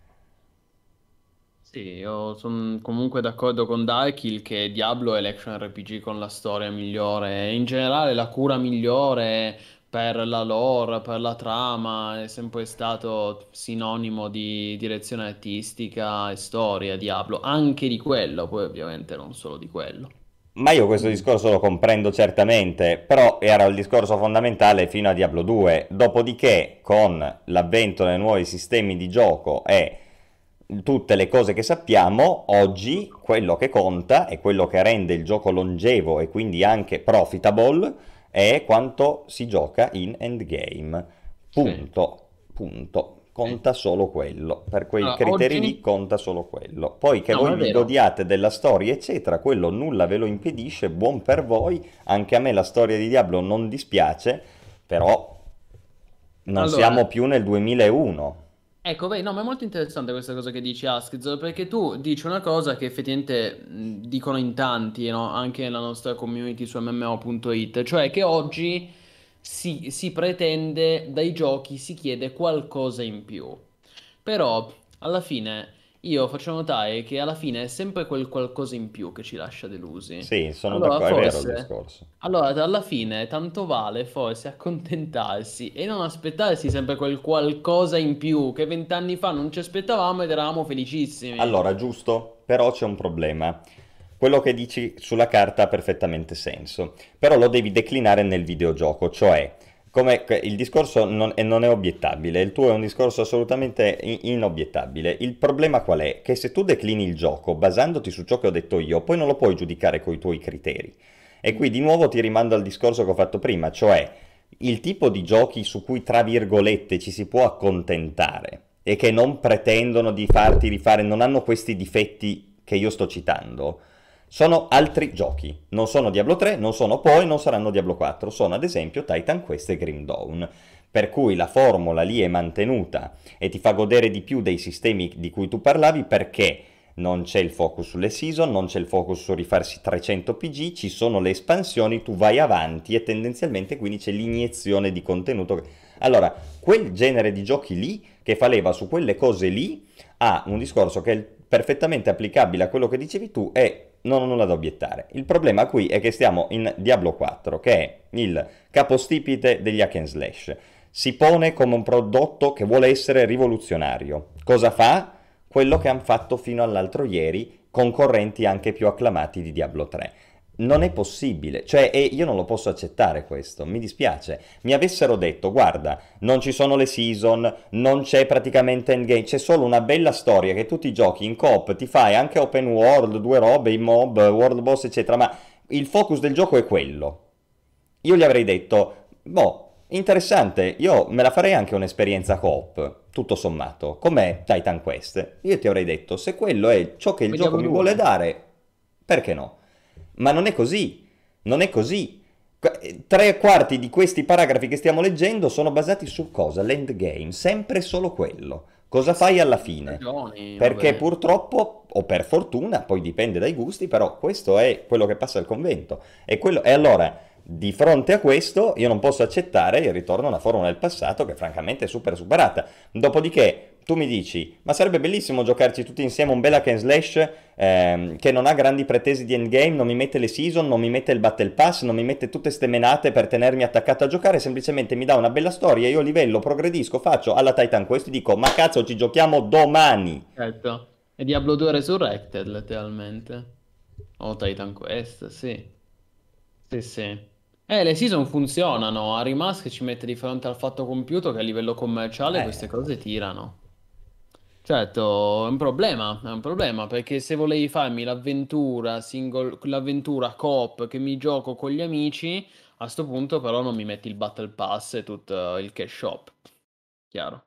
Sì, io sono comunque d'accordo con Darkill che Diablo è l'action R P G con la storia migliore, e in generale la cura migliore per la lore, per la trama, è sempre stato sinonimo di direzione artistica e storia, Diablo, anche di quello, poi ovviamente non solo di quello. Ma io questo Mm. discorso lo comprendo certamente, però era il discorso fondamentale fino a Diablo due. Dopodiché, con l'avvento dei nuovi sistemi di gioco e tutte le cose che sappiamo, oggi quello che conta e quello che rende il gioco longevo e quindi anche profitable è quanto si gioca in endgame. Sì, Punto. Punto. sì. Conta solo quello. Per quei Allora, criteri lì oggi... conta solo quello. Poi che No, voi ma è vi vero. godiate della storia, eccetera, quello nulla ve lo impedisce, buon per voi. Anche a me la storia di Diablo non dispiace, però non Allora, siamo più nel duemilauno. ecco, vedi, no, ma è molto interessante questa cosa che dici, Askz, perché tu dici una cosa che effettivamente mh, dicono in tanti, no? Anche nella nostra community su M M O punto it, cioè che oggi si, si pretende dai giochi, si chiede qualcosa in più. Però, alla fine, io faccio notare che alla fine è sempre quel qualcosa in più che ci lascia delusi. Sì, sono Allora, d'accordo, è vero il forse... discorso. Allora, alla fine tanto vale forse accontentarsi e non aspettarsi sempre quel qualcosa in più che vent'anni fa non ci aspettavamo ed eravamo felicissimi. Allora, giusto, però c'è un problema. Quello che dici sulla carta ha perfettamente senso, però lo devi declinare nel videogioco, cioè come il discorso non è, non è obiettabile, il tuo è un discorso assolutamente in- inobiettabile. Il problema qual è? Che se tu declini il gioco basandoti su ciò che ho detto io, poi non lo puoi giudicare con i tuoi criteri. E qui di nuovo ti rimando al discorso che ho fatto prima, cioè il tipo di giochi su cui tra virgolette ci si può accontentare e che non pretendono di farti rifare, non hanno questi difetti che io sto citando sono altri giochi, non sono Diablo tre, non sono poi, non saranno Diablo quattro, sono ad esempio Titan Quest e Grim Dawn, per cui la formula lì è mantenuta e ti fa godere di più dei sistemi di cui tu parlavi, perché non c'è il focus sulle season, non c'è il focus su rifarsi trecento P G, ci sono le espansioni, tu vai avanti e tendenzialmente quindi c'è l'iniezione di contenuto. Allora, quel genere di giochi lì, che fa leva su quelle cose lì, ha un discorso che è perfettamente applicabile a quello che dicevi tu e non ho nulla da obiettare. Il problema qui è che stiamo in Diablo quattro, che è il capostipite degli hack and slash. Si pone come un prodotto che vuole essere rivoluzionario. Cosa fa? Quello che hanno fatto fino all'altro ieri concorrenti anche più acclamati di Diablo tre. Non è possibile, cioè e io non lo posso accettare questo, mi dispiace. Mi avessero detto, guarda, non ci sono le season, non c'è praticamente endgame, c'è solo una bella storia che tu ti giochi in coop, ti fai anche open world, due robe, i mob, world boss, eccetera, ma il focus del gioco è quello. Io gli avrei detto, boh, interessante, io me la farei anche un'esperienza coop, tutto sommato, come Titan Quest. Io ti avrei detto, se quello è ciò che il Vediamo gioco mi due. vuole dare, perché no? Ma non è così, non è così. Qu- Tre quarti di questi paragrafi che stiamo leggendo sono basati su cosa? L'endgame, sempre solo quello. Cosa fai alla fine? Ragioni, Perché vabbè. purtroppo, o per fortuna, poi dipende dai gusti, però questo è quello che passa al convento. E, quello... e allora, di fronte a questo, io non posso accettare il ritorno a una formula del passato che francamente è super superata. Dopodiché, tu mi dici, ma sarebbe bellissimo giocarci tutti insieme un bel hack and slash ehm, che non ha grandi pretese di endgame, non mi mette le season, non mi mette il battle pass, non mi mette tutte ste menate per tenermi attaccato a giocare, semplicemente mi dà una bella storia, io livello, progredisco, faccio alla Titan Quest e dico, ma cazzo ci giochiamo domani. Certo. E Diablo due Resurrected, letteralmente. O Titan Quest, sì. Sì, sì. Eh, le season funzionano. A Rimask ci mette di fronte al fatto compiuto che a livello commerciale queste Eh, cose tirano. Certo, è un problema, è un problema, perché se volevi farmi l'avventura single, l'avventura coop che mi gioco con gli amici, a sto punto però non mi metti il Battle Pass e tutto il cash shop. Chiaro.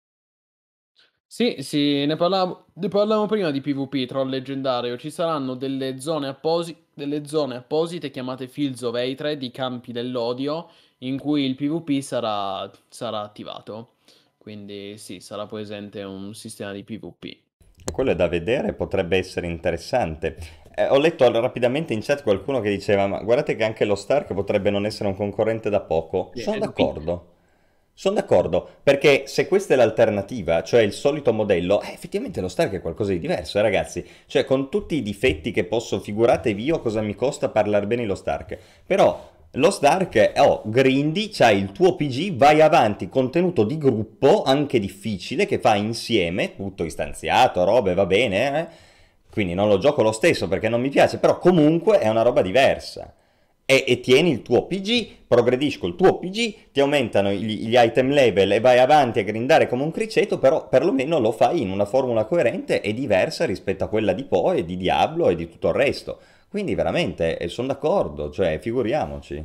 Sì, sì, ne parlavo, ne parlavamo prima di PvP, troll leggendario. Ci saranno delle zone, apposi- delle zone apposite chiamate Fields of Hatred, i campi dell'odio, in cui il PvP sarà, sarà attivato. Quindi sì, sarà presente un sistema di PvP. quello è da vedere, potrebbe essere interessante. Eh, ho letto rapidamente in chat qualcuno che diceva, ma guardate che anche lo Stark potrebbe non essere un concorrente da poco. Sì, Sono è doppietto. d'accordo. Sono d'accordo, perché se questa è l'alternativa, cioè il solito modello, eh, effettivamente lo Stark è qualcosa di diverso, eh, ragazzi. Cioè, con tutti i difetti che posso, figuratevi io cosa mi costa parlare bene di lo Stark. Però lo Stark è, oh, grindi, c'hai il tuo P G, vai avanti, contenuto di gruppo, anche difficile, che fai insieme, tutto istanziato, robe, va bene, eh? Quindi non lo gioco lo stesso perché non mi piace, però comunque è una roba diversa. E, e tieni il tuo P G, progredisci col tuo P G, ti aumentano gli, gli item level e vai avanti a grindare come un criceto, però perlomeno lo fai in una formula coerente e diversa rispetto a quella di Po e di Diablo e di tutto il resto. Quindi veramente sono d'accordo, cioè figuriamoci.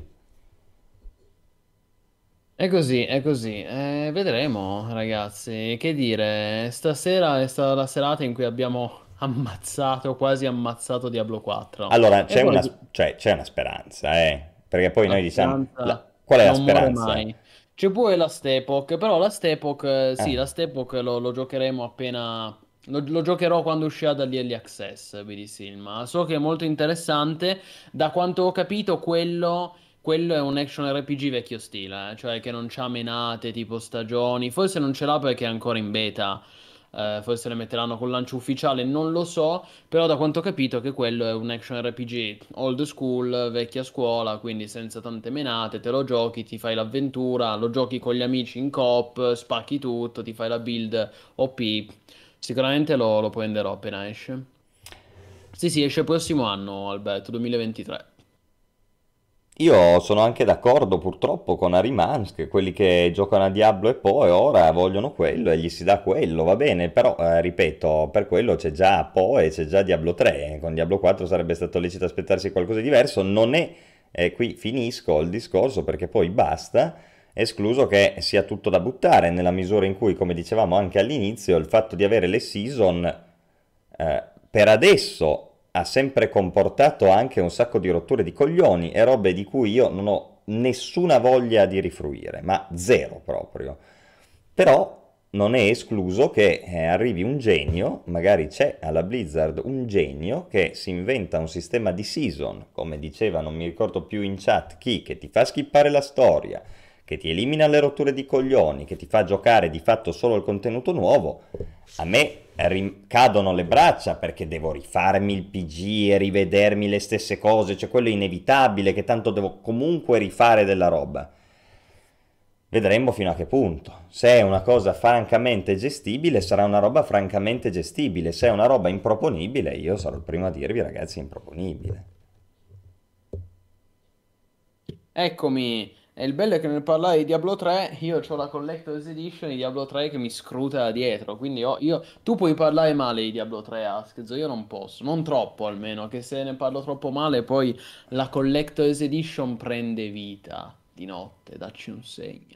È così, è così. Eh, vedremo, ragazzi. Che dire, stasera è stata la serata in cui abbiamo ammazzato, quasi ammazzato Diablo quattro. Allora, E c'è poi una, cioè, c'è una speranza, eh? Perché poi la noi diciamo, la- speranza qual è la non muore speranza? mai. C'è pure la Stepok, però la Stepok, eh, sì, Eh. la Stepok lo, lo giocheremo appena... Lo, lo giocherò quando uscirà dagli Early Access, vedi Silma. So che è molto interessante. Da quanto ho capito, quello, quello è un action R P G vecchio stile, eh, cioè che non c'ha menate tipo stagioni. Forse non ce l'ha perché è ancora in beta. Eh, forse le metteranno col lancio ufficiale, non lo so. Però da quanto ho capito che quello è un action R P G old school, vecchia scuola, quindi senza tante menate, te lo giochi, ti fai l'avventura, lo giochi con gli amici in coop, spacchi tutto, ti fai la build O P. Sicuramente lo, lo prenderò appena esce. Sì, sì, esce il prossimo anno, Alberto, duemilaventitré. Io sono anche d'accordo purtroppo con Harry Mansk, quelli che giocano a Diablo e poi ora vogliono quello e gli si dà quello, va bene, però eh, ripeto, per quello c'è già Po e c'è già Diablo tre, con Diablo quattro sarebbe stato lecito aspettarsi qualcosa di diverso, non è, e qui finisco il discorso perché poi basta, escluso che sia tutto da buttare, nella misura in cui, come dicevamo anche all'inizio, il fatto di avere le season eh, per adesso ha sempre comportato anche un sacco di rotture di coglioni e robe di cui io non ho nessuna voglia di rifluire, ma zero proprio. Però non è escluso che eh, arrivi un genio, magari c'è alla Blizzard un genio che si inventa un sistema di season, come diceva, non mi ricordo più in chat chi, che ti fa skippare la storia, che ti elimina le rotture di coglioni, che ti fa giocare di fatto solo il contenuto nuovo. A me rim- cadono le braccia perché devo rifarmi il P G e rivedermi le stesse cose, cioè quello è inevitabile, che tanto devo comunque rifare della roba. Vedremo fino a che punto. Se è una cosa francamente gestibile, sarà una roba francamente gestibile. Se è una roba improponibile, io sarò il primo a dirvi, ragazzi, è improponibile. Eccomi. E il bello è che nel parlare di Diablo tre, io ho la Collector's Edition di Diablo tre che mi scruta da dietro. Quindi ho- io, tu puoi parlare male di Diablo tre, Askzo, io non posso. Non troppo almeno, che se ne parlo troppo male, poi la Collector's Edition prende vita di notte. Dacci un segno.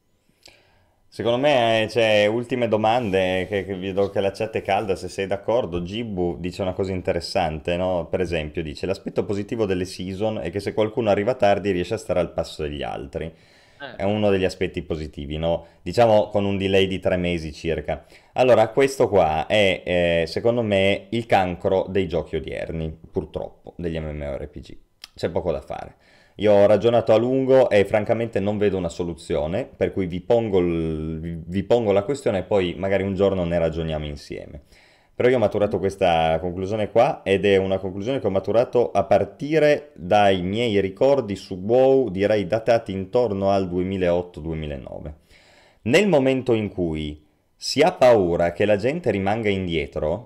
Secondo me, eh, c'è ultime domande, che, che vedo che la chat è calda, se sei d'accordo. Gibu dice una cosa interessante, no? Per esempio, dice, l'aspetto positivo delle season è che se qualcuno arriva tardi riesce a stare al passo degli altri. Eh, È uno degli aspetti positivi, no? Diciamo con un delay di tre mesi circa. Allora, questo qua è, eh, secondo me, il cancro dei giochi odierni, purtroppo, degli MMORPG. C'è poco da fare. Io ho ragionato a lungo e francamente non vedo una soluzione, per cui vi pongo, il- vi vi pongo la questione e poi magari un giorno ne ragioniamo insieme. Però io ho maturato questa conclusione qua ed è una conclusione che ho maturato a partire dai miei ricordi su WoW, direi datati intorno al duemilaotto-duemilanove. Nel momento in cui si ha paura che la gente rimanga indietro,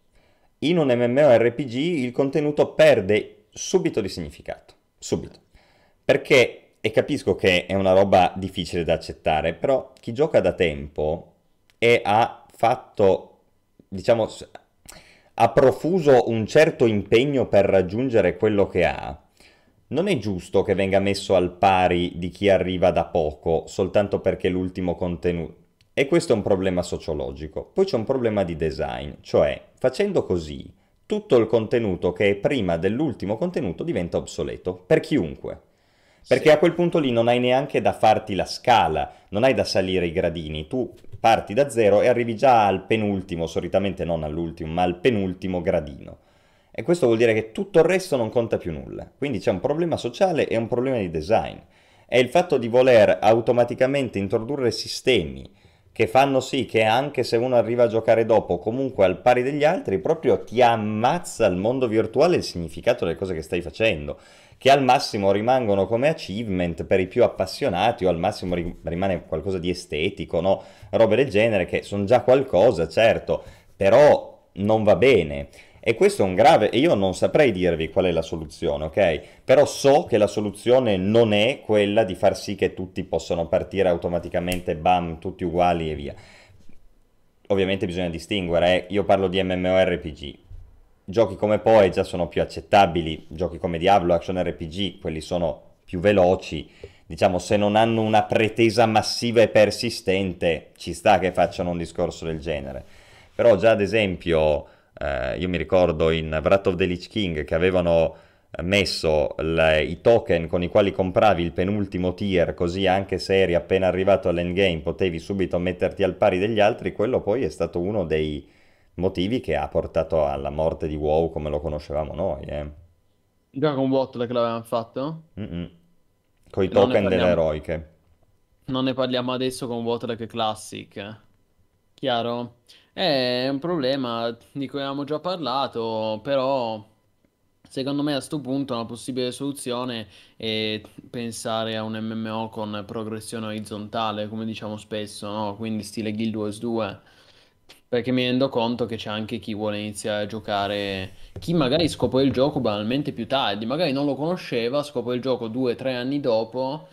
in un MMORPG il contenuto perde subito di significato. Subito. Perché, e capisco che è una roba difficile da accettare, però chi gioca da tempo e ha fatto, diciamo, s- ha profuso un certo impegno per raggiungere quello che ha, non è giusto che venga messo al pari di chi arriva da poco soltanto perché l'ultimo contenuto. E questo è un problema sociologico. Poi c'è un problema di design, cioè facendo così tutto il contenuto che è prima dell'ultimo contenuto diventa obsoleto per chiunque. Perché a sì. quel punto lì non hai neanche da farti la scala, non hai da salire i gradini, tu parti da zero e arrivi già al penultimo, solitamente non all'ultimo, ma al penultimo gradino. E questo vuol dire che tutto il resto non conta più nulla. Quindi c'è un problema sociale e un problema di design. È il fatto di voler automaticamente introdurre sistemi che fanno sì che anche se uno arriva a giocare dopo, comunque al pari degli altri, proprio ti ammazza il mondo virtuale il significato delle cose che stai facendo, che al massimo rimangono come achievement per i più appassionati o al massimo ri- rimane qualcosa di estetico, no? Robe del genere che sono già qualcosa, certo, però non va bene. E questo è un grave, e io non saprei dirvi qual è la soluzione, ok? Però so che la soluzione non è quella di far sì che tutti possano partire automaticamente, bam, tutti uguali e via. Ovviamente bisogna distinguere, eh. Io parlo di MMORPG. Giochi come Poe già sono più accettabili, giochi come Diablo, Action R P G, quelli sono più veloci. Diciamo, se non hanno una pretesa massiva e persistente, ci sta che facciano un discorso del genere. Però già ad esempio, eh, io mi ricordo in Wrath of the Lich King che avevano messo le- i token con i quali compravi il penultimo tier, così anche se eri appena arrivato all'endgame potevi subito metterti al pari degli altri, quello poi è stato uno dei motivi che ha portato alla morte di WoW come lo conoscevamo noi, eh. Già con Bottle che l'avevamo fatto? Mm-mm. Con i Non ne token delle parliamo, eroiche. non ne parliamo adesso con Bottle Classic. Chiaro? È un problema di cui avevamo già parlato, però secondo me a sto punto una possibile soluzione è pensare a un M M O con progressione orizzontale, come diciamo spesso, no? Quindi stile Guild Wars due. Perché mi rendo conto che c'è anche chi vuole iniziare a giocare, chi magari scopre il gioco banalmente più tardi, magari non lo conosceva, scopre il gioco due o tre anni dopo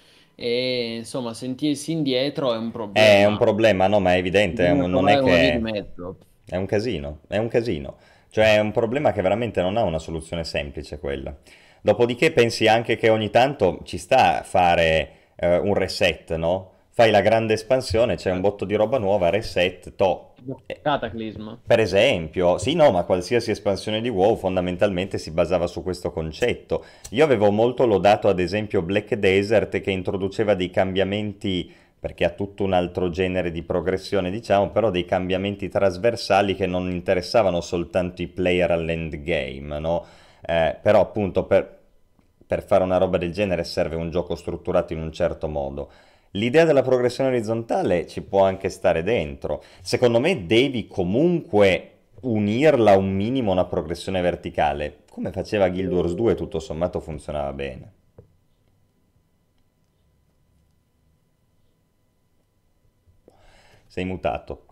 e insomma sentirsi indietro è un È un problema. problema, no, ma è evidente, è Bisogna un- non è trovare una via di che mezzo. è un casino, è un casino. Cioè è un problema che veramente non ha una soluzione semplice quella. Dopodiché pensi anche che ogni tanto ci sta a fare eh, un reset, no? Fai la grande espansione, c'è un botto di roba nuova, reset, to. Eh, Cataclysm. Per esempio, sì, no, ma qualsiasi espansione di WoW fondamentalmente si basava su questo concetto. Io avevo molto lodato ad esempio Black Desert che introduceva dei cambiamenti, perché ha tutto un altro genere di progressione, diciamo, però dei cambiamenti trasversali che non interessavano soltanto i player all'endgame, no? Eh, però appunto per, per fare una roba del genere serve un gioco strutturato in un certo modo. L'idea della progressione orizzontale ci può anche stare dentro. Secondo me devi comunque unirla un minimo a una progressione verticale. Come faceva Guild Wars due, tutto sommato funzionava bene. Sei mutato.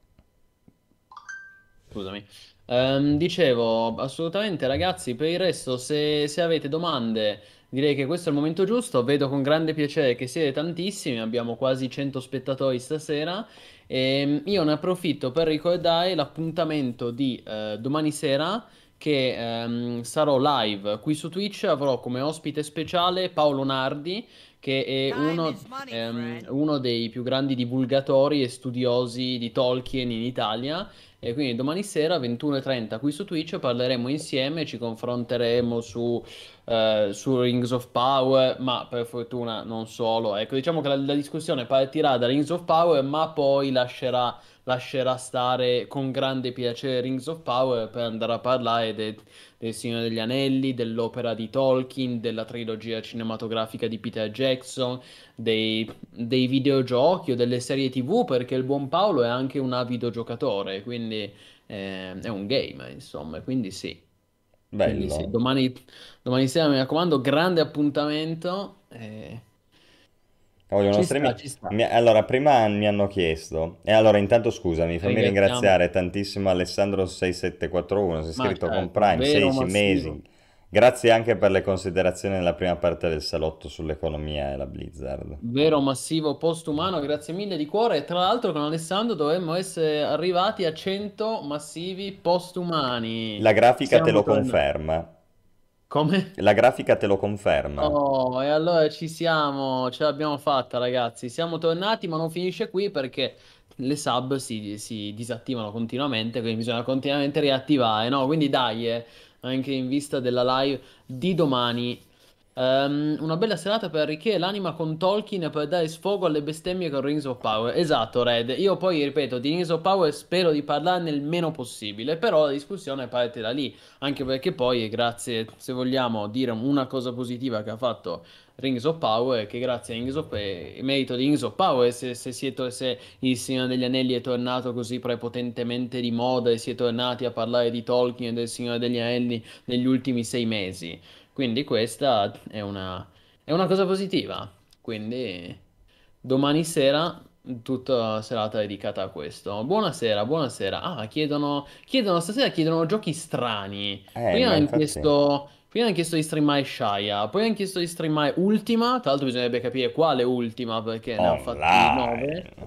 Scusami. Ehm, dicevo, assolutamente ragazzi, per il resto, se, se avete domande, direi che questo è il momento giusto. Vedo con grande piacere che siete tantissimi, abbiamo quasi cento spettatori stasera. E io ne approfitto per ricordare l'appuntamento di eh, domani sera, che ehm, sarò live qui su Twitch. Avrò come ospite speciale Paolo Nardi, che è uno, ehm, uno dei più grandi divulgatori e studiosi di Tolkien in Italia. E quindi domani sera ventuno e trenta qui su Twitch parleremo insieme, ci confronteremo su, eh, su Rings of Power, ma per fortuna non solo. Ecco, diciamo che la, la discussione partirà da Rings of Power, ma poi lascerà, lascerà stare con grande piacere Rings of Power per andare a parlare de- del Signore degli Anelli, dell'opera di Tolkien, della trilogia cinematografica di Peter Jackson, dei, dei videogiochi o delle serie T V, perché il buon Paolo è anche un avido giocatore, quindi eh, è un gamer, insomma, quindi sì. Quindi sì, Bello. domani, domani sera mi raccomando, grande appuntamento. eh, Voglio uno Ci sta, streaming. ci sta. Mi- Allora, prima mi hanno chiesto, e allora intanto scusami, fammi Ringraziamo. ringraziare tantissimo Alessandro sei sette quattro uno, si è Ma iscritto con certo, Prime, vero sedici massivo. mesi. Grazie anche per le considerazioni nella prima parte del salotto sull'economia e la Blizzard. Vero massivo postumano, grazie mille di cuore. E tra l'altro con Alessandro dovremmo essere arrivati a cento massivi postumani. La grafica te Siamo lo tornati. conferma. Come? La grafica te lo conferma. Oh, e allora ci siamo, ce l'abbiamo fatta, ragazzi. Siamo tornati, ma non finisce qui perché le sub si, si disattivano continuamente, quindi bisogna continuamente riattivare, no? Quindi dai, eh, anche in vista della live di domani. Ehm, una bella serata per arricchire l'anima con Tolkien e per dare sfogo alle bestemmie con Rings of Power. Esatto, Red. Io poi, ripeto, di Rings of Power spero di parlarne il meno possibile, però la discussione parte da lì. Anche perché poi, grazie, se vogliamo dire una cosa positiva che ha fatto Rings of Power, è che grazie a Rings of eh, merito di Rings of Power, se, se, si è to- se il Signore degli Anelli è tornato così prepotentemente di moda e si è tornati a parlare di Tolkien e del Signore degli Anelli negli ultimi sei mesi. Quindi questa è una, è una cosa positiva. Quindi domani sera tutta la serata dedicata a questo. Buonasera, buonasera. Ah, chiedono, chiedono stasera chiedono giochi strani. Eh, Prima ma hanno infatti... chiesto, prima hanno chiesto di streamare Shaya, poi hanno chiesto di streamare Ultima. Tra l'altro bisognerebbe capire quale Ultima perché ne ha fatti Online. nove.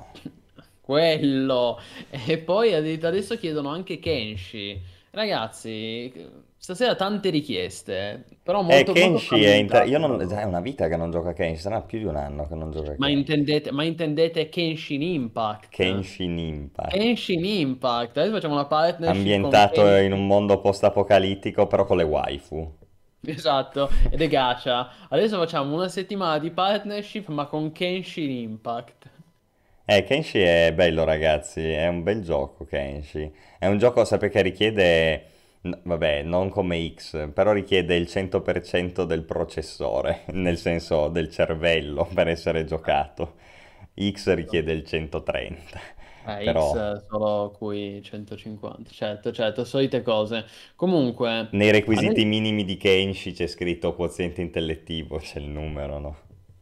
Quello. E poi ad- adesso chiedono anche Kenshi. Ragazzi, stasera tante richieste, però E molto, molto Kenshi è... Inter... frammentate Io non... però. È una vita che non gioca a Kenshi, sarà più di un anno che non gioca a Ma Kenshi. intendete, ma intendete Kenshin Impact? Kenshin Impact. Kenshin Impact. Adesso facciamo una partnership con Ambientato in un Kenshin. mondo post-apocalittico, però con le waifu. Esatto, ed è gacha. Adesso facciamo una settimana di partnership, ma con Kenshin Impact. Eh, Kenshi è bello, ragazzi, è un bel gioco, Kenshi. È un gioco, sapete, che richiede, n- vabbè, non come X, però richiede il cento per cento del processore, nel senso del cervello, per essere giocato. X richiede il centotrenta, Eh, X però eh, solo qui centocinquanta. Certo, certo, solite cose. Comunque, nei requisiti ade- minimi di Kenshi c'è scritto quoziente intellettivo, c'è il numero, no?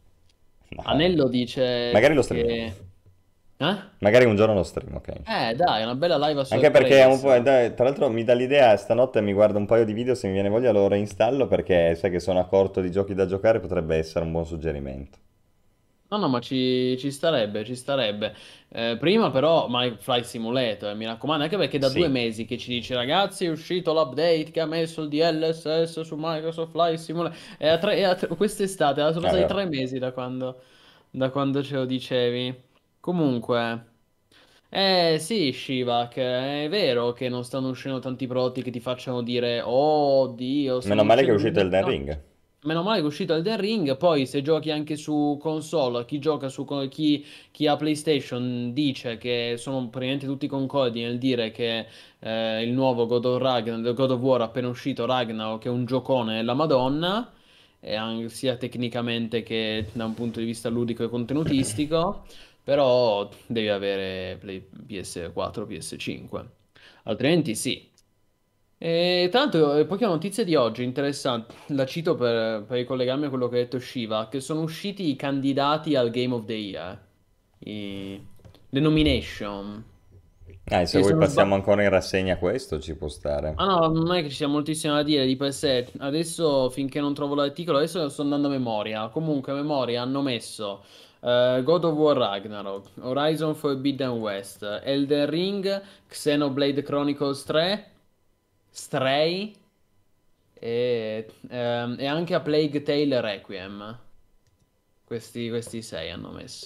No. Anello dice Magari lo streamiamo. che... Eh? Magari un giorno lo streamo, Kenshi. Eh, dai, è una bella live a Anche perché è un po', sorpresa. dai, tra l'altro mi dà l'idea, stanotte mi guardo un paio di video, se mi viene voglia lo reinstallo perché sai che sono a corto di giochi da giocare, potrebbe essere un buon suggerimento. No, no, ma ci, ci starebbe, ci starebbe. Eh, prima però My Flight Simulator, eh, mi raccomando, anche perché da due Sì, mesi che ci dice ragazzi è uscito l'update che ha messo il D L S S su Microsoft Flight Simulator. E a tre, e a tre- quest'estate, era sono è stati vero. tre mesi da quando, da quando ce lo dicevi. Comunque, eh sì, Shivak, è vero che non stanno uscendo tanti prodotti che ti facciano dire, oh Dio, Meno stanno male che è uscendo... uscito Elden No, Ring. meno male che è uscito Elden Ring, poi se giochi anche su console, chi gioca su co- chi, chi ha PlayStation dice che sono praticamente tutti concordi nel dire che eh, il nuovo God of, Ragn- God of War appena uscito, Ragnarok, è un giocone della Madonna, e anche- sia tecnicamente che da un punto di vista ludico e contenutistico, però devi avere Play- P S quattro, P S cinque, altrimenti sì. E, tra l'altro, eh, poche notizie di oggi, interessanti, la cito per, per ricollegarmi a quello che ha detto Shiva, che sono usciti i candidati al Game of the Year, i, le nomination, Ah, e se che vuoi sono passiamo sba- ancora in rassegna questo, ci può stare. Ah no, non è che ci sia moltissimo da dire di per sé. Adesso, finché non trovo l'articolo, adesso sto andando a memoria. Comunque, a memoria hanno messo eh, God of War Ragnarok, Horizon Forbidden West, Elden Ring, Xenoblade Chronicles tre, Stray e, ehm, e anche a Plague Tale Requiem. Questi, questi sei hanno messo.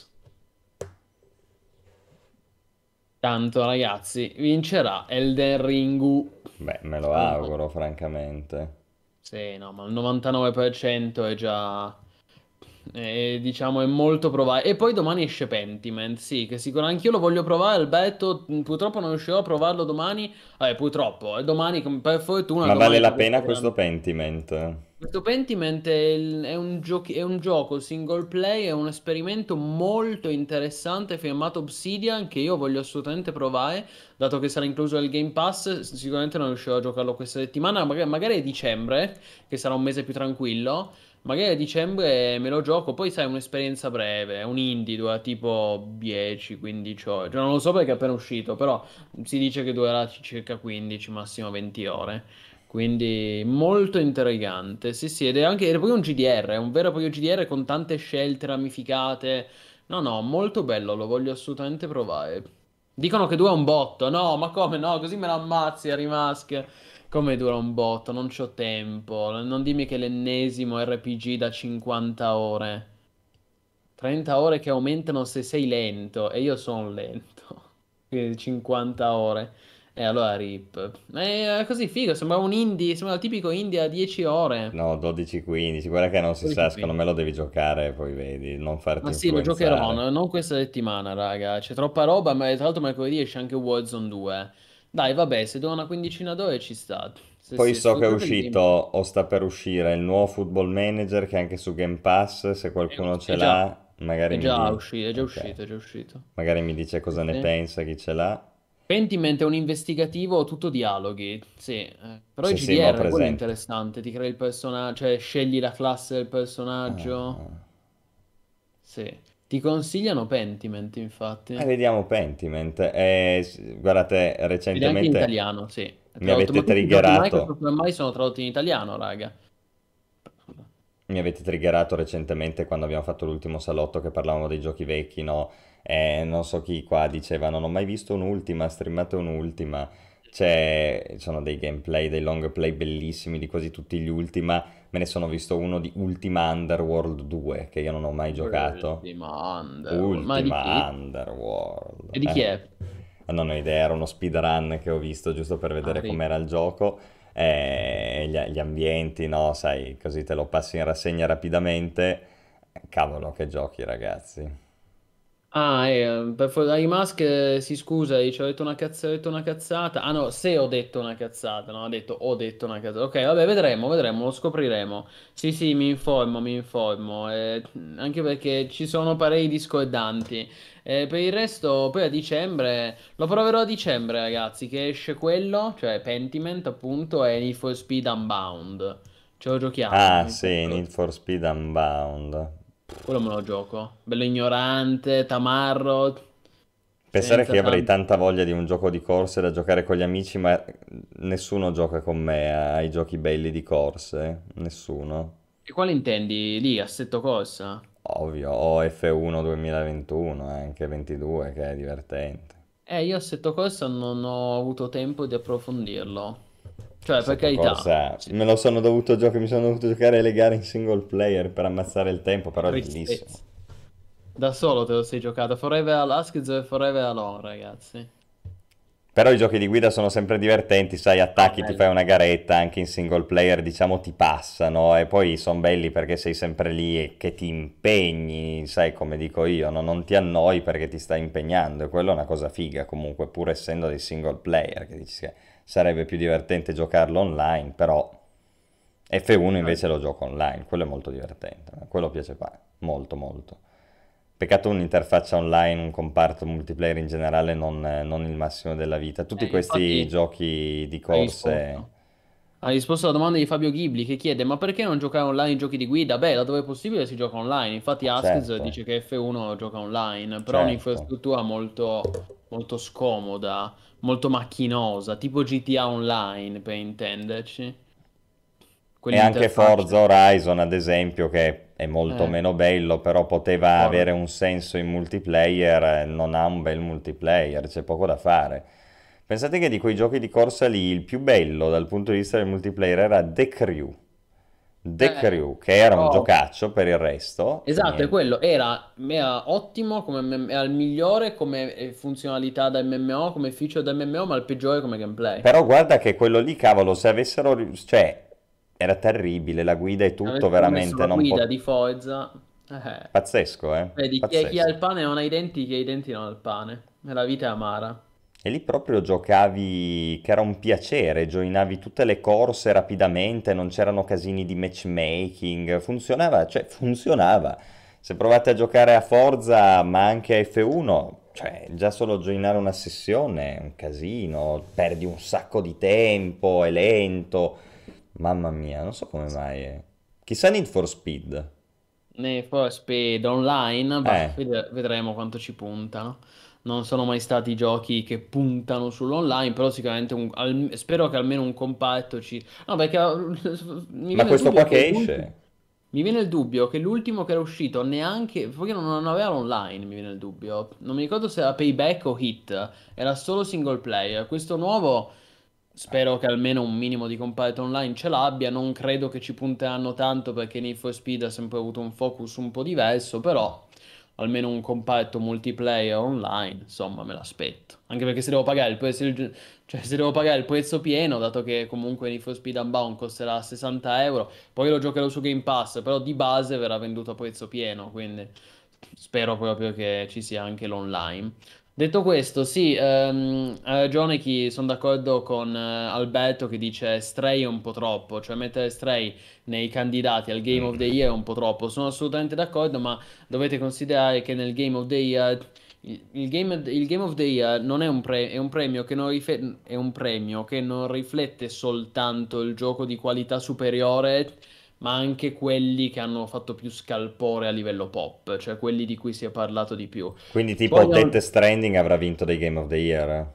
Tanto, ragazzi, vincerà Elden Ring. Beh, me lo Secondo me. auguro, francamente. Sì, no, ma il novantanove per cento è già, eh, diciamo, è molto probabile. E poi domani esce Pentiment, sì, che sicuramente anch'io lo voglio provare. Alberto, mh, purtroppo non riuscirò a provarlo domani. Vabbè, purtroppo, e domani, com- per fortuna, Ma vale domani la ci pena giocherò. questo Pentiment? Questo Pentiment è, il- è un giochi- è un gioco single play, è un esperimento molto interessante firmato Obsidian che io voglio assolutamente provare, dato che sarà incluso nel Game Pass, s- sicuramente non riuscirò a giocarlo questa settimana, magari, magari a dicembre, che sarà un mese più tranquillo, magari a dicembre me lo gioco, poi sai, è un'esperienza breve, è un indie, dura tipo dieci quindici ore, cioè, non lo so perché è appena uscito, però si dice che durerà circa quindici, massimo venti ore. Quindi molto intrigante. Sì, sì, ed è anche ed è poi un G D R, è un vero e proprio G D R con tante scelte ramificate. No, no, molto bello, lo voglio assolutamente provare. Dicono che dura un botto. No, ma come no? Così me lo ammazzi, Harry Mask. Come dura un botto? Non c'ho tempo. Non dimmi che è l'ennesimo R P G da cinquanta ore. trenta ore che aumentano se sei lento e io sono lento. Quindi cinquanta ore. E allora rip. È così figo, sembra un indie, sembra il tipico indie a dieci ore. No, dodici quindici, guarda che non si sa, dodici secondo quindici. me lo devi giocare, poi vedi, non farti Ma sì, lo giocherò, influenzare. no- non questa settimana, raga. C'è troppa roba, ma tra l'altro mercoledì esce anche Warzone due. Dai, vabbè, se do una quindicina d'ore ci sta. Sì, Poi sì, so che è sfruttate il uscito Game Pass. o sta per uscire il nuovo Football Manager che è anche su Game Pass, se È, qualcuno ce è già, l'ha, magari è mi già di... uscito, è già ok. uscito, è già uscito. Magari mi dice Sì, cosa ne sì. pensa chi ce l'ha. Pentiment è un investigativo tutto dialoghi, sì, eh, però il Sì, sì, ma ho G D R è quello presente. interessante, ti crei il personaggio, cioè scegli la classe del Ah, personaggio, ah. sì. Ti consigliano Pentiment, E infatti. vediamo Pentiment. Eh, s- guardate, Ed è anche in recentemente italiano, sì. È mi tradotto, ma avete tutti i giochi triggerato. Microsoft ormai sono tradotti in italiano, raga. Mi avete triggerato recentemente quando abbiamo fatto l'ultimo salotto che parlavamo dei giochi vecchi, no? E non so chi qua diceva non ho mai visto un'ultima, streamate un'ultima. C'è, ci sono dei gameplay, dei long play bellissimi di quasi tutti gli Ultima. Me ne sono visto uno di Ultima Underworld due che io non ho mai giocato. Ultima Underworld, ma di Ultima chi? Underworld. E di chi Eh. è? Non ho idea, era uno speedrun che ho visto giusto per Ah, vedere rip. com'era il gioco. E gli, gli ambienti, no, sai, così te lo passi in rassegna rapidamente. Cavolo, che giochi, ragazzi. Ah, eh, per for- Harry Musk eh, si scusa, dice ho detto una cazz- ho detto una cazzata. Ah no, se ho detto una cazzata, no, ha detto ho detto una cazzata. Ok, vabbè, vedremo, vedremo, lo scopriremo. Sì, sì, mi informo, mi informo. eh, anche perché ci sono pareri discordanti. Eh, per il resto, poi a dicembre, lo proverò a dicembre, ragazzi, che esce quello, cioè Pentiment, appunto, e Need for Speed Unbound. Ce lo giochiamo. Ah, Mi sì, faccio- Need for Speed Unbound. Quello me lo gioco. Bello ignorante, tamarro, Pensare che senza io avrei tanto. tanta voglia di un gioco di corse da giocare con gli amici, ma nessuno gioca con me ai giochi belli di corse. Nessuno. E quale intendi lì, assetto corsa? Ovvio, o F uno duemilaventuno, eh, anche ventidue, che è divertente. Eh, io assetto corsa non ho avuto tempo di approfondirlo. Cioè, per Assetto carità, Corsa, sì, me lo sono dovuto giocare, mi sono dovuto giocare le gare in single player per ammazzare il tempo, però è bellissimo. tristezza. Da solo te lo sei giocato. Forever Alaskaz e Forever Alone, ragazzi. Però i giochi di guida sono sempre divertenti, sai, No, attacchi, ti fai bello. una garetta, anche in single player, diciamo, ti passano e poi sono belli perché sei sempre lì e che ti impegni, sai, come dico io, no? Non ti annoi perché ti stai impegnando e quello è una cosa figa comunque, pur essendo dei single player, che dici che sarebbe più divertente giocarlo online, però F uno Eh, invece lo gioco online, quello è molto divertente, eh, quello piace pa- molto molto. Peccato un'interfaccia online, un comparto multiplayer in generale non, non il massimo della vita. Tutti eh, questi infatti giochi di hai corse, risposto. Hai risposto alla domanda di Fabio Ghibli che chiede: ma perché non giocare online i giochi di guida? Beh, laddove è possibile si gioca online. Infatti, eh, Askez certo, dice che F uno gioca online, però è certo. un'infrastruttura molto, molto scomoda, molto macchinosa, tipo G T A Online per intenderci. E anche Quell'interfaccia. Forza Horizon, ad esempio, che è molto Eh, meno bello, però poteva avere guarda. un senso in multiplayer, eh, non ha un bel multiplayer, c'è poco da fare. Pensate che di quei giochi di corsa lì, il più bello dal punto di vista del multiplayer era The Crew. The Eh, Crew, che era un però giocaccio per il resto, che esatto, è niente. quello, era, era ottimo, come, M M era il migliore come eh, funzionalità da M M O, come feature da M M O, ma il peggiore come gameplay. Però guarda che quello lì, cavolo, se avessero... ri- cioè, era terribile, la guida e tutto, Avessero messo veramente, la non guida po- di Forza, eh, pazzesco, eh? vedi, chi, chi ha Pazzesco. il pane non ha i denti, chi ha i denti non ha il pane. E la vita è amara. E lì proprio giocavi, che era un piacere, gioinavi tutte le corse rapidamente, non c'erano casini di matchmaking, funzionava, cioè funzionava. Se provate a giocare a Forza, ma anche a F uno, cioè già solo gioinare una sessione è un casino, perdi un sacco di tempo, è lento. Mamma mia, non so come mai. eh. Chissà Need for Speed. Need for Speed Online, bah, Eh, vede- vedremo quanto ci puntano. Non sono mai stati giochi che puntano sull'online, però sicuramente un- al- spero che almeno un compatto ci... No, perché mi ma viene il questo dubbio qua che che l'ultimo... esce? Mi viene il dubbio che l'ultimo che era uscito neanche... Perché non, non aveva l'online, mi viene il dubbio. Non mi ricordo se era Payback o Hit, era solo single player. Questo nuovo... Spero che almeno un minimo di competitor online ce l'abbia. Non credo che ci punteranno tanto perché Need for Speed ha sempre avuto un focus un po' diverso, però almeno un competto multiplayer online, insomma, me l'aspetto. Anche perché se devo pagare il prezzo, cioè, se devo pagare il prezzo pieno, dato che comunque Need for Speed Unbound costerà sessanta euro, poi lo giocherò su Game Pass, però di base verrà venduto a prezzo pieno, quindi spero proprio che ci sia anche l'online. Detto questo, sì, ehm, ha ragione chi sono d'accordo con eh, Alberto che dice Stray è un po' troppo, cioè mettere Stray nei candidati al Game of the Year è un po' troppo. Sono assolutamente d'accordo, ma dovete considerare che nel Game of the Year il, il game, il Game of the Year non è un, pre- è un premio che non rife- è un premio che non riflette soltanto il gioco di qualità superiore, ma anche quelli che hanno fatto più scalpore a livello pop, cioè quelli di cui si è parlato di più. Quindi tipo Poi Death non, Stranding avrà vinto dei Game of the Year?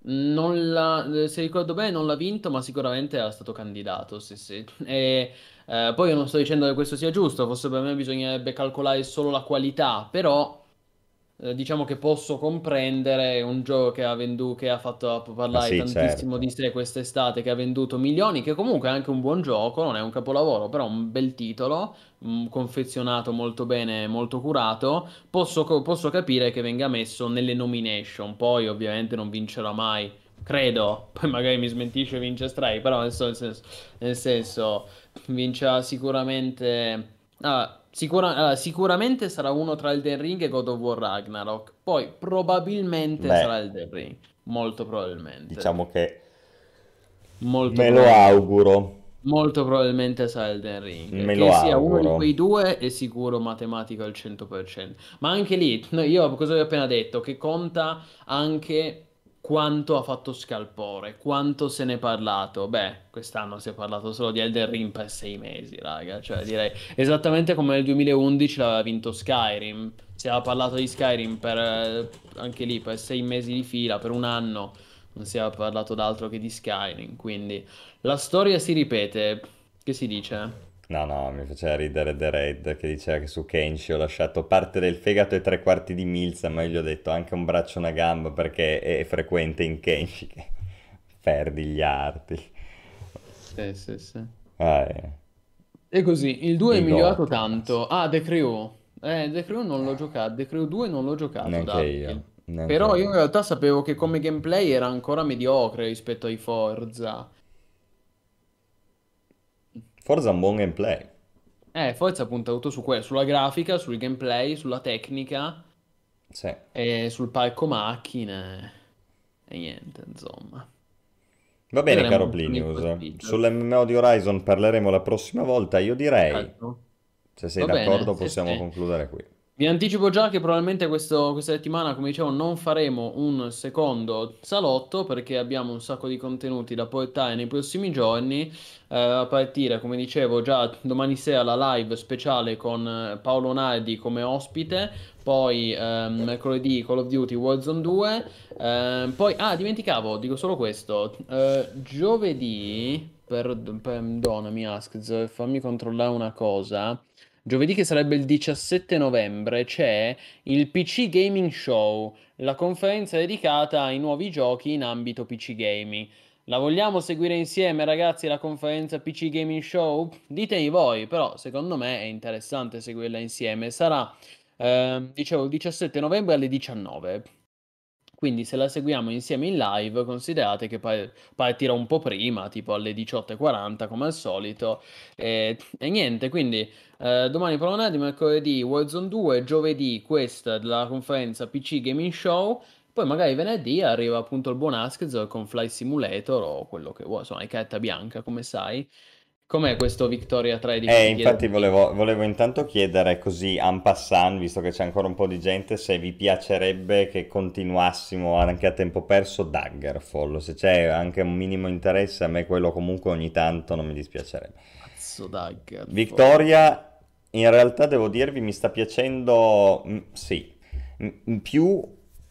non l'ha, se ricordo bene, non l'ha vinto, ma sicuramente era stato candidato. Sì, sì. E, eh, poi io non sto dicendo che questo sia giusto, forse per me bisognerebbe calcolare solo la qualità, però eh, diciamo che posso comprendere un gioco che ha venduto, che ha fatto Ma parlare sì, tantissimo di certo. sé quest'estate, che ha venduto milioni, che comunque è anche un buon gioco, non è un capolavoro, però un bel titolo, mm, confezionato molto bene, molto curato. Posso, co- posso capire che venga messo nelle nomination, poi ovviamente non vincerà mai. Credo, poi magari mi smentisce e vince Stray, però nel senso, nel senso, nel senso, vincerà sicuramente. Ah, sicura- allora, sicuramente sarà uno tra Elden Ring e God of War Ragnarok. Poi probabilmente Beh, sarà Elden Ring. Molto probabilmente. diciamo che Molto me lo probabilmente. auguro, Molto probabilmente sarà Elden Ring. me lo Che sia uno di auguro. quei due è sicuro matematico al cento per cento. Ma anche lì, no, io cosa vi ho appena detto? Che conta anche quanto ha fatto scalpore, quanto se ne è parlato. Beh, quest'anno si è parlato solo di Elden Ring per sei mesi, raga. Cioè, direi esattamente come nel duemilaundici l'aveva vinto Skyrim. Si era parlato di Skyrim per, eh, anche lì, per sei mesi di fila, per un anno. Non si era parlato d'altro che di Skyrim, quindi... La storia si ripete. Che si dice? No, no, mi faceva ridere The Red che diceva che su Kenshi ho lasciato parte del fegato e tre quarti di milza, ma io gli ho detto anche un braccio e una gamba perché è frequente in Kenshi che perdi gli arti. Sì, sì, sì. Ah, eh, E così, il due è I migliorato Goti, cazzo. tanto. Ah, The Crew. Eh, The Crew non l'ho giocato, The Crew due non l'ho giocato, Neanche Davide. io, neanche Però io in io. realtà sapevo che come gameplay era ancora mediocre rispetto ai Forza. Forza ha un buon gameplay. Eh, Forza punta tutto su quello, sulla grafica, sul gameplay, sulla tecnica Sì. e sul palco macchine e niente, insomma. Va bene, Vedremo caro con Need for Plinius. Speed. Sull'M M O di Horizon parleremo la prossima volta. Io direi, Certo. se sei Va bene, d'accordo, sì, possiamo sì. concludere qui. Vi anticipo già che probabilmente questo- questa settimana, come dicevo, non faremo un secondo salotto perché abbiamo un sacco di contenuti da portare nei prossimi giorni, eh, a partire, come dicevo, già domani sera la live speciale con eh, Paolo Nardi come ospite, poi ehm, mercoledì Call of Duty Warzone due, ehm, poi, ah, dimenticavo, dico solo questo, eh, giovedì, per, perdonami Askz, fammi controllare una cosa. Giovedì che sarebbe il diciassette novembre c'è il P C Gaming Show, la conferenza dedicata ai nuovi giochi in ambito P C Gaming. La vogliamo seguire insieme, ragazzi, la conferenza P C Gaming Show? Ditemi voi, però secondo me è interessante seguirla insieme. Sarà, ehm, dicevo, il diciassette novembre alle diciannove. Quindi se la seguiamo insieme in live, considerate che pa- partirà un po' prima, tipo alle diciotto e quaranta come al solito. E, e niente, quindi eh, domani Promenade, mercoledì Warzone due, giovedì questa della conferenza P C Gaming Show, poi magari venerdì arriva appunto il buon Askz con Flight Simulator o quello che vuoi, insomma, è carta bianca, come sai. Com'è questo Victoria tre di cui Eh, ti chiedo infatti di... volevo, volevo intanto chiedere così en passant, visto che c'è ancora un po' di gente, se vi piacerebbe che continuassimo anche a tempo perso Daggerfall. Se c'è anche un minimo interesse, a me quello comunque ogni tanto non mi dispiacerebbe. Cazzo, Daggerfall. Victoria, in realtà devo dirvi, mi sta piacendo, mm, sì, mm, più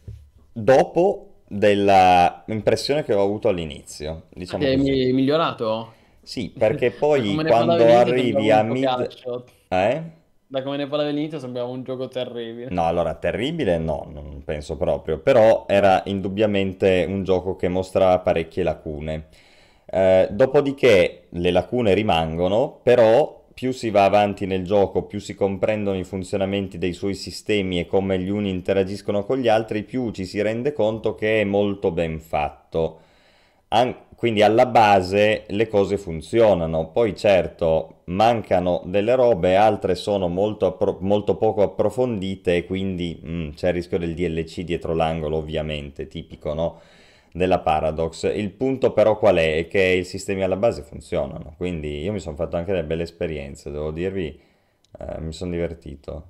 dopo della impressione che ho avuto all'inizio, Ah, ti diciamo hai così. mi- migliorato? Sì, perché Da poi come ne parlavi quando all'inizio sembrava arrivi a un mid... giocaccio. Eh? Da come ne parlavi all'inizio sembrava un gioco terribile. No, allora, terribile no, non penso proprio, però No. era indubbiamente un gioco che mostrava parecchie lacune. Eh, dopodiché le lacune rimangono, però più si va avanti nel gioco, più si comprendono i funzionamenti dei suoi sistemi e come gli uni interagiscono con gli altri, più ci si rende conto che è molto ben fatto. An- quindi alla base le cose funzionano, poi certo mancano delle robe, altre sono molto, appro- molto poco approfondite e quindi mm, c'è il rischio del D L C dietro l'angolo ovviamente, tipico, no? Della Paradox. Il punto però qual è? È che i sistemi alla base funzionano, quindi io mi sono fatto anche delle belle esperienze, devo dirvi, eh, mi sono divertito.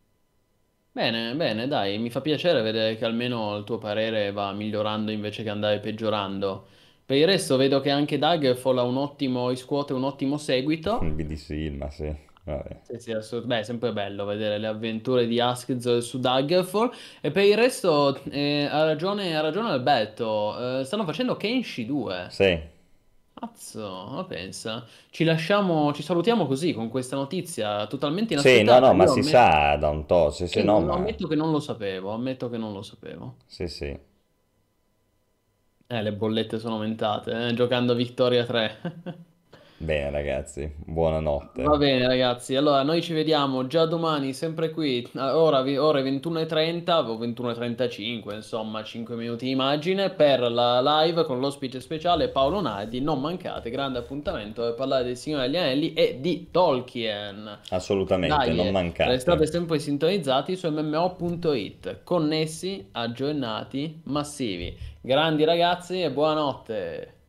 Bene, bene, dai, mi fa piacere vedere che almeno il tuo parere va migliorando invece che andare peggiorando. Per il resto vedo che anche Daggerfall ha un ottimo, riscuote un ottimo seguito. B D S, ma sì, vabbè. Sì, sì, assolut- beh, è sempre bello vedere le avventure di Askz su Daggerfall. E per il resto, eh, ha ragione, ha ragione Alberto, eh, stanno facendo Kenshi due. Sì, Cazzo, ma pensa. Ci lasciamo, ci salutiamo così con questa notizia totalmente sì, no, inaspettata. no, ma Io si ammetto sa da un to', sì, sì, che no, non, ma... ammetto che non lo sapevo, ammetto che non lo sapevo. Sì, sì. Eh, le bollette sono aumentate, eh, giocando a Victoria tre. Bene ragazzi, Va buonanotte. bene, ragazzi. Allora, noi ci vediamo già domani, sempre qui. Ah, Ora, vi- ore ventuno e trenta o ventuno e trentacinque, insomma, cinque minuti di immagine per la live con l'ospite speciale Paolo Nardi. Non mancate, grande appuntamento per parlare del Signore degli Anelli e di Tolkien. Assolutamente, Dai, non eh, restate mancate. sempre sintonizzati su M M O punto it, connessi, aggiornati, massivi. Grandi ragazzi e buonanotte.